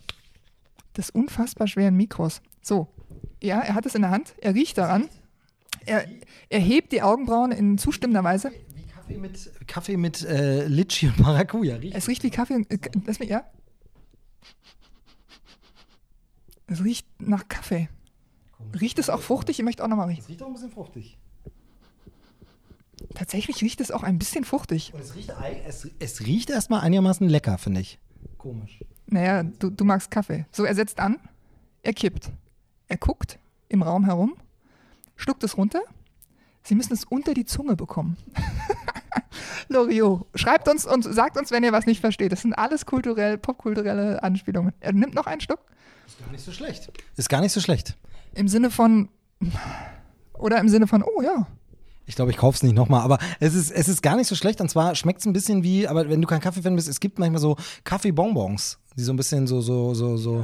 des unfassbar schweren Mikros. So. Ja, er hat es in der Hand. Er riecht daran. Er, er hebt die Augenbrauen in zustimmender Weise. Wie Kaffee mit, Kaffee mit äh, Litschi und Maracuja. Riecht. Es riecht wie Kaffee. und- äh, Lass mich, ja? Es riecht nach Kaffee. Riecht es auch fruchtig? Ich möchte auch nochmal riechen. Es riecht auch ein bisschen fruchtig. Tatsächlich riecht es auch ein bisschen fruchtig. Und es riecht, eig- es, es riecht erstmal einigermaßen lecker, finde ich. Komisch. Naja, du, du magst Kaffee. So, er setzt an, er kippt. Er guckt im Raum herum, schluckt es runter. Sie müssen es unter die Zunge bekommen. Loriot, schreibt uns und sagt uns, wenn ihr was nicht versteht. Das sind alles kulturell, popkulturelle Anspielungen. Er nimmt noch einen Schluck. Ist gar nicht so schlecht. Ist gar nicht so schlecht. Im Sinne von, oder im Sinne von, oh ja. Ich glaube, ich kaufe es nicht nochmal, aber es ist, es ist gar nicht so schlecht. Und zwar schmeckt es ein bisschen wie, aber wenn du kein Kaffee-Fan bist, es gibt manchmal so Kaffee-Bonbons, die so ein bisschen so, so, so, so,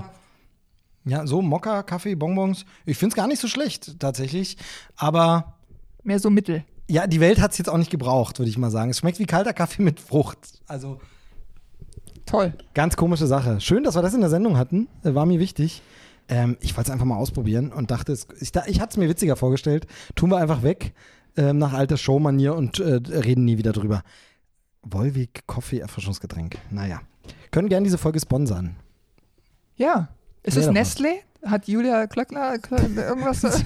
ja, so Mokka, Kaffee-Bonbons. Ich finde es gar nicht so schlecht, tatsächlich. Aber Mehr so Mittel. ja, die Welt hat es jetzt auch nicht gebraucht, würde ich mal sagen. Es schmeckt wie kalter Kaffee mit Frucht. Also Toll. ganz komische Sache. Schön, dass wir das in der Sendung hatten. Äh, War mir wichtig. Ähm, ich wollte es einfach mal ausprobieren und dachte, es, ich, da- ich hatte es mir witziger vorgestellt. Tun wir einfach weg. Ähm, nach alter Showmanier und äh, reden nie wieder drüber. Volvic Coffee Erfrischungsgetränk. Naja. Können gerne diese Folge sponsern. Ja. Ist Nee, es doch mal. Nestlé? Hat Julia Klöckner Klö- irgendwas? Das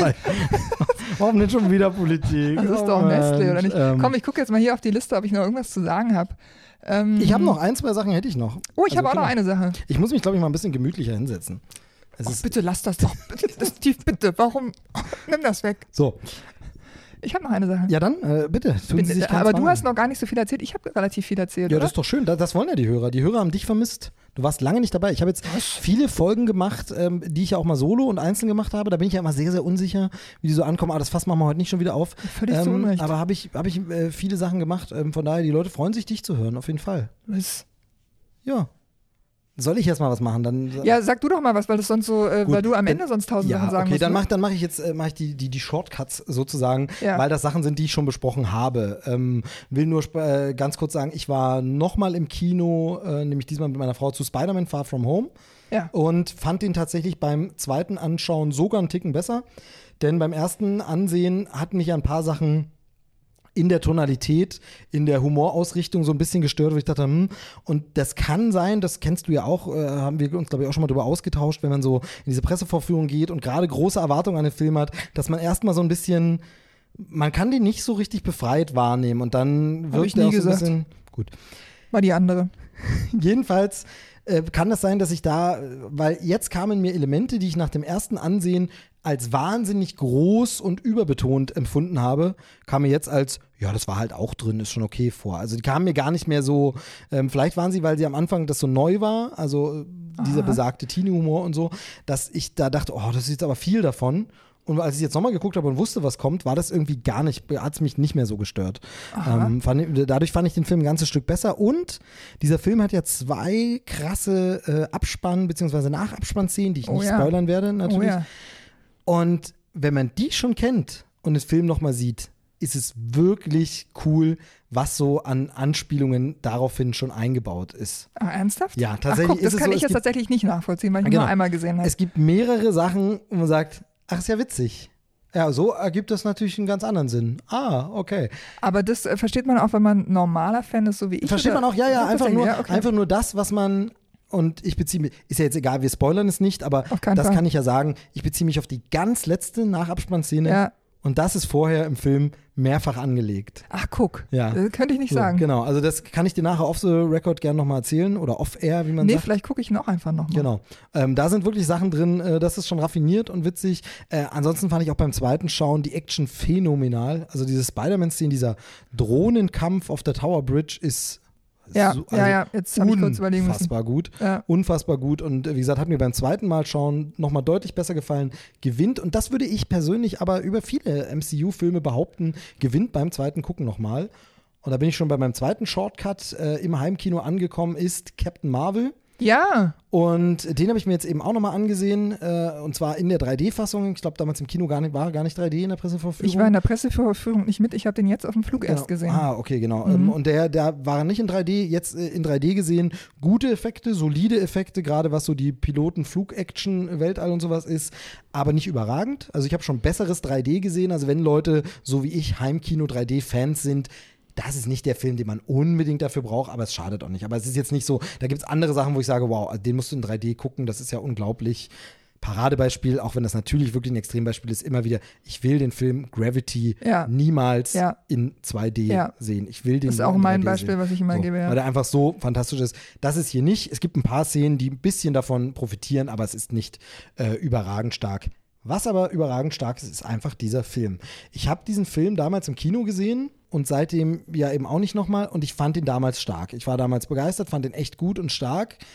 Warum nicht schon wieder Politik? ist Oh doch Mensch. Nestlé, oder nicht? Ähm, Komm, ich gucke jetzt mal hier auf die Liste, ob ich noch irgendwas zu sagen habe. Ähm, ich habe noch ein, zwei Sachen hätte ich noch. Oh, ich Also, habe auch noch genau. eine Sache. Ich muss mich, glaube ich, mal ein bisschen gemütlicher hinsetzen. Es Oh, ist bitte lass das doch. Bitte, Steve, bitte. Warum? Nimm das weg. so. Ich habe noch eine Sache. Ja, dann, äh, bitte. Tun Bin, Sie sich keinen aber Zwang du an. hast noch gar nicht so viel erzählt. Ich habe relativ viel erzählt, Ja, oder? das ist doch schön. Das, das wollen ja die Hörer. Die Hörer haben dich vermisst. Du warst lange nicht dabei. Ich habe jetzt viele Folgen gemacht, ähm, die ich ja auch mal solo und einzeln gemacht habe. Da bin ich ja immer sehr, sehr unsicher, wie die so ankommen. Aber das Fass machen wir heute nicht schon wieder auf. Völlig zu Unrecht. Aber habe ich, hab ich äh, viele Sachen gemacht. Ähm, von daher, die Leute freuen sich, dich zu hören. Auf jeden Fall. Was? Ja. Soll ich jetzt mal was machen? Dann, Ja, sag du doch mal was, weil das sonst so, äh, Gut, weil du am dann- Ende sonst tausend ja, Sachen sagen okay, musst. dann ne? mache dann mach ich jetzt äh, mach ich die, die, die Shortcuts sozusagen, Ja. weil das Sachen sind, die ich schon besprochen habe. Ähm, will nur sp- äh, ganz kurz sagen, ich war nochmal im Kino, äh, nämlich diesmal mit meiner Frau zu Spider-Man Far From Home Ja. und fand den tatsächlich beim zweiten Anschauen sogar einen Ticken besser, denn beim ersten Ansehen hatten mich ein paar Sachen in der Tonalität, in der Humorausrichtung so ein bisschen gestört, wo ich dachte, hm, und das kann sein, das kennst du ja auch, äh, haben wir uns, glaube ich, auch schon mal drüber ausgetauscht, wenn man so in diese Pressevorführung geht und gerade große Erwartungen an den Film hat, dass man erstmal so ein bisschen, man kann den nicht so richtig befreit wahrnehmen und dann Hab wirkt ich der nie auch so ein gesagt. bisschen, gut. War die andere. Jedenfalls äh, kann das sein, dass ich da, äh, weil jetzt kamen mir Elemente, die ich nach dem ersten Ansehen als wahnsinnig groß und überbetont empfunden habe, kam mir jetzt als, ja, das war halt auch drin, ist schon okay vor. Also die kamen mir gar nicht mehr so, ähm, vielleicht waren sie, weil sie am Anfang das so neu war, also äh, dieser besagte Teenie-Humor und so, dass ich da dachte, oh, das ist jetzt aber viel davon. Und als ich jetzt nochmal geguckt habe und wusste, was kommt, war das irgendwie gar nicht, hat es mich nicht mehr so gestört. Ähm, fand, ich- dadurch fand ich den Film ein ganzes Stück besser. Und dieser Film hat ja zwei krasse äh, Abspann- bzw. Nachabspann-Szenen, die ich Oh nicht ja. spoilern werde, Oh natürlich. ja. Und wenn man die schon kennt und den Film nochmal sieht, ist es wirklich cool, was so an Anspielungen daraufhin schon eingebaut ist. Ah, ernsthaft? Ja, Ach, tatsächlich guck, ist das es kann so, ich es jetzt gibt- tatsächlich nicht nachvollziehen, weil ich ihn Genau. nur einmal gesehen habe. Es gibt mehrere Sachen, wo man sagt, ach, ist ja witzig. Ja, so ergibt das natürlich einen ganz anderen Sinn. Ah, okay. Aber das äh, versteht man auch, wenn man normaler Fan ist, so wie ich. Versteht oder? man auch, ja, ja, einfach nur, Ja, okay. einfach nur das, was man, und ich beziehe mich, ist ja jetzt egal, wir spoilern es nicht, aber Auf keinen das Fall. kann ich ja sagen, ich beziehe mich auf die ganz letzte Nachabspannszene Ja. und das ist vorher im Film mehrfach angelegt. Ach, guck. Ja. Das könnte ich nicht So, sagen. Genau, also das kann ich dir nachher off the record gerne nochmal erzählen oder off-air, wie man Nee, sagt. vielleicht gucke ich ihn auch einfach nochmal. Genau. Ähm, da sind wirklich Sachen drin, äh, das ist schon raffiniert und witzig. Äh, ansonsten fand ich auch beim zweiten Schauen die Action phänomenal. Also diese Spider-Man-Szene, dieser Drohnenkampf auf der Tower Bridge ist Ja, so- ja, ja, jetzt habe ich kurz überlegen müssen. unfassbar gut. Ja. Unfassbar gut. Und äh, wie gesagt, hat mir beim zweiten Mal schauen nochmal deutlich besser gefallen. Gewinnt, und das würde ich persönlich aber über viele M C U-Filme behaupten, gewinnt beim zweiten Gucken nochmal. Und da bin ich schon bei meinem zweiten Shortcut äh, im Heimkino angekommen, ist Captain Marvel. Ja, Und den habe ich mir jetzt eben auch nochmal angesehen, äh, und zwar in der drei D-Fassung. Ich glaube, damals im Kino gar nicht, war gar nicht drei D in der Pressevorführung. ich war in der Pressevorführung nicht mit, ich habe den jetzt auf dem Flug Genau. erst gesehen. Ah, okay, genau. Mhm. Ähm, Und der, der war nicht in drei D, jetzt äh, in drei D gesehen. Gute Effekte, solide Effekte, gerade was so die Piloten-Flug-Action, Weltall und sowas ist, aber nicht überragend. Also ich habe schon besseres drei D gesehen. Also wenn Leute, so wie ich, Heimkino drei D-Fans sind, das ist nicht der Film, den man unbedingt dafür braucht, aber es schadet auch nicht. Aber es ist jetzt nicht so, da gibt es andere Sachen, wo ich sage, wow, den musst du in drei D gucken, das ist ja unglaublich. Paradebeispiel, auch wenn das natürlich wirklich ein Extrembeispiel ist, immer wieder, ich will den Film Gravity Ja. niemals Ja. in zwei D Ja. sehen. Ich will den Das ist nur auch in mein drei D Beispiel, sehen. was ich immer so, gebe, ja. Weil der einfach so fantastisch ist. Das ist hier nicht. Es gibt ein paar Szenen, die ein bisschen davon profitieren, aber es ist nicht äh, überragend stark. Was aber überragend stark ist, ist einfach dieser Film. Ich habe diesen Film damals im Kino gesehen und seitdem ja eben auch nicht nochmal und ich fand ihn damals stark. Ich war damals begeistert, fand ihn echt gut und stark.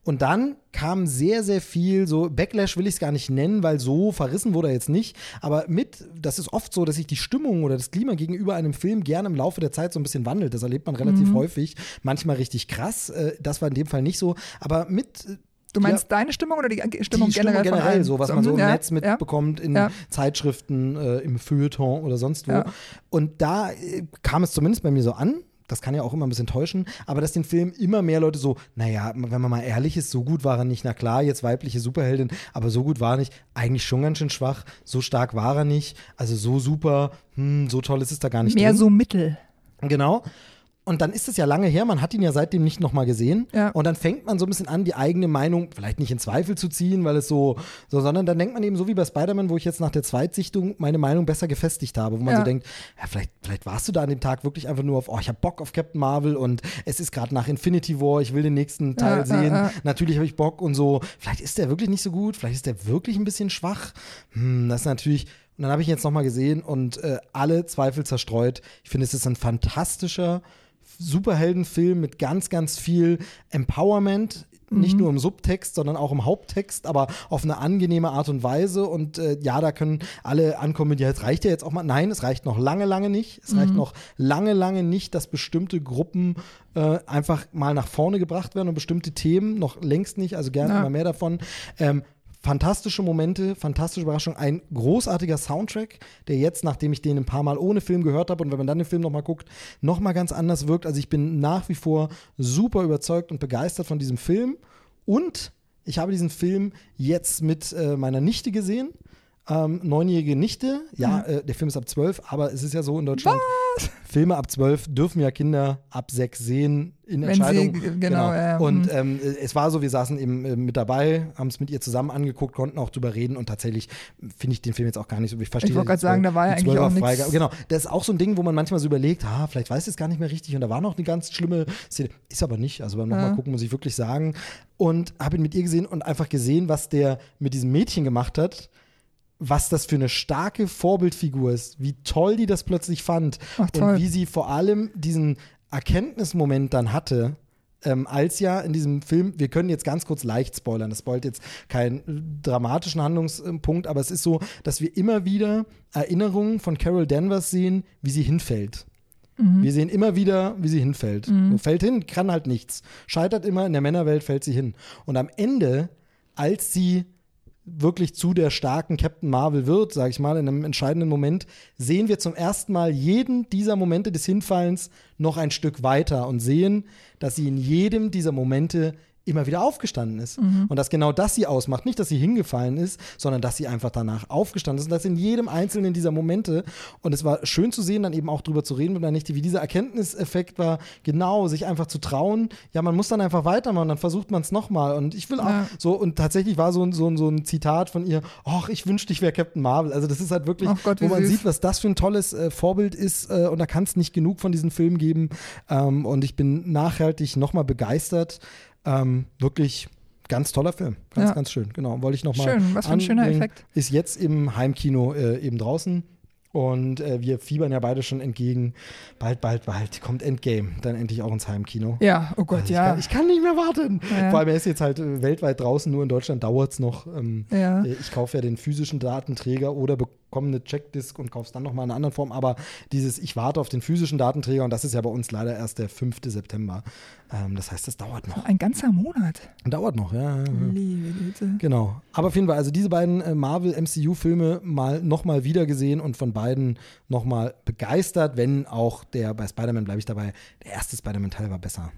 Und dann kam sehr, sehr viel, so Backlash will ich es gar nicht nennen, weil so verrissen wurde er jetzt nicht. Aber mit, das ist oft so, dass sich die Stimmung oder das Klima gegenüber einem Film gerne im Laufe der Zeit so ein bisschen wandelt. Das erlebt man relativ mhm. häufig. Manchmal richtig krass. Das war in dem Fall nicht so. Aber mit Du meinst ja, deine Stimmung oder die Stimmung die generell? Die Stimmung generell, so was man so im ja, Netz mitbekommt, ja, in ja. Zeitschriften, äh, im Feuilleton oder sonst wo. Ja. Und da äh, kam es zumindest bei mir so an. Das kann ja auch immer ein bisschen täuschen, aber dass den Film immer mehr Leute so, naja, wenn man mal ehrlich ist, so gut war er nicht, na klar, jetzt weibliche Superheldin, aber so gut war er nicht, eigentlich schon ganz schön schwach, so stark war er nicht, also so super, hm, so toll ist es da gar nicht mehr drin. so mittel. Genau. Und dann ist es ja lange her, man hat ihn ja seitdem nicht nochmal gesehen. Ja. Und dann fängt man so ein bisschen an, die eigene Meinung vielleicht nicht in Zweifel zu ziehen, weil es so, so sondern dann denkt man eben so wie bei Spider-Man, wo ich jetzt nach der Zweitsichtung meine Meinung besser gefestigt habe, wo man ja. so denkt, ja, vielleicht, vielleicht warst du da an dem Tag wirklich einfach nur auf, oh, ich habe Bock auf Captain Marvel und es ist gerade nach Infinity War, ich will den nächsten Teil ja, sehen. ja, ja. Natürlich habe ich Bock und so. Vielleicht ist der wirklich nicht so gut, vielleicht ist der wirklich ein bisschen schwach. Hm, das ist natürlich. Und dann habe ich ihn jetzt nochmal gesehen und äh, alle Zweifel zerstreut. Ich finde, es ist ein fantastischer Superheldenfilm mit ganz, ganz viel Empowerment, mhm. nicht nur im Subtext, sondern auch im Haupttext, aber auf eine angenehme Art und Weise. Und äh, ja, da können alle ankommen, ja, es reicht ja jetzt auch mal. Nein, es reicht noch lange, lange nicht. Es mhm. reicht noch lange, lange nicht, dass bestimmte Gruppen äh, einfach mal nach vorne gebracht werden und bestimmte Themen noch längst nicht, also gerne ja. immer mehr davon. Ähm, Fantastische Momente, fantastische Überraschung, ein großartiger Soundtrack, der jetzt, nachdem ich den ein paar Mal ohne Film gehört habe und wenn man dann den Film nochmal guckt, nochmal ganz anders wirkt. Also ich bin nach wie vor super überzeugt und begeistert von diesem Film und ich habe diesen Film jetzt mit äh, meiner Nichte gesehen. Ähm, neunjährige Nichte, ja, äh, der Film ist ab zwölf, aber es ist ja so in Deutschland, Was? Filme ab zwölf dürfen ja Kinder ab sechs sehen in Wenn Entscheidung. Sie, genau, genau. Ja. Und ähm, es war so, wir saßen eben äh, mit dabei, haben es mit ihr zusammen angeguckt, konnten auch drüber reden und tatsächlich finde ich den Film jetzt auch gar nicht so, ich verstehe. Ich wollte gerade sagen, da war ja eigentlich auch nichts. Genau, das ist auch so ein Ding, wo man manchmal so überlegt, ah, vielleicht weiß ich es gar nicht mehr richtig und da war noch eine ganz schlimme Szene, ist aber nicht, also beim nochmal ja. gucken muss ich wirklich sagen und habe ihn mit ihr gesehen und einfach gesehen, was der mit diesem Mädchen gemacht hat, was das für eine starke Vorbildfigur ist, wie toll die das plötzlich fand Ach, toll. und wie sie vor allem diesen Erkenntnismoment dann hatte, ähm, als ja in diesem Film, wir können jetzt ganz kurz leicht spoilern, das spoilt jetzt keinen dramatischen Handlungspunkt, aber es ist so, dass wir immer wieder Erinnerungen von Carol Danvers sehen, wie sie hinfällt. Mhm. Wir sehen immer wieder, wie sie hinfällt. Mhm. So, fällt hin, kann halt nichts. Scheitert immer, in der Männerwelt fällt sie hin. Und am Ende, als sie wirklich zu der starken Captain Marvel wird, sag ich mal, in einem entscheidenden Moment, sehen wir zum ersten Mal jeden dieser Momente des Hinfallens noch ein Stück weiter und sehen, dass sie in jedem dieser Momente immer wieder aufgestanden ist. Mhm. Und dass genau das sie ausmacht. Nicht, dass sie hingefallen ist, sondern dass sie einfach danach aufgestanden ist. Und das in jedem einzelnen dieser Momente. Und es war schön zu sehen, dann eben auch drüber zu reden mit meiner Nichte, wie dieser Erkenntniseffekt war, genau, sich einfach zu trauen. Ja, man muss dann einfach weitermachen, dann versucht man es nochmal. Und ich will auch ja. so, und tatsächlich war so ein, so ein, so ein Zitat von ihr, ach, ich wünschte, ich wäre Captain Marvel. Also das ist halt wirklich, Gott, wo man süß. sieht, was das für ein tolles äh, Vorbild ist. Äh, und da kann es nicht genug von diesen Filmen geben. Ähm, und ich bin nachhaltig nochmal begeistert. Ähm, wirklich ganz toller Film. Ganz, ja. ganz schön. Genau. Wollte ich nochmal. Schön, was für ein schöner Effekt. Ist jetzt im Heimkino äh, eben draußen. Und äh, wir fiebern ja beide schon entgegen. Bald, bald, bald kommt Endgame. Dann endlich auch ins Heimkino. Ja, oh Gott, also ich ja. Kann, ich kann nicht mehr warten. Ja. Vor allem, er ist jetzt halt äh, weltweit draußen. Nur in Deutschland dauert es noch. Ähm, ja. äh, ich kaufe ja den physischen Datenträger oder bekomme eine Checkdisk und kaufe es dann nochmal in einer anderen Form. Aber dieses, ich warte auf den physischen Datenträger und das ist ja bei uns leider erst der fünfte September. Ähm, das heißt, das dauert noch. Ein ganzer Monat. Dauert noch, ja. ja, ja. Liebe Güte. Genau. Aber auf jeden Fall, also diese beiden äh, Marvel-M C U-Filme mal nochmal wieder gesehen und von beiden nochmal begeistert, wenn auch der, bei Spider-Man bleibe ich dabei, der erste Spider-Man-Teil war besser.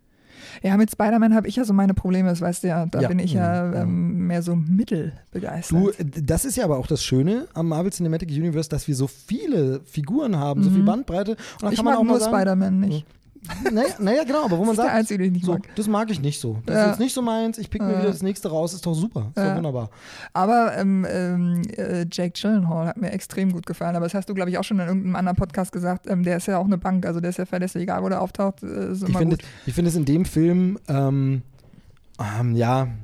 Ja, mit Spider-Man habe ich ja so meine Probleme, das weißt du ja, da ja, bin ich ja, ja. Ähm, mehr so mittelbegeistert. Du, das ist ja aber auch das Schöne am Marvel Cinematic Universe, dass wir so viele Figuren haben, mhm. so viel Bandbreite. Und dann ich kann man mag auch nur mal sagen, Spider-Man nicht. Naja, naja, genau, aber wo man das ist sagt, der einzige, den ich nicht so, mag. das mag ich nicht so. Das ja. ist jetzt nicht so meins, ich pick mir ja. wieder das nächste raus, ist doch super, ist ja. doch wunderbar. Aber ähm, ähm, äh, Jake Gyllenhaal hat mir extrem gut gefallen, aber das hast du, glaube ich, auch schon in irgendeinem anderen Podcast gesagt, ähm, der ist ja auch eine Bank, also der ist ja verlässlich, egal wo der auftaucht, äh, ist immer ich finde, gut. Ich finde es in dem Film, ähm, ähm, ja,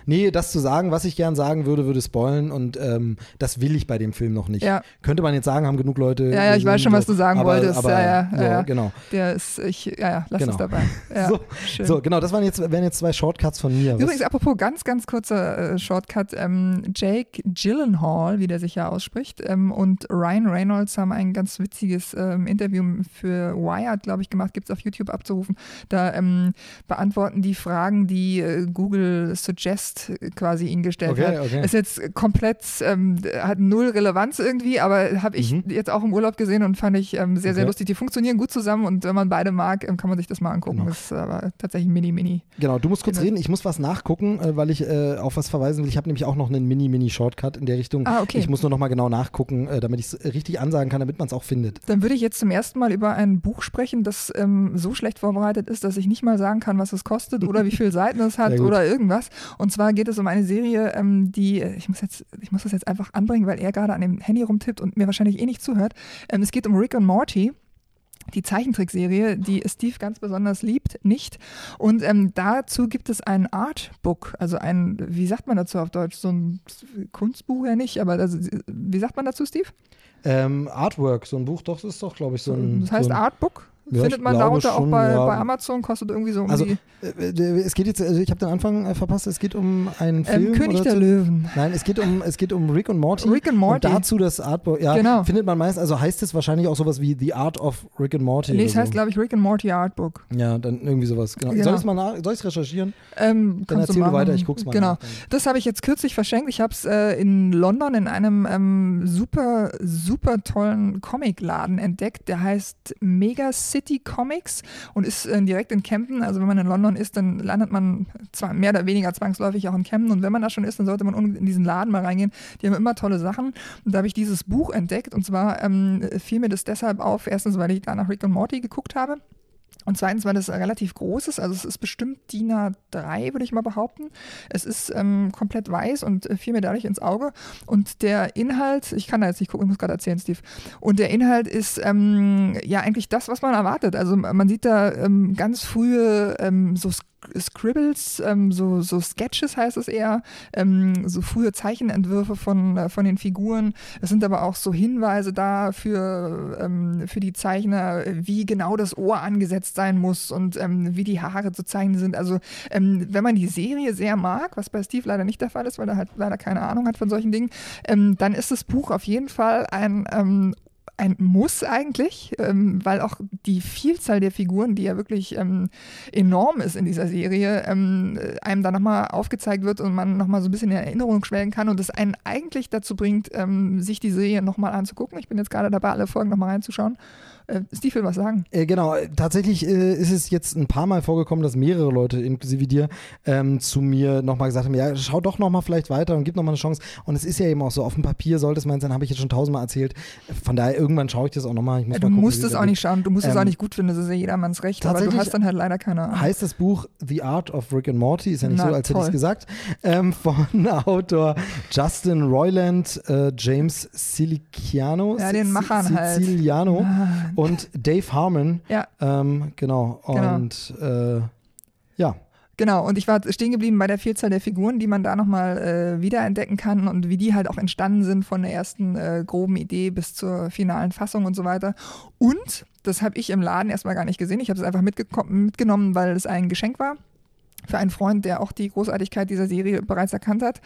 Nee, das zu sagen, was ich gern sagen würde, würde spoilen und ähm, das will ich bei dem Film noch nicht. Ja. Könnte man jetzt sagen, haben genug Leute. Ja, ja, ich weiß schon, was du sagen aber, wolltest. Aber, ja, ja, so, ja, ja. Genau. Der ist, ich, ja, ja, lass Genau. es dabei. Ja, so, schön. so, genau, das waren jetzt, wären jetzt zwei Shortcuts von mir. Übrigens, Was, apropos ganz, ganz kurzer äh, Shortcut, ähm, Jake Gyllenhaal, wie der sich ja ausspricht, ähm, und Ryan Reynolds haben ein ganz witziges ähm, Interview für Wired, glaube ich, gemacht, gibt es auf YouTube abzurufen. Da ähm, beantworten die Fragen, die äh, Google Suggest quasi ihnen gestellt Okay, hat. okay. Ist jetzt komplett, ähm, hat null Relevanz irgendwie, aber habe ich Mhm. jetzt auch im Urlaub gesehen und fand ich ähm, sehr, sehr Okay. lustig. Die funktionieren gut zusammen und wenn man beide mag, ähm, kann man sich das mal angucken. Genau. Das ist aber tatsächlich mini, mini. genau, du musst kurz Genau. reden, ich muss was nachgucken, äh, weil ich äh, auf was verweisen will. Ich habe nämlich auch noch einen Mini-Mini-Shortcut in der Richtung. Ah, okay. Ich muss nur noch mal genau nachgucken, äh, damit ich es richtig ansagen kann, damit man es auch findet. Dann würde ich jetzt zum ersten Mal über ein Buch sprechen, das ähm, so schlecht vorbereitet ist, dass ich nicht mal sagen kann, was es kostet oder wie viele Seiten es hat Sehr gut. oder irgendwas. Und zwar geht es um eine Serie, ähm, die, ich muss jetzt, ich muss das jetzt einfach anbringen, weil er gerade an dem Handy rumtippt und mir wahrscheinlich eh nicht zuhört. Ähm, es geht um Rick und Morty. Die Zeichentrickserie, die Steve ganz besonders liebt, nicht. Und ähm, dazu gibt es ein Artbook, also ein, wie sagt man dazu auf Deutsch, so ein Kunstbuch ja nicht, aber das, wie sagt man dazu, Steve? Ähm, Artwork, so ein Buch, doch, das ist doch, glaube ich, so ein. Das heißt so ein, Artbook? Ja, Findet ich man glaube darunter schon, auch bei, ja. bei Amazon, kostet irgendwie so um Also, die äh, äh, es geht jetzt, also ich habe den Anfang äh, verpasst, es geht um einen Film. ähm, König oder der zu- Löwen. Nein, es geht um es geht um Rick und Morty. Rick and Morty. Und dazu das Artbook. Ja, Genau. findet man meist, also heißt es wahrscheinlich auch sowas wie The Art of Rick and Morty. Nee, oder es so. heißt, glaube ich, Rick and Morty Artbook. Ja, dann irgendwie sowas. Genau. Genau. Soll ich es mal nach, soll ich's recherchieren? Ähm, Dann kannst erzähl du machen. weiter, ich guck's mal Genau. nach. Das habe ich jetzt kürzlich verschenkt. Ich habe es äh, in London in einem ähm, super, super tollen Comicladen entdeckt. Der heißt Mega City Comics und ist äh, direkt in Camden. Also wenn man in London ist, dann landet man zwar mehr oder weniger zwangsläufig auch in Camden. Und wenn man da schon ist, dann sollte man unbedingt in diesen Laden mal reingehen. Die haben immer tolle Sachen. Und da habe ich dieses Buch entdeckt. Und zwar ähm, fiel mir das deshalb auf. Erstens, weil ich da nach Rick und Morty geguckt habe. Und zweitens, weil das relativ groß ist, also es ist bestimmt D I N A drei, würde ich mal behaupten. Es ist ähm, komplett weiß und äh, fiel mir dadurch ins Auge. Und der Inhalt, ich kann da jetzt nicht gucken, ich muss gerade erzählen, Steve. Und der Inhalt ist ähm, ja eigentlich das, was man erwartet. Also man sieht da ähm, ganz frühe ähm, so Scribbles, ähm, so, so Sketches heißt es eher, ähm, so frühe Zeichenentwürfe von, äh, von den Figuren. Es sind aber auch so Hinweise da für, ähm, für die Zeichner, wie genau das Ohr angesetzt sein muss und ähm, wie die Haare zu zeichnen sind. Also ähm, wenn man die Serie sehr mag, was bei Steve leider nicht der Fall ist, weil er halt leider keine Ahnung hat von solchen Dingen, ähm, dann ist das Buch auf jeden Fall ein ähm, ein Muss eigentlich, ähm, weil auch die Vielzahl der Figuren, die ja wirklich ähm, enorm ist in dieser Serie, ähm, einem da nochmal aufgezeigt wird und man nochmal so ein bisschen in Erinnerung schwelgen kann und es einen eigentlich dazu bringt, ähm, sich die Serie nochmal anzugucken. Ich bin jetzt gerade dabei, alle Folgen nochmal reinzuschauen. Äh, Steve will was sagen. Äh, genau, tatsächlich äh, ist es jetzt ein paar Mal vorgekommen, dass mehrere Leute, inklusive dir, ähm, zu mir nochmal gesagt haben, ja, schau doch nochmal vielleicht weiter und gib nochmal eine Chance. Und es ist ja eben auch so, auf dem Papier sollte es meins sein, habe ich jetzt schon tausendmal erzählt. Von daher, irgendwann schaue ich das auch nochmal. Ich muss Äh, mal du gucken, musst wie es das auch wird. nicht schauen, du musst es Ähm, auch nicht gut finden, das ist ja jedermanns Recht, aber du tatsächlich hast dann halt leider keine Ahnung. Heißt das Buch The Art of Rick and Morty, ist ja nicht Na, so, als hätte ich es toll. gesagt, ähm, von Autor Justin Roiland, äh, James Siciliano, Ja, den Machern halt. Siciliano Ah. und Dave Harmon. Ja. Ähm, genau. Genau. Und äh, ja. Genau, und ich war stehen geblieben bei der Vielzahl der Figuren, die man da nochmal äh, wiederentdecken kann und wie die halt auch entstanden sind von der ersten äh, groben Idee bis zur finalen Fassung und so weiter. Und, das habe ich im Laden erstmal gar nicht gesehen, ich habe es einfach mitgeko- mitgenommen, weil es ein Geschenk war für einen Freund, der auch die Großartigkeit dieser Serie bereits erkannt hat.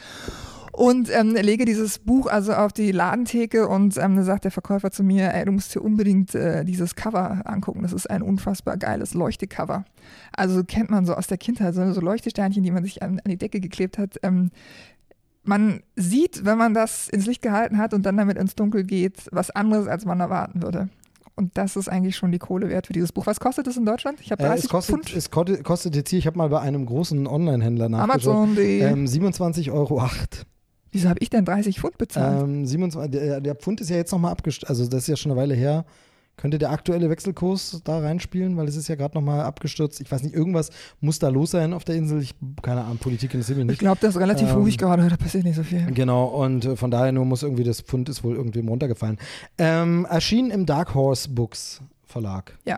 Und ähm, lege dieses Buch also auf die Ladentheke und ähm, da sagt der Verkäufer zu mir, ey, du musst dir unbedingt äh, dieses Cover angucken. Das ist ein unfassbar geiles Leuchtecover. Also kennt man so aus der Kindheit, so, so Leuchtesternchen, die man sich an, an die Decke geklebt hat. Ähm, man sieht, wenn man das ins Licht gehalten hat und dann damit ins Dunkel geht, was anderes, als man erwarten würde. Und das ist eigentlich schon die Kohle wert für dieses Buch. Was kostet es in Deutschland? Ich habe Äh, dreißig es, kostet, Pfund. es kostet, kostet jetzt hier, ich habe mal bei einem großen Online-Händler nachgeschaut, Amazon punkt de. ähm, siebenundzwanzig Euro acht. Wieso habe ich denn dreißig Pfund bezahlt? Ähm, siebenundzwanzig, der, der Pfund ist ja jetzt nochmal abgestürzt, also das ist ja schon eine Weile her. Könnte der aktuelle Wechselkurs da reinspielen, weil es ist ja gerade nochmal abgestürzt. Ich weiß nicht, irgendwas muss da los sein auf der Insel. Ich keine Ahnung, Politik interessiert mich Ich nicht. glaube, das ist relativ Ähm, ruhig gerade, da passiert nicht so viel. Genau, und äh, von daher nur muss irgendwie das Pfund ist wohl irgendwem runtergefallen. Ähm, erschien im Dark Horse Books Verlag. Ja.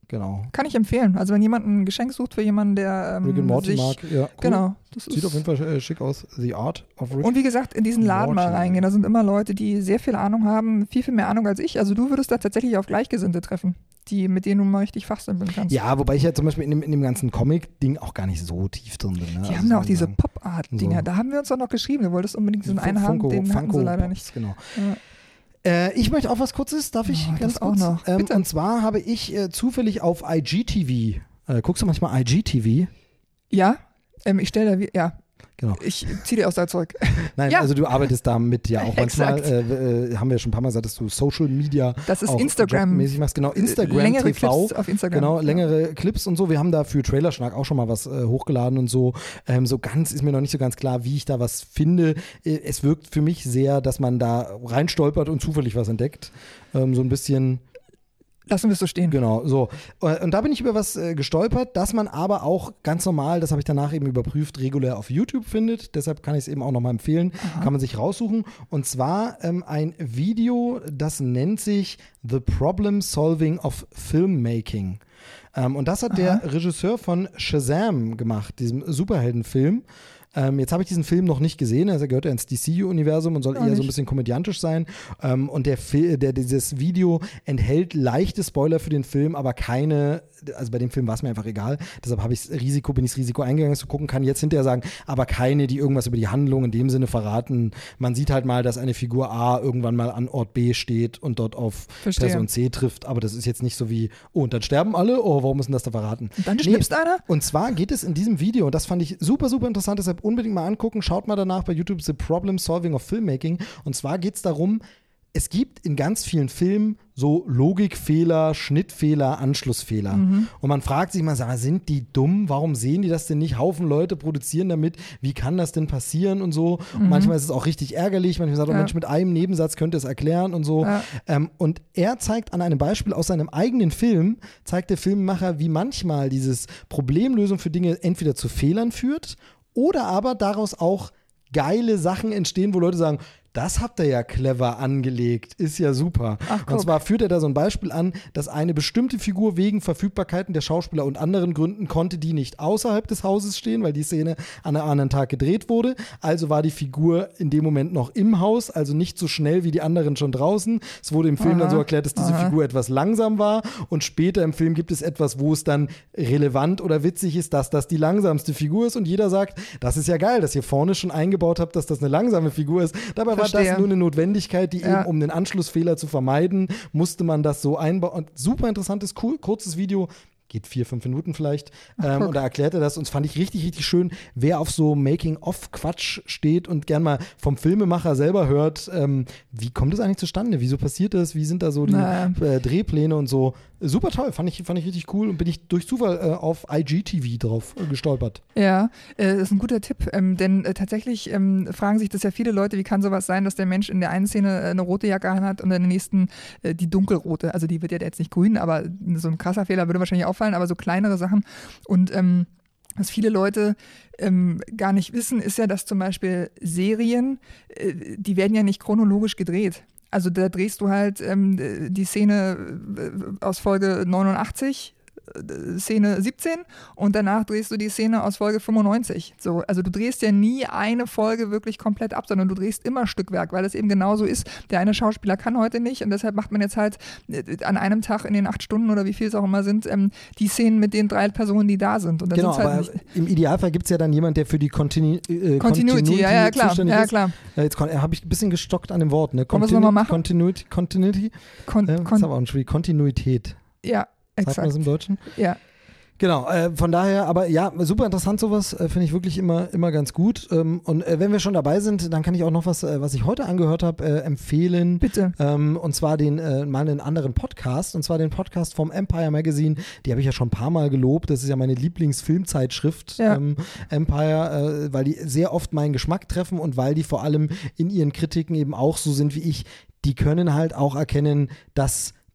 genau. Kann ich empfehlen. Also wenn jemand ein Geschenk sucht für jemanden, der ähm, Rick and Morty sich, mag, ja, cool. Genau. Das Sieht ist auf jeden Fall äh, schick aus. The Art of Rick. Und wie gesagt, in diesen Laden mal Morty. reingehen. Da sind immer Leute, die sehr viel Ahnung haben, viel, viel mehr Ahnung als ich. Also du würdest da tatsächlich auf Gleichgesinnte treffen, die, mit denen du mal richtig fachsimpeln kannst. Ja, wobei ich ja zum Beispiel in dem, in dem ganzen Comic-Ding auch gar nicht so tief drin bin. Ne? Die Also haben da auch muss diese man sagen. Pop-Art-Dinger. So. Da haben wir uns doch noch geschrieben. Du wolltest unbedingt diesen einen haben, Funko, den hatten Funko sie leider Pops, nicht. Genau. Ja. Äh, ich möchte auch was Kurzes, darf ich Oh, ganz das auch kurz? noch. Ähm, Bitte. und zwar habe ich äh, zufällig auf I G T V, äh, guckst du manchmal I G T V? Ja, ähm, ich stelle da, wie- ja, Genau. ich ziehe dir aus da zurück. Nein, Ja. also du arbeitest damit ja auch manchmal, Exakt. äh, äh, haben wir ja schon ein paar Mal gesagt, dass du Social Media Das ist auch Instagram. jobmäßig machst. Genau, Instagram Längere T V. Clips auf Instagram. Genau, Ja. längere Clips und so. Wir haben da für Trailerschnack auch schon mal was äh, hochgeladen und so. Ähm, so ganz ist mir noch nicht so ganz klar, wie ich da was finde. Äh, es wirkt für mich sehr, dass man da reinstolpert und zufällig was entdeckt. Ähm, so ein bisschen. Lassen wir es so stehen. Genau, so. Und da bin ich über was äh, gestolpert, dass man aber auch ganz normal, das habe ich danach eben überprüft, regulär auf YouTube findet. Deshalb kann ich es eben auch nochmal empfehlen. Aha. Kann man sich raussuchen. Und zwar ähm, ein Video, das nennt sich The Problem Solving of Filmmaking. Ähm, und das hat Aha. der Regisseur von Shazam gemacht, diesem Superheldenfilm. Ähm, jetzt habe ich diesen Film noch nicht gesehen, also er gehört ja ins D C-Universum und soll Auch eher so nicht. ein bisschen komödiantisch sein. Ähm, und der, Fil- der dieses Video enthält leichte Spoiler für den Film, aber keine, also bei dem Film war es mir einfach egal. Deshalb habe ich Risiko, bin ich das Risiko eingegangen, es zu gucken, kann jetzt hinterher sagen, aber keine, die irgendwas über die Handlung in dem Sinne verraten. Man sieht halt mal, dass eine Figur A irgendwann mal an Ort B steht und dort auf Verstehe. Person C trifft, aber das ist jetzt nicht so wie, oh, und dann sterben alle, oh, warum ist denn das da verraten? Und dann schnipst einer? Und zwar geht es in diesem Video, und das fand ich super, super interessant, deshalb unbedingt mal angucken, schaut mal danach bei YouTube The Problem Solving of Filmmaking. Und zwar geht es darum, es gibt in ganz vielen Filmen so Logikfehler, Schnittfehler, Anschlussfehler. Mhm. Und man fragt sich mal, sag mal, sind die dumm? Warum sehen die das denn nicht? Haufen Leute produzieren damit. Wie kann das denn passieren und so? Und manchmal ist es auch richtig ärgerlich. Manchmal sagt man, Ja. Mensch, mit einem Nebensatz könnte es erklären und so. Ja. Ähm, und er zeigt an einem Beispiel aus seinem eigenen Film, zeigt der Filmemacher, wie manchmal dieses Problemlösung für Dinge entweder zu Fehlern führt oder aber daraus auch geile Sachen entstehen, wo Leute sagen, das habt ihr ja clever angelegt, ist ja super. Ach, und guck. zwar führt er da so ein Beispiel an, dass eine bestimmte Figur wegen Verfügbarkeiten der Schauspieler und anderen Gründen konnte die nicht außerhalb des Hauses stehen, weil die Szene an einem anderen Tag gedreht wurde. Also war die Figur in dem Moment noch im Haus, also nicht so schnell wie die anderen schon draußen. Es wurde im Film Aha. dann so erklärt, dass diese Aha. Figur etwas langsam war und später im Film gibt es etwas, wo es dann relevant oder witzig ist, dass das die langsamste Figur ist und jeder sagt, das ist ja geil, dass ihr vorne schon eingebaut habt, dass das eine langsame Figur ist. Dabei war Verstehe. das nur eine Notwendigkeit, die Ja. eben, um den Anschlussfehler zu vermeiden, musste man das so einbauen. Und super interessantes, cool, kurzes Video. Geht vier, fünf Minuten vielleicht. Ähm, guck. und da erklärt er das und das fand ich richtig, richtig schön. Wer auf so Making-of-Quatsch steht und gern mal vom Filmemacher selber hört, ähm, wie kommt das eigentlich zustande? Wieso passiert das? Wie sind da so die Na. äh, Drehpläne und so? Super toll, fand ich, fand ich richtig cool und bin ich durch Zufall äh, auf I G T V drauf äh, gestolpert. Ja, äh, das ist ein guter Tipp, ähm, denn äh, tatsächlich ähm, fragen sich das ja viele Leute, wie kann sowas sein, dass der Mensch in der einen Szene äh, eine rote Jacke anhat und in der nächsten äh, die dunkelrote. Also die wird ja jetzt nicht grün, aber so ein krasser Fehler würde wahrscheinlich auffallen, aber so kleinere Sachen. Und ähm, was viele Leute ähm, gar nicht wissen, ist ja, dass zum Beispiel Serien, äh, die werden ja nicht chronologisch gedreht. Also da drehst du halt ähm, die Szene äh, aus Folge neunundachtzig, äh, Szene siebzehn und danach drehst du die Szene aus Folge fünfundneunzig. So, also du drehst ja nie eine Folge wirklich komplett ab, sondern du drehst immer Stückwerk, weil es eben genauso ist. Der eine Schauspieler kann heute nicht und deshalb macht man jetzt halt äh, an einem Tag in den acht Stunden oder wie viel es auch immer sind, ähm, die Szenen mit den drei Personen, die da sind. Und da Genau, sind's halt aber nicht, im Idealfall gibt es ja dann jemand, der für die Continu äh, Continuity, ja, ja, klar, zuständig ja, ist. klar. Äh, jetzt habe ich ein bisschen gestockt an dem Wort. Ne? Wollen wir es nochmal machen? Continuity, Continuity Kon äh, das kon ist aber auch ein Spiel. Kontinuität. ja, Sagt man das exakt. im Deutschen? Ja. Genau, äh, von daher, aber ja, super interessant sowas, äh, finde ich wirklich immer, immer ganz gut. Ähm, und äh, wenn wir schon dabei sind, dann kann ich auch noch was, äh, was ich heute angehört habe, äh, empfehlen. Bitte. Ähm, und zwar den, äh, mal einen anderen Podcast, und zwar den Podcast vom Empire Magazine. Die habe ich ja schon ein paar Mal gelobt. Das ist ja meine Lieblingsfilmzeitschrift, Ja. ähm, Empire, äh, weil die sehr oft meinen Geschmack treffen und weil die vor allem in ihren Kritiken eben auch so sind wie ich. Die können halt auch erkennen, dass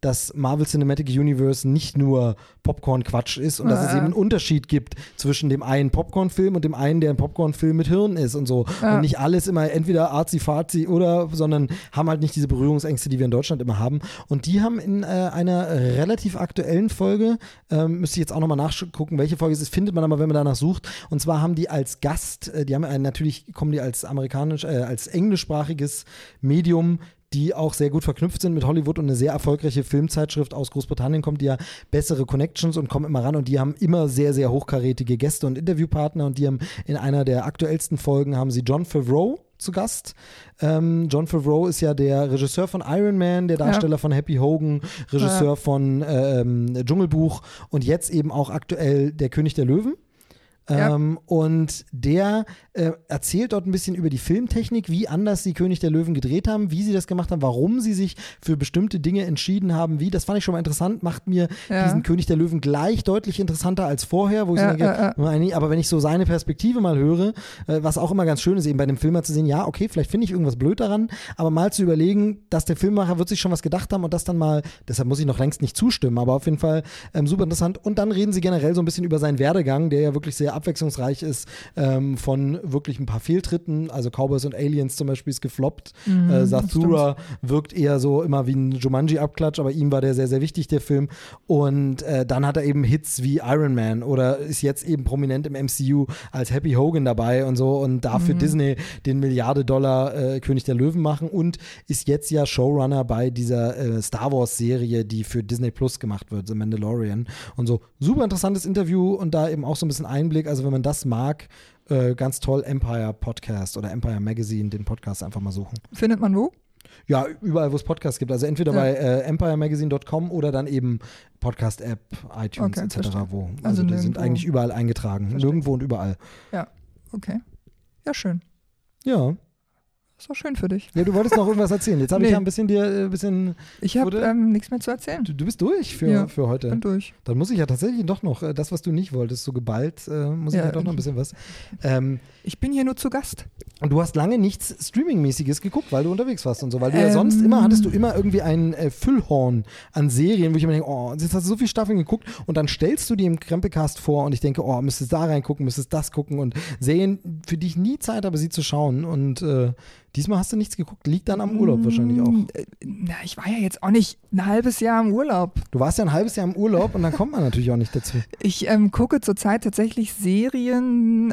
dass Marvel Cinematic Universe nicht nur Popcorn-Quatsch ist und Ja. dass es eben einen Unterschied gibt zwischen dem einen Popcorn-Film und dem einen, der ein Popcorn-Film mit Hirn ist und so. Ja. Und nicht alles immer entweder arzi-fazi oder, sondern haben halt nicht diese Berührungsängste, die wir in Deutschland immer haben. Und die haben in äh, einer relativ aktuellen Folge, ähm, müsste ich jetzt auch nochmal nachgucken, welche Folge es ist, findet man aber, wenn man danach sucht. Und zwar haben die als Gast, äh, die haben einen, natürlich kommen die als amerikanisch, äh, als englischsprachiges Medium, die auch sehr gut verknüpft sind mit Hollywood und eine sehr erfolgreiche Filmzeitschrift aus Großbritannien kommt, die ja bessere Connections und kommen immer ran und die haben immer sehr, sehr hochkarätige Gäste und Interviewpartner und die haben in einer der aktuellsten Folgen haben sie Jon Favreau zu Gast. Ähm, Jon Favreau ist ja der Regisseur von Iron Man, der Darsteller ja. von Happy Hogan, Regisseur ja. von ähm, Dschungelbuch und jetzt eben auch aktuell der König der Löwen. Ja. Ähm, und der äh, erzählt dort ein bisschen über die Filmtechnik, wie anders sie König der Löwen gedreht haben, wie sie das gemacht haben, warum sie sich für bestimmte Dinge entschieden haben, wie, das fand ich schon mal interessant, macht mir ja. diesen König der Löwen gleich deutlich interessanter als vorher, wo ich ja, so denke, ja, ja. aber wenn ich so seine Perspektive mal höre, äh, was auch immer ganz schön ist, eben bei dem Film mal zu sehen, ja, okay, vielleicht finde ich irgendwas blöd daran, aber mal zu überlegen, dass der Filmemacher wird sich schon was gedacht haben und das dann mal, deshalb muss ich noch längst nicht zustimmen, aber auf jeden Fall ähm, super interessant. Und dann reden sie generell so ein bisschen über seinen Werdegang, der ja wirklich sehr abwechslungsreich ist, ähm, von wirklich ein paar Fehltritten, also Cowboys und Aliens zum Beispiel ist gefloppt, Mhm, äh, Zathura wirkt eher so immer wie ein Jumanji-Abklatsch, aber ihm war der sehr, sehr wichtig, der Film. Und äh, dann hat er eben Hits wie Iron Man oder ist jetzt eben prominent im M C U als Happy Hogan dabei und so und darf für Mhm. Disney den Milliarde Dollar äh, König der Löwen machen und ist jetzt ja Showrunner bei dieser äh, Star Wars-Serie, die für Disney Plus gemacht wird, The Mandalorian und so. Super interessantes Interview und da eben auch so ein bisschen Einblick, also wenn man das mag, äh, ganz toll, Empire Podcast oder Empire Magazine, den Podcast einfach mal suchen. Findet man wo? Ja, überall, wo es Podcasts gibt. Also entweder Ja. bei äh, empire magazine dot com oder dann eben Podcast-App, iTunes Okay, et cetera. verstehe. Wo. Also, Also die sind nirgendwo. eigentlich überall eingetragen. Verstehe. Nirgendwo und überall. Ja, okay. Ja, schön. Ja. Ist auch schön für dich. Ja, du wolltest noch irgendwas erzählen. Jetzt habe Nee. ich ja ein bisschen dir äh, ein bisschen. Ich habe Wurde- ähm, nichts mehr zu erzählen. Du, du bist durch für, Ja, für heute. Bin durch. Dann muss ich ja tatsächlich doch noch, äh, das, was du nicht wolltest, so geballt, äh, muss ich Ja. ja doch noch ein bisschen was. Ähm, Ich bin hier nur zu Gast. Und du hast lange nichts Streaming-mäßiges geguckt, weil du unterwegs warst und so. Weil du ja Ähm. sonst immer, hattest du immer irgendwie ein äh, Füllhorn an Serien, wo ich immer denke, oh, jetzt hast du so viele Staffeln geguckt und dann stellst du die im Krempelcast vor und ich denke, oh, müsstest da reingucken, müsstest das gucken und Serien, für die ich nie Zeit habe, sie zu schauen. Und äh, diesmal hast du nichts geguckt. Liegt dann am Urlaub wahrscheinlich auch. Mm, äh, Na, ich war ja jetzt auch nicht ein halbes Jahr im Urlaub. Du warst ja ein halbes Jahr im Urlaub und dann kommt man natürlich auch nicht dazu. Ich ähm, gucke zurzeit tatsächlich Serien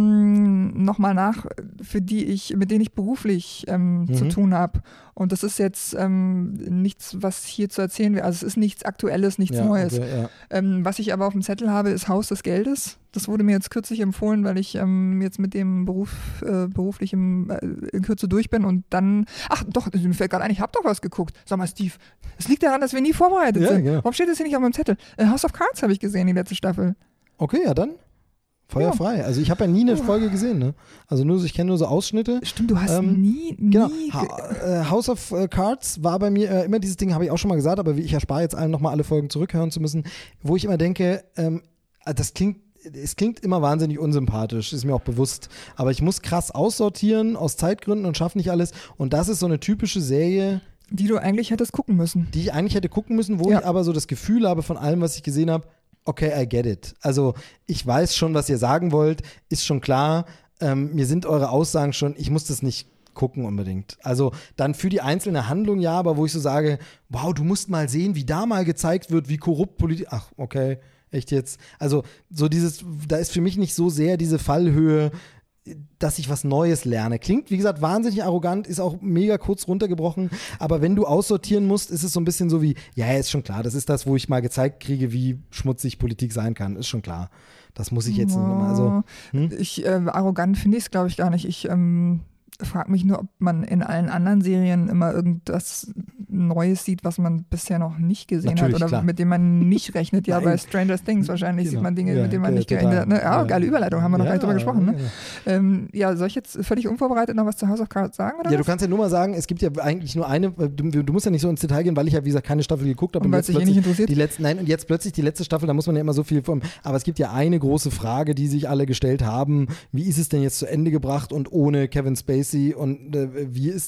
ähm, nochmal nach, für die ich, mit denen ich beruflich ähm, Mhm. zu tun habe. Und das ist jetzt ähm, nichts, was hier zu erzählen wäre. Also es ist nichts Aktuelles, nichts Ja, Neues. okay, ja. Ähm, was ich aber auf dem Zettel habe, ist Haus des Geldes. Das wurde mir jetzt kürzlich empfohlen, weil ich ähm, jetzt mit dem Beruf äh, beruflich im, äh, in Kürze durch bin und dann, ach doch, mir fällt gerade ein, ich habe doch was geguckt. Sag mal, Steve, es liegt daran, dass wir nie vorbereitet Ja, sind. genau. Warum steht das hier nicht auf meinem Zettel? Äh, House of Cards habe ich gesehen, die letzte Staffel. Okay, ja dann. Feuer Ja. frei. Also ich habe ja nie eine Folge gesehen, ne? Also nur, so- ich kenne nur so Ausschnitte. Stimmt, du hast Ähm, nie, nie Genau. ge- Ha äh, House of äh, Cards war bei mir äh, immer dieses Ding, habe ich auch schon mal gesagt, aber wie- ich erspare jetzt allen nochmal alle Folgen zurückhören zu müssen, wo ich immer denke, ähm, das klingt, es klingt immer wahnsinnig unsympathisch, ist mir auch bewusst, aber ich muss krass aussortieren aus Zeitgründen und schaffe nicht alles und das ist so eine typische Serie, die du eigentlich hättest gucken müssen. die ich eigentlich hätte gucken müssen, wo Ja. ich aber so das Gefühl habe von allem, was ich gesehen habe, okay, I get it. Also ich weiß schon, was ihr sagen wollt, ist schon klar. Ähm, mir sind eure Aussagen schon, ich muss das nicht gucken unbedingt. Also dann für die einzelne Handlung ja, aber wo ich so sage, wow, du musst mal sehen, wie da mal gezeigt wird, wie korrupt Politik, ach, okay, echt jetzt. Also so dieses, da ist für mich nicht so sehr diese Fallhöhe, dass ich was Neues lerne. Klingt, wie gesagt, wahnsinnig arrogant, ist auch mega kurz runtergebrochen, aber wenn du aussortieren musst, ist es so ein bisschen so wie, ja, ist schon klar, das ist das, wo ich mal gezeigt kriege, wie schmutzig Politik sein kann, ist schon klar. Das muss ich jetzt nicht nochmal, also, hm? Ich, äh, arrogant finde ich es, glaube ich, gar nicht. Ich ähm, frage mich nur, ob man in allen anderen Serien immer irgendwas Neues sieht, was man bisher noch nicht gesehen Natürlich, hat oder klar. mit dem man nicht rechnet. Ja, Nein. bei Stranger Things wahrscheinlich Genau. sieht man Dinge, Ja, mit denen man ja, nicht total. gerechnet hat. Ne? Ja, Ja. geile Überleitung, haben wir noch gar nicht drüber gesprochen. Ne? genau. Ähm, ja, soll ich jetzt völlig unvorbereitet noch was zu House of Cards sagen? Oder Ja, du was? kannst ja nur mal sagen, es gibt ja eigentlich nur eine, du, du musst ja nicht so ins Detail gehen, weil ich ja, wie gesagt, keine Staffel geguckt habe. Und weil jetzt es dich eh plötzlich nicht interessiert? Die letzten, nein, und jetzt plötzlich die letzte Staffel, da muss man ja immer so viel vom, aber es gibt ja eine große Frage, die sich alle gestellt haben, wie ist es denn jetzt zu Ende gebracht und ohne Kevin Spacey und äh, wie ist,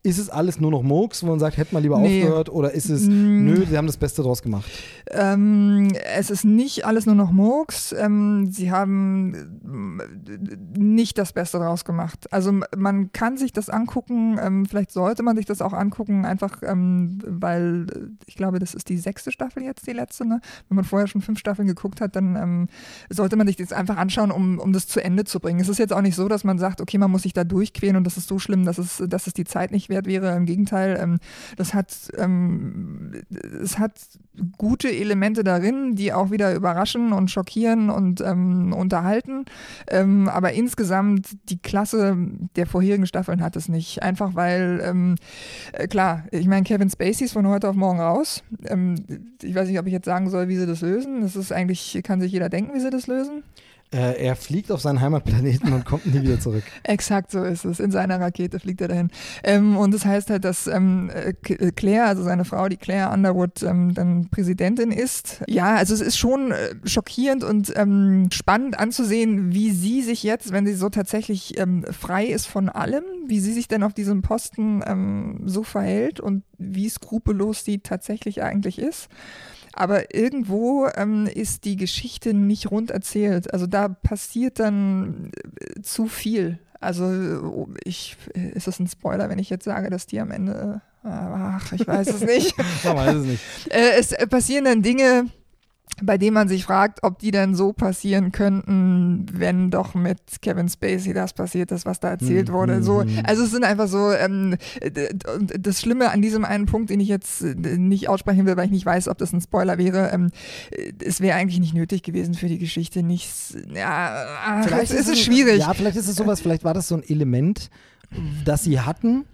ist es alles nur noch Murks, wo man sagt, hätte man lieber Nee. aufgehört, oder ist es, mm. nö, sie haben das Beste draus gemacht? Ähm, es ist nicht alles nur noch Murks. Ähm, sie haben äh, nicht das Beste draus gemacht. Also m- man kann sich das angucken, ähm, vielleicht sollte man sich das auch angucken, einfach ähm, weil äh, ich glaube, das ist die sechste Staffel jetzt, die letzte. Ne? Wenn man vorher schon fünf Staffeln geguckt hat, dann ähm, sollte man sich das einfach anschauen, um, um das zu Ende zu bringen. Es ist jetzt auch nicht so, dass man sagt, okay, man muss sich da durchquälen und das ist so schlimm, dass es, dass es die Zeit nicht wert wäre. Im Gegenteil, ähm, das hat, ähm, es hat gute Elemente darin, die auch wieder überraschen und schockieren und ähm, unterhalten. Ähm, aber insgesamt die Klasse der vorherigen Staffeln hat es nicht. Einfach weil, ähm, äh, klar, ich meine, Kevin Spacey ist von heute auf morgen raus. Ähm, ich weiß nicht, ob ich jetzt sagen soll, wie sie das lösen. Das ist eigentlich, kann sich jeder denken, wie sie das lösen. Äh, er fliegt auf seinen Heimatplaneten und kommt nie wieder zurück. Exakt so ist es. In seiner Rakete fliegt er dahin. Ähm, und das heißt halt, dass ähm, Claire, also seine Frau, die Claire Underwood, ähm, dann Präsidentin ist. Ja, also es ist schon äh, schockierend und ähm, spannend anzusehen, wie sie sich jetzt, wenn sie so tatsächlich ähm, frei ist von allem, wie sie sich denn auf diesem Posten ähm, so verhält und wie skrupellos sie tatsächlich eigentlich ist. Aber irgendwo ähm, ist die Geschichte nicht rund erzählt. Also da passiert dann äh, zu viel. Also ich, ist das ein Spoiler, wenn ich jetzt sage, dass die am Ende, äh, ach, ich weiß es nicht. Man weiß es nicht. äh, es passieren dann Dinge, bei denen man sich fragt, ob die dann so passieren könnten, wenn doch mit Kevin Spacey das passiert ist, was da erzählt Mhm. wurde. So, also es sind einfach so, ähm, und das Schlimme an diesem einen Punkt, den ich jetzt nicht aussprechen will, weil ich nicht weiß, ob das ein Spoiler wäre, ähm, es wäre eigentlich nicht nötig gewesen für die Geschichte. Nichts, ja, ach, Vielleicht es ist es es- schwierig. Ja, vielleicht ist es sowas, vielleicht war das so ein Element, das sie hatten,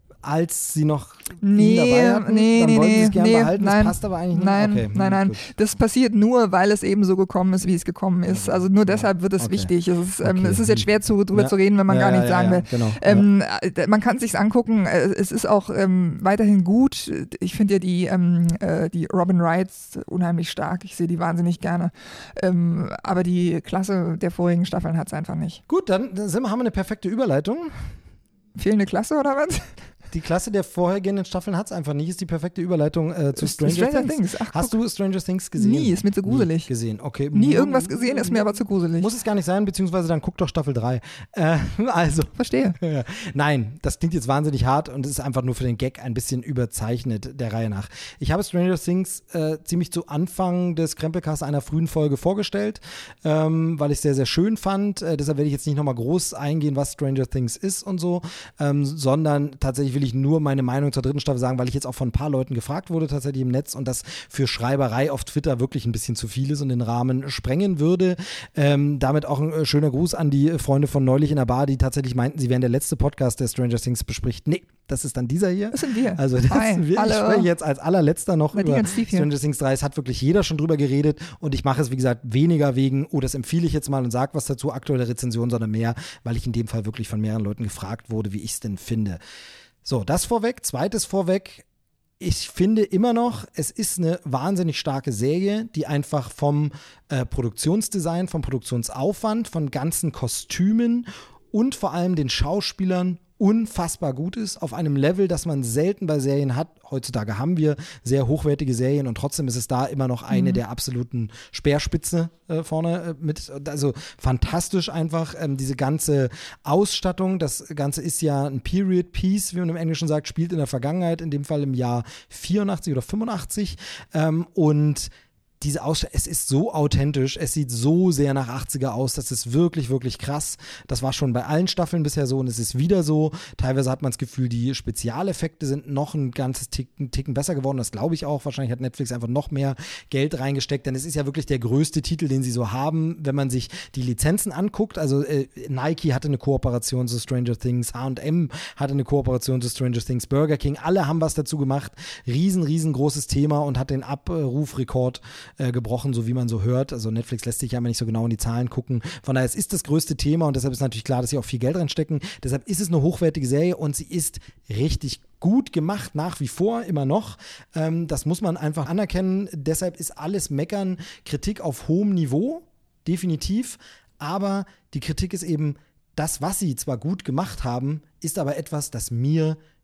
als sie noch ihn Nee, dabei hatten. nee, Dann nee, wollten sie es nee, gerne nee, behalten, nein, das passt aber eigentlich nicht. nein, okay, nein, nein. gut. Das passiert nur, weil es eben so gekommen ist, wie es gekommen ist. Also nur deshalb wird es Okay. wichtig. Es ist, ähm, Okay. es ist jetzt schwer zu, drüber Ja. zu reden, wenn man Ja, gar ja, nichts ja, sagen ja, will. genau, Ähm, äh, Man kann es sich angucken. Äh, Es ist auch ähm, weiterhin gut. Ich finde ja die, ähm, äh, die Robin Wright unheimlich stark. Ich sehe die wahnsinnig gerne. Ähm, aber die Klasse der vorigen Staffeln hat es einfach nicht. Gut, dann sind wir, haben wir eine perfekte Überleitung. Fehlende Klasse oder was? Die Klasse der vorhergehenden Staffeln hat es einfach nicht. Ist die perfekte Überleitung äh, zu Stranger, Stranger Things. Things. Ach, Hast guck. du Stranger Things gesehen? Nie, ist mir zu gruselig. Nie gesehen, okay. Nie irgendwas gesehen, ist mir aber zu gruselig. Muss es gar nicht sein, beziehungsweise dann guck doch Staffel drei. Äh, also, Verstehe. nein, das klingt jetzt wahnsinnig hart und es ist einfach nur für den Gag ein bisschen überzeichnet, der Reihe nach. Ich habe Stranger Things äh, ziemlich zu Anfang des Krempelcasts einer frühen Folge vorgestellt, ähm, weil ich es sehr, sehr schön fand. Äh, deshalb werde ich jetzt nicht nochmal groß eingehen, was Stranger Things ist und so, ähm, sondern tatsächlich will ich nur meine Meinung zur dritten Staffel sagen, weil ich jetzt auch von ein paar Leuten gefragt wurde, tatsächlich im Netz, und das für Schreiberei auf Twitter wirklich ein bisschen zu viel ist und den Rahmen sprengen würde. Ähm, damit auch ein äh, schöner Gruß an die Freunde von neulich in der Bar, die tatsächlich meinten, sie wären der letzte Podcast, der Stranger Things bespricht. Nee, das ist dann dieser hier. Das sind wir. Also das Hi, sind wir. Ich hallo. spreche jetzt als allerletzter noch Bei dir über ganz tief hier. Stranger Things drei. Es hat wirklich jeder schon drüber geredet und ich mache es, wie gesagt, weniger wegen, oh, das empfehle ich jetzt mal und sage was dazu, aktuelle Rezension, sondern mehr, weil ich in dem Fall wirklich von mehreren Leuten gefragt wurde, wie ich es denn finde. So, das vorweg. Zweites vorweg. Ich finde immer noch, es ist eine wahnsinnig starke Serie, die einfach vom äh, Produktionsdesign, vom Produktionsaufwand, von ganzen Kostümen und vor allem den Schauspielern unfassbar gut ist, auf einem Level, das man selten bei Serien hat. Heutzutage haben wir sehr hochwertige Serien und trotzdem ist es da immer noch eine mhm. der absoluten Speerspitze äh, vorne äh, mit. Also fantastisch einfach, ähm, diese ganze Ausstattung. Das Ganze ist ja ein Period Piece, wie man im Englischen sagt, spielt in der Vergangenheit, in dem Fall im Jahr vierundachtzig oder fünfundachtzig. Ähm, und diese Ausstattung, es ist so authentisch, es sieht so sehr nach achtziger aus, das ist wirklich, wirklich krass. Das war schon bei allen Staffeln bisher so und es ist wieder so. Teilweise hat man das Gefühl, die Spezialeffekte sind noch ein ganzes Ticken, Ticken besser geworden, das glaube ich auch. Wahrscheinlich hat Netflix einfach noch mehr Geld reingesteckt, denn es ist ja wirklich der größte Titel, den sie so haben, wenn man sich die Lizenzen anguckt. Also äh, Nike hatte eine Kooperation zu Stranger Things, H und M hatte eine Kooperation zu Stranger Things, Burger King, alle haben was dazu gemacht. Riesen, riesengroßes Thema und hat den Abrufrekord Äh, gebrochen, so wie man so hört. Also Netflix lässt sich ja immer nicht so genau in die Zahlen gucken. Von daher, es ist das größte Thema und deshalb ist natürlich klar, dass sie auch viel Geld reinstecken. Deshalb ist es eine hochwertige Serie und sie ist richtig gut gemacht, nach wie vor, immer noch. Ähm, das muss man einfach anerkennen. Deshalb ist alles Meckern Kritik auf hohem Niveau, definitiv. Aber die Kritik ist eben, das, was sie zwar gut gemacht haben, ist aber etwas, das mir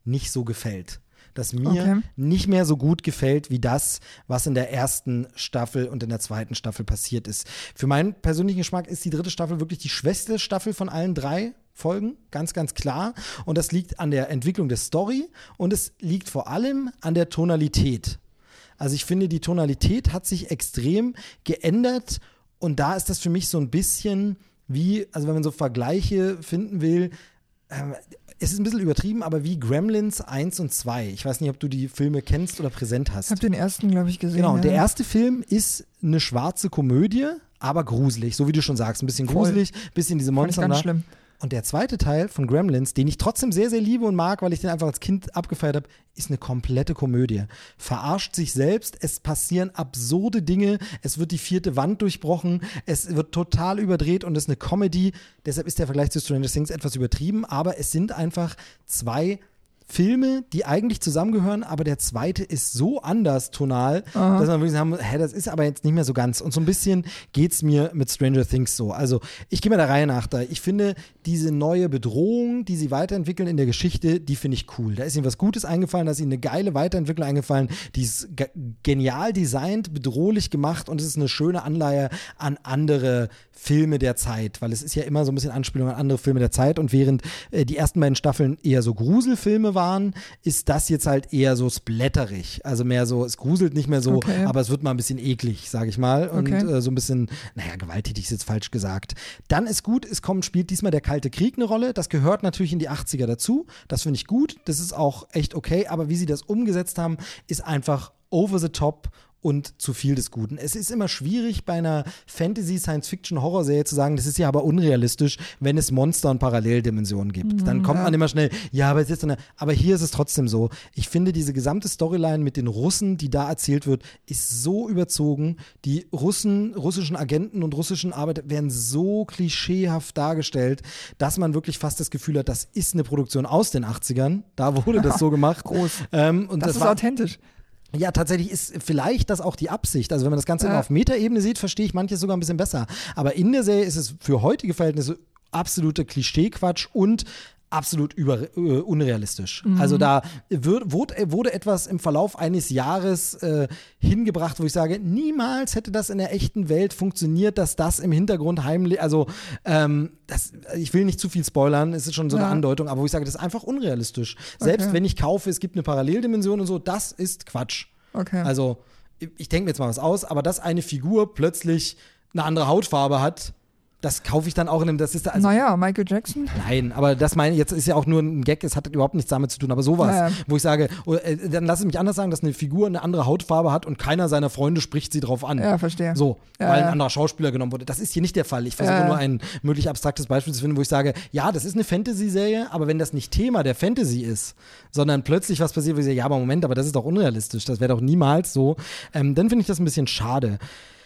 nicht so gefällt. Das mir Okay. nicht mehr so gut gefällt wie das, was in der ersten Staffel und in der zweiten Staffel passiert ist. Für meinen persönlichen Geschmack ist die dritte Staffel wirklich die schwächste Staffel von allen drei Folgen, ganz, ganz klar. Und das liegt an der Entwicklung der Story und es liegt vor allem an der Tonalität. Also ich finde, die Tonalität hat sich extrem geändert und da ist das für mich so ein bisschen wie, also wenn man so Vergleiche finden will, ähm, es ist ein bisschen übertrieben, aber wie Gremlins eins und zwei. Ich weiß nicht, ob du die Filme kennst oder präsent hast. Ich habe den ersten, glaube ich, gesehen. Genau, und ja. der erste Film ist eine schwarze Komödie, aber gruselig, so wie du schon sagst. Ein bisschen Voll. gruselig, ein bisschen diese Fand ich Monster. ganz da. schlimm. Und der zweite Teil von Gremlins, den ich trotzdem sehr, sehr liebe und mag, weil ich den einfach als Kind abgefeiert habe, ist eine komplette Komödie. Verarscht sich selbst, es passieren absurde Dinge, es wird die vierte Wand durchbrochen, es wird total überdreht und es ist eine Comedy. Deshalb ist der Vergleich zu Stranger Things etwas übertrieben, aber es sind einfach zwei Filme, die eigentlich zusammengehören, aber der zweite ist so anders tonal, Aha. dass man wirklich sagen muss, hä, das ist aber jetzt nicht mehr so ganz. Und so ein bisschen geht's mir mit Stranger Things so. Also ich gehe mal der Reihe nach da. Ich finde diese neue Bedrohung, die sie weiterentwickeln in der Geschichte, die finde ich cool. Da ist ihnen was Gutes eingefallen, da ist ihnen eine geile Weiterentwicklung eingefallen, die ist ge- genial designt, bedrohlich gemacht und es ist eine schöne Anleihe an andere Filme der Zeit, weil es ist ja immer so ein bisschen Anspielung an andere Filme der Zeit und während äh, die ersten beiden Staffeln eher so Gruselfilme waren, ist das jetzt halt eher so splatterig, also mehr so, es gruselt nicht mehr so, Okay. aber es wird mal ein bisschen eklig, sage ich mal und Okay. äh, so ein bisschen, naja, gewalttätig ist jetzt falsch gesagt. Dann ist gut, es kommt, spielt diesmal der Kalte Krieg eine Rolle, das gehört natürlich in die achtziger dazu, das finde ich gut, das ist auch echt okay, aber wie sie das umgesetzt haben, ist einfach over the top und zu viel des Guten. Es ist immer schwierig, bei einer Fantasy-Science-Fiction-Horror-Serie zu sagen, das ist ja aber unrealistisch, wenn es Monster und Paralleldimensionen gibt. Dann kommt ja. man immer schnell, ja, aber es ist so eine, aber hier ist es trotzdem so. Ich finde, diese gesamte Storyline mit den Russen, die da erzählt wird, ist so überzogen. Die Russen, russischen Agenten und russischen Arbeiter werden so klischeehaft dargestellt, dass man wirklich fast das Gefühl hat, das ist eine Produktion aus den achtzigern. Da wurde das so gemacht. Groß. Ähm, und Das, das, ist war, authentisch. ja, tatsächlich ist vielleicht das auch die Absicht. Also wenn man das Ganze Ja. immer auf Metaebene sieht, verstehe ich manches sogar ein bisschen besser. Aber in der Serie ist es für heutige Verhältnisse absolute Klischeequatsch und absolut über, äh, unrealistisch. Mhm. Also da wird, wurde, wurde etwas im Verlauf eines Jahres äh, hingebracht, wo ich sage, niemals hätte das in der echten Welt funktioniert, dass das im Hintergrund heimlich, also ähm, das, ich will nicht zu viel spoilern, es ist schon so eine Ja. Andeutung, aber wo ich sage, das ist einfach unrealistisch. Selbst Okay. wenn ich kaufe, es gibt eine Paralleldimension und so, das ist Quatsch. Okay. Also, ich denke mir jetzt mal was aus, aber dass eine Figur plötzlich eine andere Hautfarbe hat, das kaufe ich dann auch in einem, das ist da, also, naja, Michael Jackson. nein, aber das meine ich, jetzt ist ja auch nur ein Gag, es hat überhaupt nichts damit zu tun, aber sowas, Ja, ja. wo ich sage, oh, äh, dann lass es mich anders sagen, dass eine Figur eine andere Hautfarbe hat und keiner seiner Freunde spricht sie drauf an. Ja, verstehe. So, Ja, weil ein ja. anderer Schauspieler genommen wurde. Das ist hier nicht der Fall. Ich versuche Ja, ja. nur ein möglich abstraktes Beispiel zu finden, wo ich sage, ja, das ist eine Fantasy-Serie, aber wenn das nicht Thema der Fantasy ist, sondern plötzlich was passiert, wo ich sage, ja, aber Moment, aber das ist doch unrealistisch, das wäre doch niemals so, ähm, dann finde ich das ein bisschen schade.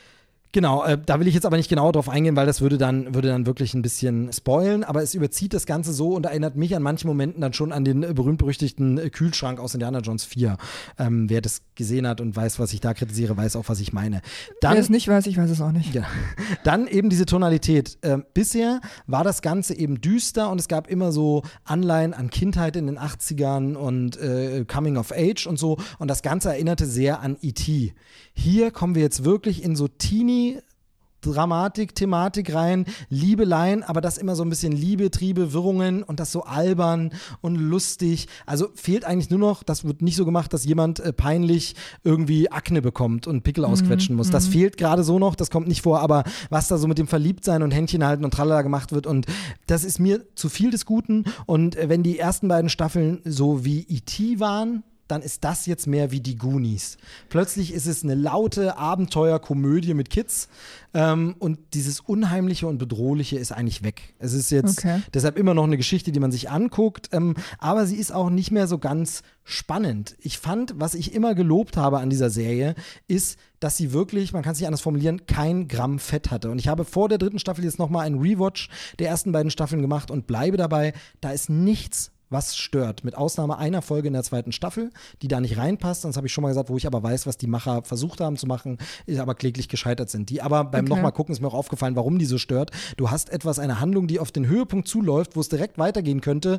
Genau, äh, da will ich jetzt aber nicht genau drauf eingehen, weil das würde dann, würde dann wirklich ein bisschen spoilen, aber es überzieht das Ganze so und erinnert mich an manchen Momenten dann schon an den äh, berühmt-berüchtigten äh, Kühlschrank aus Indiana Jones vier. Ähm, wer das gesehen hat und weiß, was ich da kritisiere, weiß auch, was ich meine. Dann, Wer es nicht weiß, ich weiß es auch nicht. ja. Dann eben diese Tonalität. Ähm, bisher war das Ganze eben düster und es gab immer so Anleihen an Kindheit in den achtzigern und äh, Coming of Age und so und das Ganze erinnerte sehr an E T. Hier kommen wir jetzt wirklich in so Teenie Dramatik, Thematik rein, Liebeleien, aber das immer so ein bisschen Liebe, Triebe, Wirrungen und das so albern und lustig. Also fehlt eigentlich nur noch, das wird nicht so gemacht, dass jemand äh, peinlich irgendwie Akne bekommt und Pickel ausquetschen muss. Das fehlt gerade so noch, das kommt nicht vor, aber was da so mit dem Verliebtsein und Händchen halten und tralala gemacht wird und das ist mir zu viel des Guten und äh, wenn die ersten beiden Staffeln so wie E T waren, dann ist das jetzt mehr wie die Goonies. Plötzlich ist es eine laute Abenteuerkomödie mit Kids ähm, und dieses Unheimliche und Bedrohliche ist eigentlich weg. Es ist jetzt Okay. deshalb immer noch eine Geschichte, die man sich anguckt, ähm, aber sie ist auch nicht mehr so ganz spannend. Ich fand, was ich immer gelobt habe an dieser Serie, ist, dass sie wirklich, man kann es nicht anders formulieren, kein Gramm Fett hatte. Und ich habe vor der dritten Staffel jetzt nochmal einen Rewatch der ersten beiden Staffeln gemacht und bleibe dabei, da ist nichts, was stört, mit Ausnahme einer Folge in der zweiten Staffel, die da nicht reinpasst, das habe ich schon mal gesagt, wo ich aber weiß, was die Macher versucht haben zu machen, aber kläglich gescheitert sind. Die aber beim Okay. nochmal gucken ist mir auch aufgefallen, warum die so stört. Du hast etwas, eine Handlung, die auf den Höhepunkt zuläuft, wo es direkt weitergehen könnte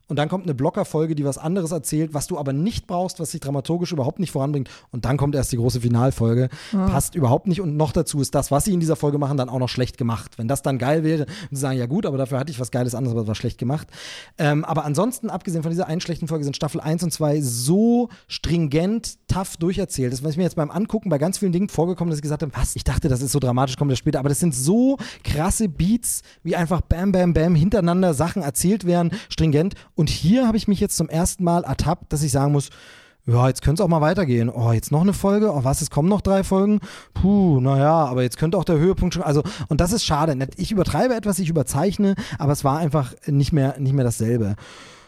und dann kommt eine Blockerfolge, die was anderes erzählt, was du aber nicht brauchst, was sich dramaturgisch überhaupt nicht voranbringt und dann kommt erst die große Finalfolge. Ja. Passt überhaupt nicht und noch dazu ist das, was sie in dieser Folge machen, dann auch noch schlecht gemacht. Wenn das dann geil wäre, würden sie sagen, ja gut, aber dafür hatte ich was Geiles anderes, aber das war schlecht gemacht. Ähm, aber ansonsten, abgesehen von dieser einen schlechten Folge, sind Staffel eins und zwei so stringent, tough durcherzählt. Das ist mir jetzt beim Angucken bei ganz vielen Dingen vorgekommen, dass ich gesagt habe, was, ich dachte, das ist so dramatisch, kommt das später, aber das sind so krasse Beats, wie einfach bam, bam, bam, hintereinander Sachen erzählt werden, stringent. Und hier habe ich mich jetzt zum ersten Mal ertappt, dass ich sagen muss, ja, jetzt könnte es auch mal weitergehen. Oh, jetzt noch eine Folge? Oh, was, es kommen noch drei Folgen? Puh, naja, aber jetzt könnte auch der Höhepunkt schon, also, und das ist schade. Ich übertreibe etwas, ich überzeichne, aber es war einfach nicht mehr, nicht mehr dasselbe.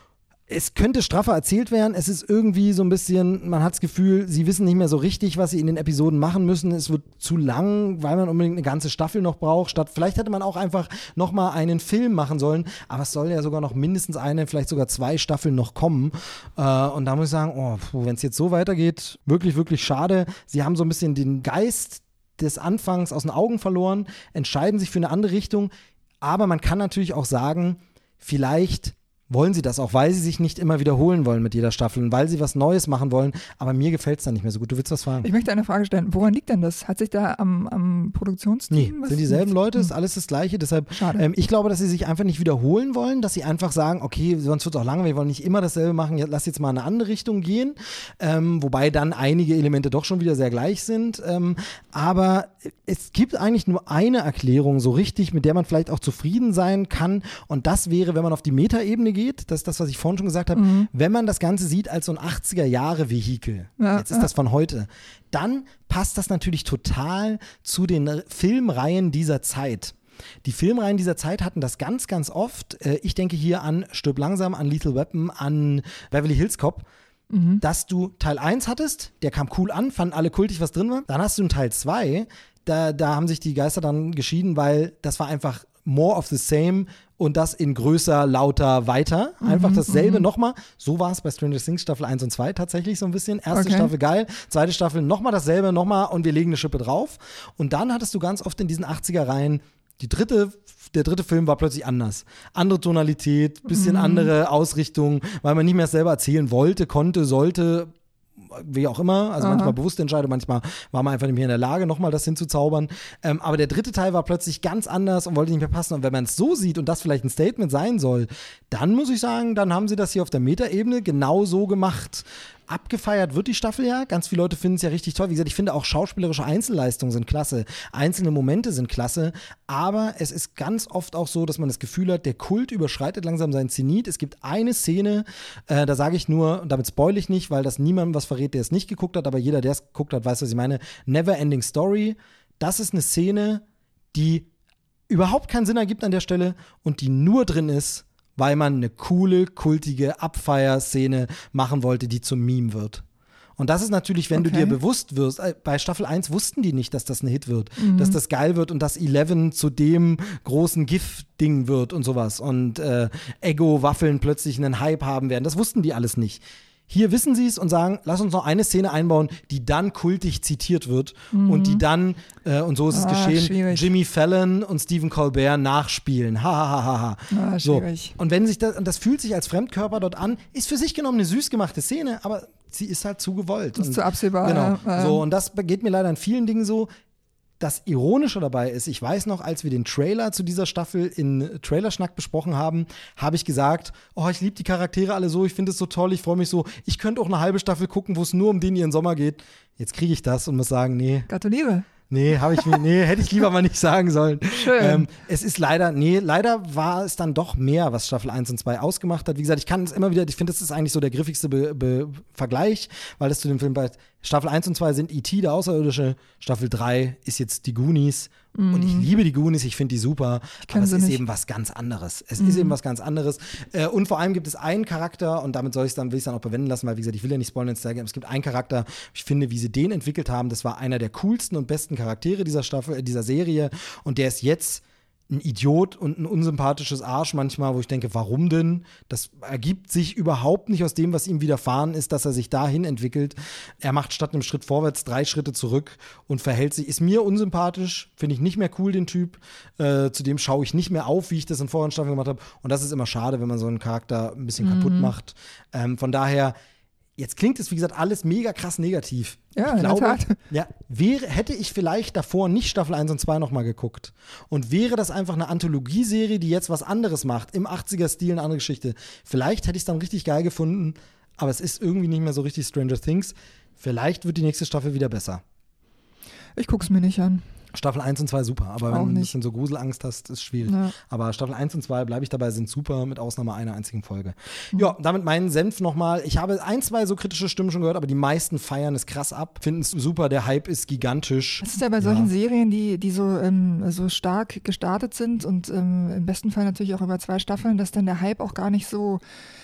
Es könnte straffer erzählt werden, es ist irgendwie so ein bisschen, man hat das Gefühl, sie wissen nicht mehr so richtig, was sie in den Episoden machen müssen, es wird zu lang, weil man unbedingt eine ganze Staffel noch braucht, statt, vielleicht hätte man auch einfach nochmal einen Film machen sollen, aber es soll ja sogar noch mindestens eine, vielleicht sogar zwei Staffeln noch kommen äh, und da muss ich sagen, oh, wenn es jetzt so weitergeht, wirklich, wirklich schade, sie haben so ein bisschen den Geist des Anfangs aus den Augen verloren, entscheiden sich für eine andere Richtung, aber man kann natürlich auch sagen, vielleicht wollen sie das auch, weil sie sich nicht immer wiederholen wollen mit jeder Staffel und weil sie was Neues machen wollen, aber mir gefällt es dann nicht mehr so gut. Du willst was fragen? Ich möchte eine Frage stellen. Woran liegt denn das? Hat sich da am, am Produktionsteam Nee, was sind dieselben hm. Leute, ist alles das Gleiche, deshalb, ähm, ich glaube, dass sie sich einfach nicht wiederholen wollen, dass sie einfach sagen, okay, sonst wird es auch langweilig, wir wollen nicht immer dasselbe machen, lass jetzt mal in eine andere Richtung gehen, ähm, wobei dann einige Elemente doch schon wieder sehr gleich sind, ähm, aber es gibt eigentlich nur eine Erklärung so richtig, mit der man vielleicht auch zufrieden sein kann und das wäre, wenn man auf die Metaebene geht, das ist das, was ich vorhin schon gesagt habe, mhm. wenn man das Ganze sieht als so ein achtziger-Jahre-Vehikel, ja, jetzt ist ja. das von heute, dann passt das natürlich total zu den Filmreihen dieser Zeit. Die Filmreihen dieser Zeit hatten das ganz, ganz oft. Ich denke hier an Stirb langsam, an Lethal Weapon, an Beverly Hills Cop, mhm. dass du Teil eins hattest, der kam cool an, fanden alle kultig, was drin war. Dann hast du einen Teil zwei, da, da haben sich die Geister dann geschieden, weil das war einfach more of the same und das in größer, lauter, weiter. Einfach dasselbe mhm. nochmal. So war es bei Stranger Things Staffel eins und zwei tatsächlich so ein bisschen. Erste Okay. Staffel geil, zweite Staffel nochmal dasselbe, nochmal und wir legen eine Schippe drauf. Und dann hattest du ganz oft in diesen achtziger-Reihen die dritte, der dritte Film war plötzlich anders. Andere Tonalität, bisschen mhm. andere Ausrichtung, weil man nicht mehr selber erzählen wollte, konnte, sollte, wie auch immer, also Aha. manchmal bewusste Entscheidung, manchmal war man einfach nicht mehr in der Lage, nochmal das hinzuzaubern. Ähm, aber der dritte Teil war plötzlich ganz anders und wollte nicht mehr passen. Und wenn man es so sieht und das vielleicht ein Statement sein soll, dann muss ich sagen, dann haben sie das hier auf der Metaebene genau so gemacht. Abgefeiert wird die Staffel ja. Ganz viele Leute finden es ja richtig toll. Wie gesagt, ich finde auch schauspielerische Einzelleistungen sind klasse. Einzelne Momente sind klasse. Aber es ist ganz oft auch so, dass man das Gefühl hat, der Kult überschreitet langsam seinen Zenit. Es gibt eine Szene, äh, da sage ich nur, und damit spoil ich nicht, weil das niemandem was verrät, der es nicht geguckt hat, aber jeder, der es geguckt hat, weiß, was ich meine. Never Ending Story. Das ist eine Szene, die überhaupt keinen Sinn ergibt an der Stelle und die nur drin ist, weil man eine coole, kultige Abfeierszene machen wollte, die zum Meme wird. Und das ist natürlich, wenn okay. du dir bewusst wirst, äh, bei Staffel eins wussten die nicht, dass das ein Hit wird, mhm. dass das geil wird und dass Eleven zu dem großen GIF-Ding wird und sowas und äh, Eggo-Waffeln plötzlich einen Hype haben werden. Das wussten die alles nicht. Hier wissen sie es und sagen, lass uns noch eine Szene einbauen, die dann kultig zitiert wird mhm. und die dann, äh, und so ist es ah, geschehen, schwierig. Jimmy Fallon und Stephen Colbert nachspielen. Ha, ha, ha, ha, ha. Ah, so. schwierig. Und wenn sich das, und das fühlt sich als Fremdkörper dort an, ist für sich genommen eine süß gemachte Szene, aber sie ist halt zu gewollt. Ist und, zu absehbar. Genau. Ja. So, und das geht mir leider in vielen Dingen so. Das Ironische dabei ist, ich weiß noch, als wir den Trailer zu dieser Staffel in Trailerschnack besprochen haben, habe ich gesagt, oh, ich liebe die Charaktere alle so, ich finde es so toll, ich freue mich so, ich könnte auch eine halbe Staffel gucken, wo es nur um den ihren Sommer geht. Jetzt kriege ich das und muss sagen, nee. Gratuliere. Nee, habe ich mir, nee, hätte ich lieber mal nicht sagen sollen. Schön. Ähm, es ist leider, nee, leider war es dann doch mehr, was Staffel eins und zwei ausgemacht hat. Wie gesagt, ich kann es immer wieder, ich finde, das ist eigentlich so der griffigste Be- Be- Vergleich, weil das zu dem Film bei Staffel eins und zwei sind E T, der Außerirdische, Staffel drei ist jetzt die Goonies. Mm. Und ich liebe die Goonies, ich finde die super, aber es ist nicht. eben was ganz anderes. Es mm. ist eben was ganz anderes. Äh, und vor allem gibt es einen Charakter, und damit soll ich es dann, will ich es dann auch bewenden lassen, weil wie gesagt, ich will ja nicht spoilern, es gibt einen Charakter, ich finde, wie sie den entwickelt haben, das war einer der coolsten und besten Charaktere dieser Staffel, äh, dieser Serie, und der ist jetzt ein Idiot und ein unsympathisches Arsch manchmal, wo ich denke, warum denn? Das ergibt sich überhaupt nicht aus dem, was ihm widerfahren ist, dass er sich dahin entwickelt. Er macht statt einem Schritt vorwärts drei Schritte zurück und verhält sich, ist mir unsympathisch, finde ich nicht mehr cool, den Typ. Äh, zudem schaue ich nicht mehr auf, wie ich das in vorherigen Staffeln gemacht habe. Und das ist immer schade, wenn man so einen Charakter ein bisschen mhm. kaputt macht. Ähm, von daher, jetzt klingt es, wie gesagt, alles mega krass negativ. Ja, ich glaube, in der Tat. Ja, wäre, hätte ich vielleicht davor nicht Staffel eins und zwei nochmal geguckt und wäre das einfach eine Anthologieserie, die jetzt was anderes macht, im achtziger-Stil, eine andere Geschichte, vielleicht hätte ich es dann richtig geil gefunden, aber es ist irgendwie nicht mehr so richtig Stranger Things. Vielleicht wird die nächste Staffel wieder besser. Ich guck's mir nicht an. Staffel eins und zwei super, aber Auch wenn du ein nicht. bisschen so Gruselangst hast, ist schwierig. Ja. Aber Staffel eins und zwei, bleibe ich dabei, sind super, mit Ausnahme einer einzigen Folge. Mhm. Ja, damit meinen Senf nochmal. Ich habe ein, zwei so kritische Stimmen schon gehört, aber die meisten feiern es krass ab, finden es super, der Hype ist gigantisch. Das ist ja bei solchen ja. Serien, die, die so, ähm, so stark gestartet sind und ähm, im besten Fall natürlich auch über zwei Staffeln, dass dann der Hype auch gar nicht so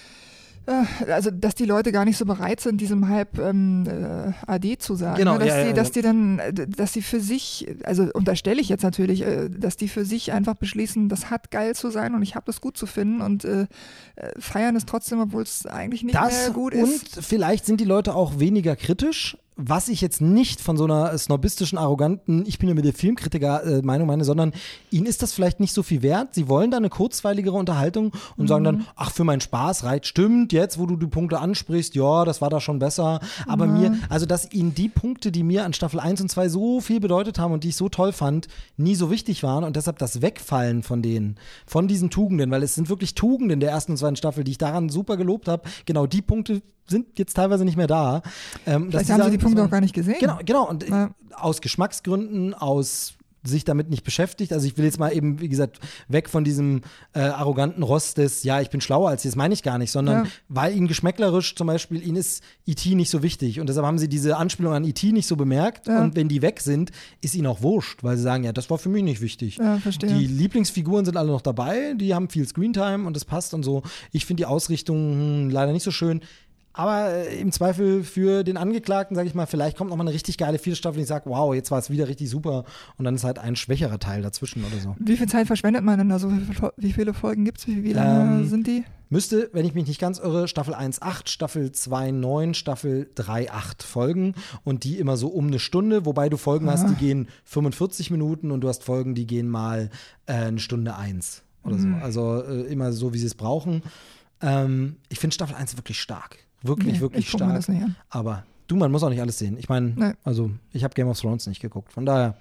also, dass die Leute gar nicht so bereit sind, diesem Hype ähm, äh, A D zu sagen. Genau, ne? dass, ja, die, ja, dass ja. die dann, dass sie für sich, also unterstelle ich jetzt natürlich, äh, dass die für sich einfach beschließen, das hat geil zu sein und ich habe das gut zu finden und äh, feiern es trotzdem, obwohl es eigentlich nicht das mehr gut und ist. Und vielleicht sind die Leute auch weniger kritisch. Was ich jetzt nicht von so einer snobistischen, arroganten, ich bin ja mit der Filmkritiker äh, Meinung meine, sondern ihnen ist das vielleicht nicht so viel wert. Sie wollen da eine kurzweiligere Unterhaltung und mhm. sagen dann, ach, für meinen Spaß reicht, stimmt, jetzt, wo du die Punkte ansprichst, ja, das war da schon besser. Aber mhm. mir, also dass ihnen die Punkte, die mir an Staffel eins und zwei so viel bedeutet haben und die ich so toll fand, nie so wichtig waren und deshalb das Wegfallen von denen, von diesen Tugenden, weil es sind wirklich Tugenden der ersten und zweiten Staffel, die ich daran super gelobt habe, genau die Punkte sind jetzt teilweise nicht mehr da. Ähm, Vielleicht haben sie die Punkte auch gar nicht gesehen. Genau, genau. Und ja. aus Geschmacksgründen, aus sich damit nicht beschäftigt. Also ich will jetzt mal eben, wie gesagt, weg von diesem äh, arroganten Ross des, ja, ich bin schlauer als sie, das meine ich gar nicht, sondern ja. weil ihnen geschmäcklerisch zum Beispiel, ihnen ist E T nicht so wichtig und deshalb haben sie diese Anspielung an E T nicht so bemerkt ja. und wenn die weg sind, ist ihnen auch wurscht, weil sie sagen, ja, das war für mich nicht wichtig. Ja, verstehe. Die Lieblingsfiguren sind alle noch dabei, die haben viel Screentime und das passt und so. Ich finde die Ausrichtung hm, leider nicht so schön. Aber äh, im Zweifel für den Angeklagten, sage ich mal, vielleicht kommt noch mal eine richtig geile vierte Staffel, die sagt, wow, jetzt war es wieder richtig super und dann ist halt ein schwächerer Teil dazwischen oder so. Wie viel Zeit verschwendet man denn da so? Wie viele Folgen gibt es? Wie, wie lange ähm, sind die? Müsste, wenn ich mich nicht ganz irre, Staffel eins acht, Staffel zwei neun, Staffel drei acht Folgen und die immer so um eine Stunde, wobei du Folgen Aha. hast, die gehen fünfundvierzig Minuten und du hast Folgen, die gehen mal äh, eine Stunde eins oder mhm. so. Also äh, immer so, wie sie es brauchen. Ähm, ich finde Staffel eins wirklich stark. Wirklich, nee, wirklich ich guck mir das stark. nicht an. Aber du, man muss auch nicht alles sehen. Ich meine, nee. also ich habe Game of Thrones nicht geguckt. Von daher.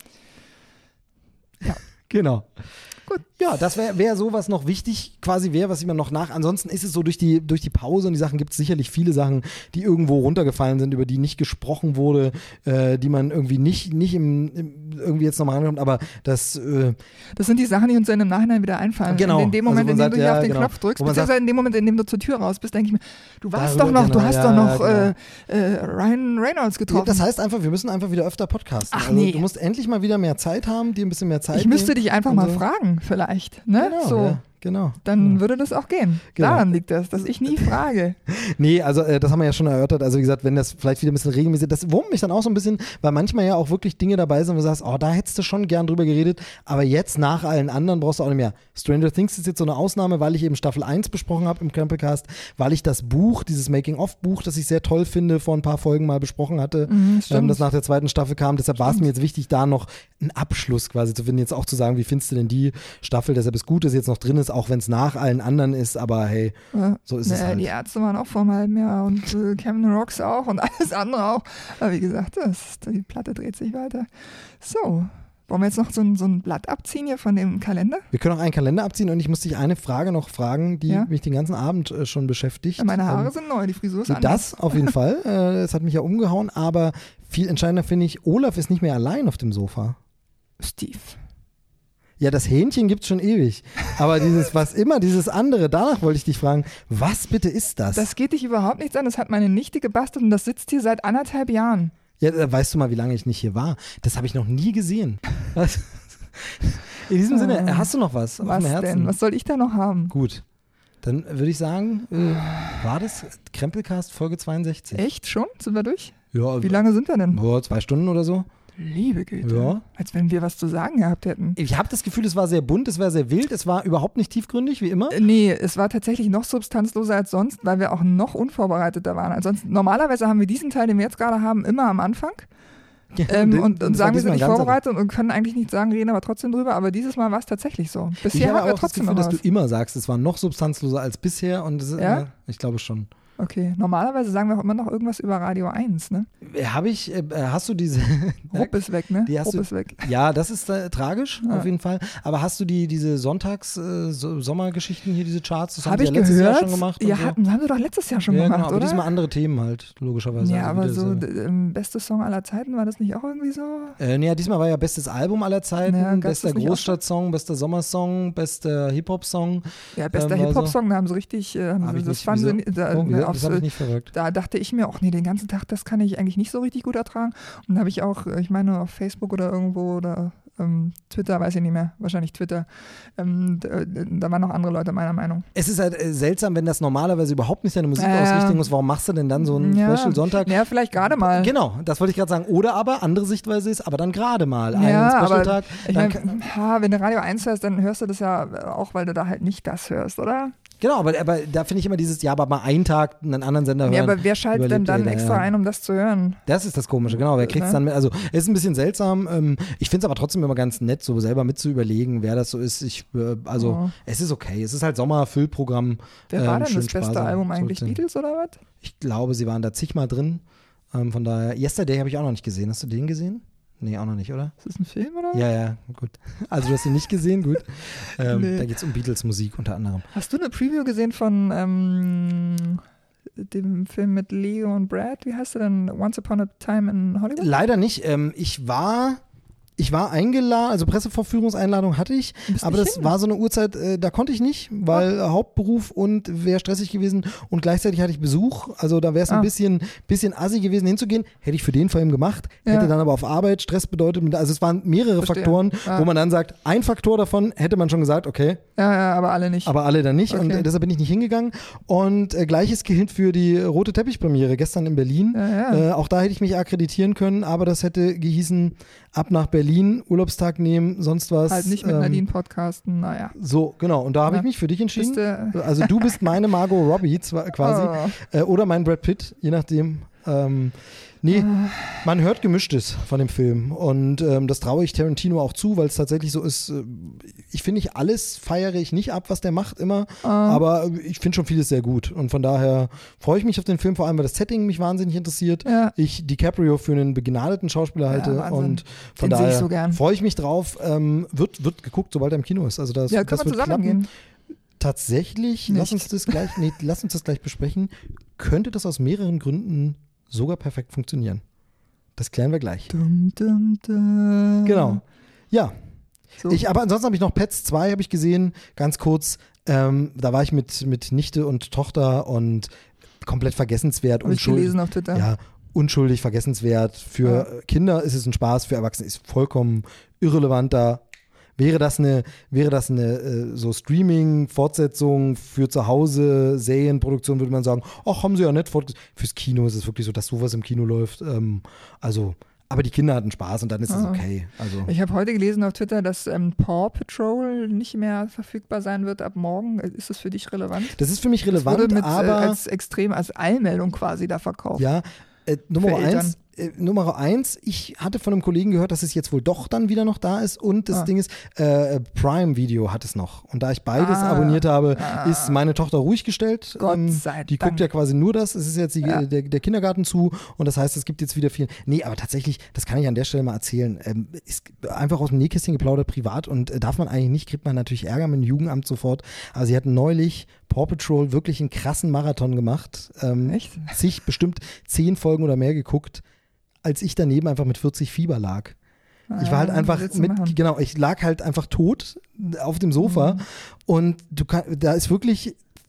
Ja. Genau. Gut. Ja, das wäre wär so, was noch wichtig quasi wäre, was ich mir noch nach. Ansonsten ist es so, durch die, durch die Pause und die Sachen gibt es sicherlich viele Sachen, die irgendwo runtergefallen sind, über die nicht gesprochen wurde, äh, die man irgendwie nicht, nicht im, im irgendwie jetzt nochmal ankommt, aber das äh Das sind die Sachen, die uns dann im Nachhinein wieder einfallen. Genau. In dem Moment, also in dem sagt, du hier ja, auf den genau. Knopf drückst, Wo man beziehungsweise sagt, in dem Moment, in dem du zur Tür raus bist, denke ich mir, du warst darüber, doch noch, genau, du hast ja, doch noch genau. äh, äh, Ryan Reynolds getroffen. Ja, das heißt einfach, wir müssen einfach wieder öfter podcasten. Ach, also, nee. Du musst endlich mal wieder mehr Zeit haben, dir ein bisschen mehr Zeit Ich müsste nehmen dich einfach und mal so. fragen, vielleicht. Ne? Genau, so. ja, genau. Dann ja. würde das auch gehen. Genau. Daran liegt das, dass ich nie frage. Nee, also äh, das haben wir ja schon erörtert. Also wie gesagt, wenn das vielleicht wieder ein bisschen regelmäßig, das wurmt mich dann auch so ein bisschen, weil manchmal ja auch wirklich Dinge dabei sind, wo du sagst, oh, da hättest du schon gern drüber geredet, aber jetzt nach allen anderen brauchst du auch nicht mehr. Stranger Things ist jetzt so eine Ausnahme, weil ich eben Staffel eins besprochen habe im Krempelcast, weil ich das Buch, dieses Making-of-Buch, das ich sehr toll finde, vor ein paar Folgen mal besprochen hatte, Mhm, ähm, das nach der zweiten Staffel kam. Deshalb war es mir jetzt wichtig, da noch einen Abschluss quasi zu finden, jetzt auch zu sagen, wie findest du denn die Staffel? Deshalb ist gut, dass sie jetzt noch drin ist, auch wenn es nach allen anderen ist, aber hey, Ja. so ist Nee, es halt. Die Ärzte waren auch vor einem halben Jahr und äh, Captain Rocks auch und alles andere auch. Aber wie gesagt, das, die Platte dreht sich weiter. So, wollen wir jetzt noch so ein, so ein Blatt abziehen hier von dem Kalender? Wir können auch einen Kalender abziehen und ich muss dich eine Frage noch fragen, die Ja? mich den ganzen Abend äh, schon beschäftigt. Ja, meine Haare Ähm, sind neu, die Frisur ist anders. Das auf jeden Fall. Äh, das hat mich ja umgehauen, aber viel entscheidender finde ich, Olaf ist nicht mehr allein auf dem Sofa. Steve. Ja, das Hähnchen gibt's schon ewig. Aber dieses, was immer, dieses andere, danach wollte ich dich fragen, was bitte ist das? Das geht dich überhaupt nichts an. Das hat meine Nichte gebastelt und das sitzt hier seit anderthalb Jahren. Ja, äh, weißt du mal, wie lange ich nicht hier war? Das habe ich noch nie gesehen. Was? In diesem Sinne, äh, hast du noch was auf Was dem Herzen? denn? Was soll ich da noch haben? Gut. Dann würde ich sagen, äh, war das Krempelcast Folge zweiundsechzig? Echt schon? Sind wir durch? Ja, Wie lange sind wir denn? Oh, zwei Stunden oder so. Liebe Güte. Ja. Als wenn wir was zu sagen gehabt hätten. Ich habe das Gefühl, es war sehr bunt, es war sehr wild, es war überhaupt nicht tiefgründig, wie immer. Äh, Nee, es war tatsächlich noch substanzloser als sonst, weil wir auch noch unvorbereiteter waren als sonst. Normalerweise haben wir diesen Teil, den wir jetzt gerade haben, immer am Anfang. Ja, Ähm, das- und, das und war sagen, wir sind diesmal nicht ganz vorbereitet und können eigentlich nichts sagen, reden aber trotzdem drüber. Aber dieses Mal war es tatsächlich so. Ich Bisher habe hatten wir auch das trotzdem Gefühl, noch dass was. du immer sagst, es war noch substanzloser als bisher und das ist Ja? immer, ich glaube schon. Okay, normalerweise sagen wir auch immer noch irgendwas über Radio eins, ne? Habe ich, äh, hast du diese... Rupp ist weg, ne? Die hast Rupp du- ist weg. Ja, das ist äh, tragisch, Ja. auf jeden Fall. Aber hast du die diese Sonntags-Sommergeschichten hier, diese Charts? Das haben Habe sie ich ja letztes gehört? Jahr schon gemacht. Ja, und so. hatten, haben wir doch letztes Jahr schon ja, gemacht, genau, aber oder? diesmal andere Themen halt, logischerweise. ja, Also aber wieder so d- ähm, beste Song aller Zeiten, war das nicht auch irgendwie so? Äh, nee, ja, diesmal war ja bestes Album aller Zeiten, Ja, gab's bester das nicht auch Großstadtsong, bester Sommersong, bester Hip-Hop-Song. Ja, bester Ähm, war Hip-Hop-Song, da haben sie richtig, äh, haben Hab sie, ich das nicht, fanden sie, wieso? ni- da, Oh, ja, aufs- das habe ich nicht verfolgt. da dachte ich mir auch, nee, den ganzen Tag, das kann ich eigentlich nicht so richtig gut ertragen. Und da habe ich auch, äh, ich meine, auf Facebook oder irgendwo oder ähm, Twitter, weiß ich nicht mehr, wahrscheinlich Twitter, ähm, da, da waren noch andere Leute meiner Meinung. Es ist halt äh, seltsam, wenn das normalerweise überhaupt nicht deine Ja, Musikausrichtung ja. ist. Warum machst du denn dann so einen Ja. Special-Sonntag? Ja, vielleicht gerade mal. Genau, das wollte ich gerade sagen. Oder aber andere Sichtweise ist, aber dann gerade mal einen Ja, aber Special-Tag. ich dann mein, ha, wenn du Radio eins hörst, dann hörst du das ja auch, weil du da halt nicht das hörst, oder? Genau, aber, aber da finde ich immer dieses, ja, aber mal einen Tag einen anderen Sender hören. Ja, aber wer schaltet denn überlebt dann jeder, extra ja. ein, um das zu hören? Das ist das Komische, genau. Wer kriegt es Ne? dann mit? Also, es ist ein bisschen seltsam. Ähm, ich finde es aber trotzdem immer ganz nett, so selber mit zu überlegen, wer das so ist. Ich, äh, also, Oh. es ist okay. Es ist halt Sommer-Füllprogramm. Wer war ähm, denn schön das beste sparsam, Album eigentlich? zurückziehen. Beatles oder was? Ich glaube, sie waren da zigmal drin. Ähm, von daher, Yesterday habe ich auch noch nicht gesehen. Hast du den gesehen? Nee, auch noch nicht, oder? Ist das ein Film oder? Ja, ja, gut. Also du hast ihn nicht gesehen, gut. Ähm, Nee. Da geht es um Beatles-Musik unter anderem. Hast du eine Preview gesehen von ähm, dem Film mit Leo und Brad? Wie heißt der denn? Once Upon a Time in Hollywood? Leider nicht. Ähm, ich war... Ich war eingeladen, also Pressevorführungseinladung hatte ich, Bist aber nicht das hin? war so eine Uhrzeit, äh, da konnte ich nicht, weil äh, Hauptberuf und wäre stressig gewesen und gleichzeitig hatte ich Besuch, also da wäre es ein Ah. bisschen, bisschen assi gewesen hinzugehen, hätte ich für den Film gemacht, Ja. hätte dann aber auf Arbeit Stress bedeutet, mit- also es waren mehrere Verstehe. Faktoren, Ah. wo man dann sagt, ein Faktor davon hätte man schon gesagt, okay, Ja, ja, aber alle nicht. aber alle dann nicht und Okay. äh, deshalb bin ich nicht hingegangen und äh, gleiches gilt für die rote Teppichpremiere gestern in Berlin. Ja, ja. Äh, auch da hätte ich mich akkreditieren können, aber das hätte gehießen, ab nach Berlin, Urlaubstag nehmen, sonst was. halt nicht mit ähm, Nadine podcasten, naja. So, genau. Und da habe Ja. ich mich für dich entschieden. Bist du- Also du bist meine Margot Robbie zwar, quasi Oh. äh, oder mein Brad Pitt, je nachdem. Ähm, nee, man hört Gemischtes von dem Film und ähm, das traue ich Tarantino auch zu, weil es tatsächlich so ist, äh, ich finde nicht alles feiere ich nicht ab, was der macht immer, aber ich finde schon vieles sehr gut und von daher freue ich mich auf den Film, vor allem weil das Setting mich wahnsinnig interessiert. Ja. Ich DiCaprio für einen begnadeten Schauspieler halte Wahnsinn. und von Den sehe ich daher so gern. freue ich mich drauf. Ähm, wird, wird geguckt, sobald er im Kino ist. Also das, Ja, das können wir wird zusammen klappen. gehen. Tatsächlich, Nicht. lass uns das gleich, nee, lass uns das gleich besprechen. Könnte das aus mehreren Gründen sogar perfekt funktionieren? Das klären wir gleich. Dum, dum, dum. Genau. Ja. So. Ich, aber ansonsten habe ich noch Pets zwei habe ich gesehen, ganz kurz. Ähm, da war ich mit, mit Nichte und Tochter und komplett vergessenswert. Hab ich unschuldig. gelesen auf Twitter. Ja, unschuldig, vergessenswert. Für Kinder ist es ein Spaß, für Erwachsene ist vollkommen irrelevant da. Wäre das eine, wäre das eine äh, so Streaming-Fortsetzung für zu Hause, Serienproduktion, würde man sagen, ach, haben sie ja nett fortgesetzt. Fürs Kino ist es wirklich so, dass sowas im Kino läuft. Ähm, also, aber die Kinder hatten Spaß und dann ist es Ah. okay. Also, Ich habe heute gelesen auf Twitter, dass ähm, Paw Patrol nicht mehr verfügbar sein wird ab morgen. Ist das für dich relevant? das ist für mich Das relevant, wurde mit, aber äh, als extrem, als Eilmeldung quasi da verkauft. ja, äh, Nummer Für Eltern. eins, äh, Nummer eins, ich hatte von einem Kollegen gehört, dass es jetzt wohl doch dann wieder noch da ist und das Ah. Ding ist, äh, Prime Video hat es noch. Und da ich beides Ah. abonniert habe, ist meine Tochter ruhig gestellt. Gott Ähm, sei die Dank. guckt ja quasi nur das, es ist jetzt die, Ja. der, der Kindergarten zu und das heißt, es gibt jetzt wieder viel. Nee, aber tatsächlich, das kann ich an der Stelle mal erzählen, ähm, ist einfach aus dem Nähkästchen geplaudert privat und äh, darf man eigentlich nicht, kriegt man natürlich Ärger mit dem Jugendamt sofort. Aber sie hatten neulich Paw Patrol wirklich einen krassen Marathon gemacht. Ähm, Echt? Sich bestimmt zehn Folgen oder mehr geguckt, als ich daneben einfach mit vierzig Fieber lag. Ich war halt Ah, einfach was willst du mit, machen? genau, ich lag halt einfach tot auf dem Sofa Mhm. und du kann, da ist wirklich,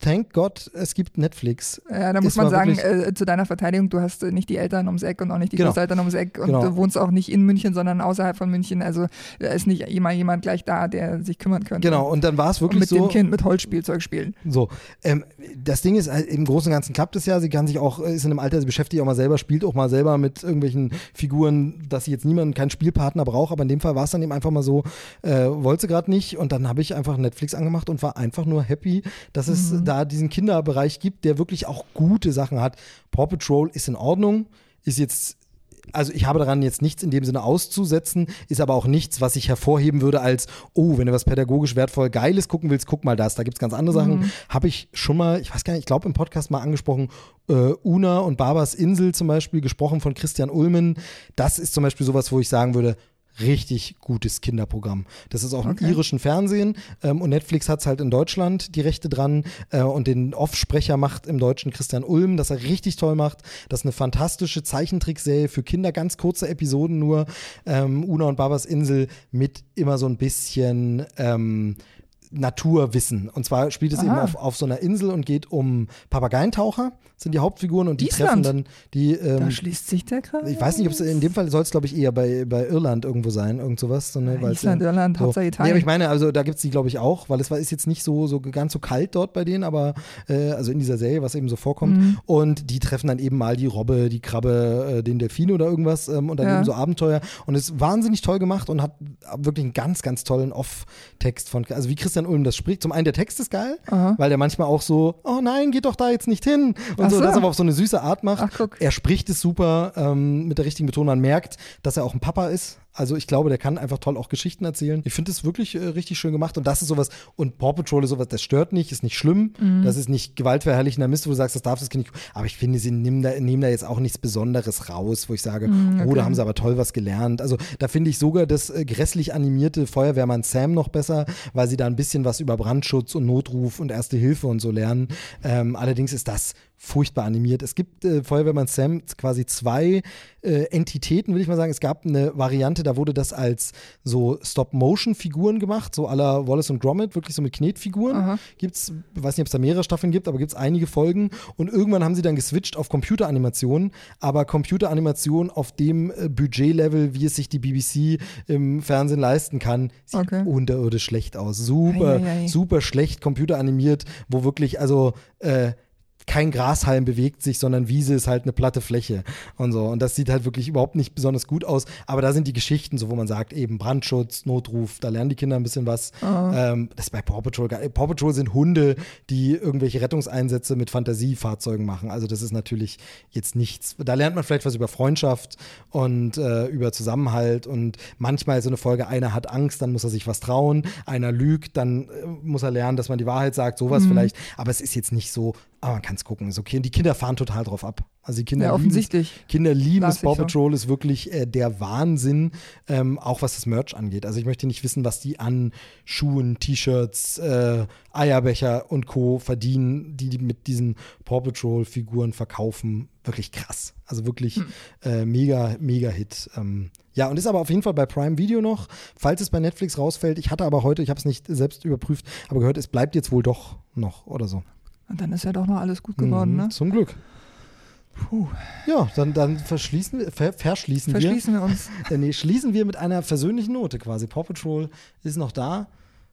thank God, es gibt Netflix. Ja, da muss Es man war sagen, wirklich- äh, zu deiner Verteidigung, du hast äh, nicht die Eltern ums Eck und auch nicht die Genau. Großeltern ums Eck und Genau. du wohnst auch nicht in München, sondern außerhalb von München. Also da ist nicht immer jemand gleich da, der sich kümmern könnte. Genau, und dann war es Und wirklich mit so. dem Kind mit Holzspielzeug spielen. So, ähm, das Ding ist, halt, im Großen und Ganzen klappt es ja. Sie kann sich auch, ist in einem Alter, sie beschäftigt auch mal selber, spielt auch mal selber mit irgendwelchen Figuren, dass sie jetzt niemanden, keinen Spielpartner braucht. Aber in dem Fall war es dann eben einfach mal so, äh, wollte sie gerade nicht. Und dann habe ich einfach Netflix angemacht und war einfach nur happy, dass es Mhm. da diesen Kinderbereich gibt, der wirklich auch gute Sachen hat. Paw Patrol ist in Ordnung, ist jetzt. Also ich habe daran jetzt nichts in dem Sinne auszusetzen, ist aber auch nichts, was ich hervorheben würde als, oh, wenn du was pädagogisch wertvoll Geiles gucken willst, guck mal das. Da gibt es ganz andere Sachen. Habe ich schon mal, ich weiß gar nicht, ich glaube im Podcast mal angesprochen, äh, Una und Barbas Insel zum Beispiel, gesprochen von Christian Ulmen. Das ist zum Beispiel sowas, wo ich sagen würde, richtig gutes Kinderprogramm. Das ist auch Okay. im irischen Fernsehen ähm, und Netflix hat es halt in Deutschland die Rechte dran äh, und den Off-Sprecher macht im Deutschen Christian Ulm, das er richtig toll macht. Das ist eine fantastische Zeichentrickserie für Kinder, ganz kurze Episoden nur. Ähm, Una und Barbas Insel mit immer so ein bisschen ähm, Naturwissen. Und zwar spielt es Aha. eben auf, auf so einer Insel und geht um Papageientaucher, sind die Hauptfiguren und die Island. treffen dann die ähm, Da schließt sich der Kreis. ich weiß nicht, ob es in dem Fall soll es, glaube ich, eher bei, bei Irland irgendwo sein, irgend sowas. So, ne, Ja, weil's Island, ja- Irland, so. Hauptsache Nee, Italien. aber ich meine, also da gibt es die, glaube ich, auch, weil es war, ist jetzt nicht so, so ganz so kalt dort bei denen, aber äh, also in dieser Serie, was eben so vorkommt. Mhm. Und die treffen dann eben mal die Robbe, die Krabbe, äh, den Delfin oder irgendwas ähm, und dann Ja. eben so Abenteuer. Und es ist wahnsinnig toll gemacht und hat wirklich einen ganz, ganz tollen Off-Text von, also wie Christian Ulm das spricht. Zum einen, der Text ist geil, Aha. weil der manchmal auch so, oh nein, geht doch da jetzt nicht hin. Und Ach so, so. das aber auf so eine süße Art macht. Ach, guck. Er spricht es super ähm, mit der richtigen Betonung. Man merkt, dass er auch ein Papa ist. Also ich glaube, der kann einfach toll auch Geschichten erzählen. Ich finde es wirklich äh, richtig schön gemacht und das ist sowas, und Paw Patrol ist sowas, das stört nicht, ist nicht schlimm, Mhm. das ist nicht gewaltverherrlichender Mist, wo du sagst, das darf das Kind nicht. Aber ich finde, sie nehmen da, nehmen da jetzt auch nichts Besonderes raus, wo ich sage, oh, da haben sie aber toll was gelernt. Also da finde ich sogar das äh, grässlich animierte Feuerwehrmann Sam noch besser, weil sie da ein bisschen was über Brandschutz und Notruf und Erste Hilfe und so lernen. Ähm, allerdings ist das furchtbar animiert. Es gibt äh, Feuerwehrmann Sam quasi zwei äh, Entitäten, will ich mal sagen. Es gab eine Variante, da wurde das als so Stop-Motion-Figuren gemacht, so à la Wallace und Gromit, wirklich so mit Knetfiguren. Aha. Gibt's, ich weiß nicht, ob es da mehrere Staffeln gibt, aber gibt es einige Folgen. Und irgendwann haben sie dann geswitcht auf Computeranimation, aber Computeranimation auf dem äh, Budgetlevel, wie es sich die B B C im Fernsehen leisten kann, sieht Okay. unterirdisch schlecht aus. Super, Eieiei. super schlecht computeranimiert, wo wirklich, also äh, kein Grashalm bewegt sich, sondern Wiese ist halt eine platte Fläche und so. Und das sieht halt wirklich überhaupt nicht besonders gut aus. Aber da sind die Geschichten, so wo man sagt, eben Brandschutz, Notruf, da lernen die Kinder ein bisschen was. Ähm, das ist bei Paw Patrol geil. Paw Patrol sind Hunde, die irgendwelche Rettungseinsätze mit Fantasiefahrzeugen machen. Also das ist natürlich jetzt nichts. Da lernt man vielleicht was über Freundschaft und äh, über Zusammenhalt. Und manchmal ist so eine Folge, einer hat Angst, dann muss er sich was trauen. Einer lügt, dann äh, muss er lernen, dass man die Wahrheit sagt. Sowas vielleicht. Aber es ist jetzt nicht so, aber man kann es gucken, ist okay. Und die Kinder fahren total drauf ab. Also die Kinder Ja, lieben offensichtlich. Kinder lieben Las es. Paw ich so. Patrol ist wirklich äh, der Wahnsinn, ähm, auch was das Merch angeht. Also ich möchte nicht wissen, was die an Schuhen, T-Shirts, äh, Eierbecher und Co. verdienen, die die mit diesen Paw Patrol-Figuren verkaufen. Wirklich krass. Also wirklich Hm. äh, mega, mega Hit. Ähm, ja, und ist aber auf jeden Fall bei Prime Video noch, falls es bei Netflix rausfällt. Ich hatte aber heute, ich habe es nicht selbst überprüft, aber gehört, es bleibt jetzt wohl doch noch oder so. Und dann ist ja doch noch alles gut geworden, Mhm, ne? Zum Glück. Puh. Ja, dann, dann verschließen wir, ver, verschließen, Verschließen wir uns. wir. Äh, nee, schließen wir mit einer versöhnlichen Note quasi. Paw Patrol ist noch da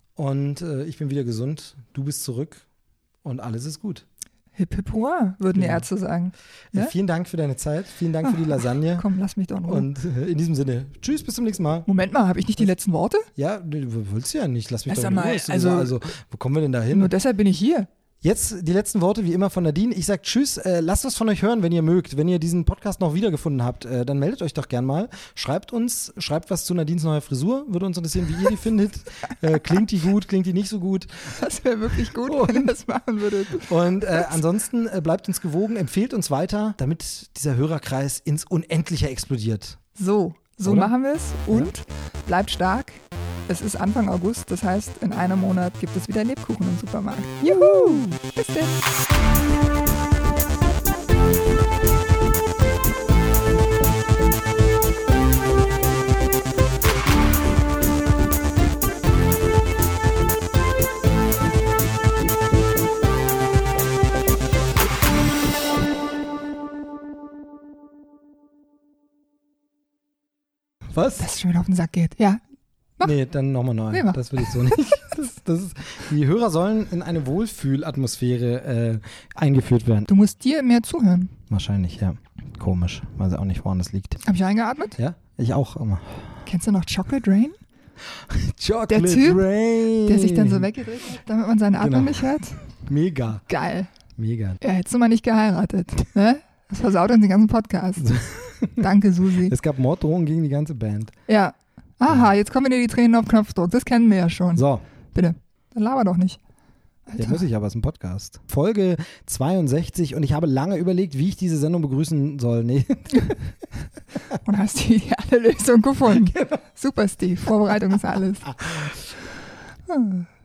und äh, ich bin wieder gesund. Du bist zurück und alles ist gut. Hip hip hurra, würden die Genau. Ärzte sagen. Äh, Ja? vielen Dank für deine Zeit. Vielen Dank für die Lasagne. Komm, lass mich doch in Ruhe. Und äh, in diesem Sinne, tschüss, bis zum nächsten Mal. Moment mal, habe ich nicht die letzten Worte? Ja, du willst ja nicht. Lass mich Sag doch in mal, Ruhe. Ist also- sowieso- also, wo kommen wir denn da hin? Nur deshalb bin ich hier. Jetzt die letzten Worte wie immer von Nadine. Ich sag Tschüss, äh, lasst was von euch hören, wenn ihr mögt. Wenn ihr diesen Podcast noch wiedergefunden habt, äh, dann meldet euch doch gern mal. Schreibt uns, schreibt was zu Nadines neuer Frisur. Würde uns interessieren, wie ihr die findet. Äh, klingt die gut, klingt die nicht so gut? Das wäre wirklich gut, Und- wenn ihr das machen würdet. Und äh, ansonsten äh, bleibt uns gewogen, empfehlt uns weiter, damit dieser Hörerkreis ins Unendliche explodiert. So, so Oder? machen wir es. Und bleibt stark. Es ist Anfang August, das heißt, in einem Monat gibt es wieder Lebkuchen im Supermarkt. Juhu! Bis dann! Was? dass es schon wieder auf den Sack geht. Ja. Mach. Nee, dann nochmal neu. Nee, mach. Das will ich so nicht. Das, das ist, die Hörer sollen in eine Wohlfühlatmosphäre äh, eingeführt werden. Du musst dir mehr zuhören. Wahrscheinlich, ja. Komisch. Weiß auch nicht, woran das liegt. Hab ich eingeatmet? Ja, ich auch immer. Kennst du noch Chocolate Rain? Chocolate Der Typ, Rain. Der sich dann so weggedreht hat, damit man seine Atmung Genau. nicht hört? Mega, Geil. mega. Ja, hättest du mal nicht geheiratet. Ne? Das versaut uns den ganzen Podcast. Danke, Susi. Es gab Morddrohungen gegen die ganze Band. Ja. Aha, jetzt kommen wieder die Tränen auf Knopfdruck. Das kennen wir ja schon. So, Bitte. Dann laber doch nicht. der muss ich aber, es ist ein Podcast. Folge zweiundsechzig und ich habe lange überlegt, wie ich diese Sendung begrüßen soll. Nee. Und hast die ideale Lösung gefunden. Super, Steve. Vorbereitung ist alles. Ah.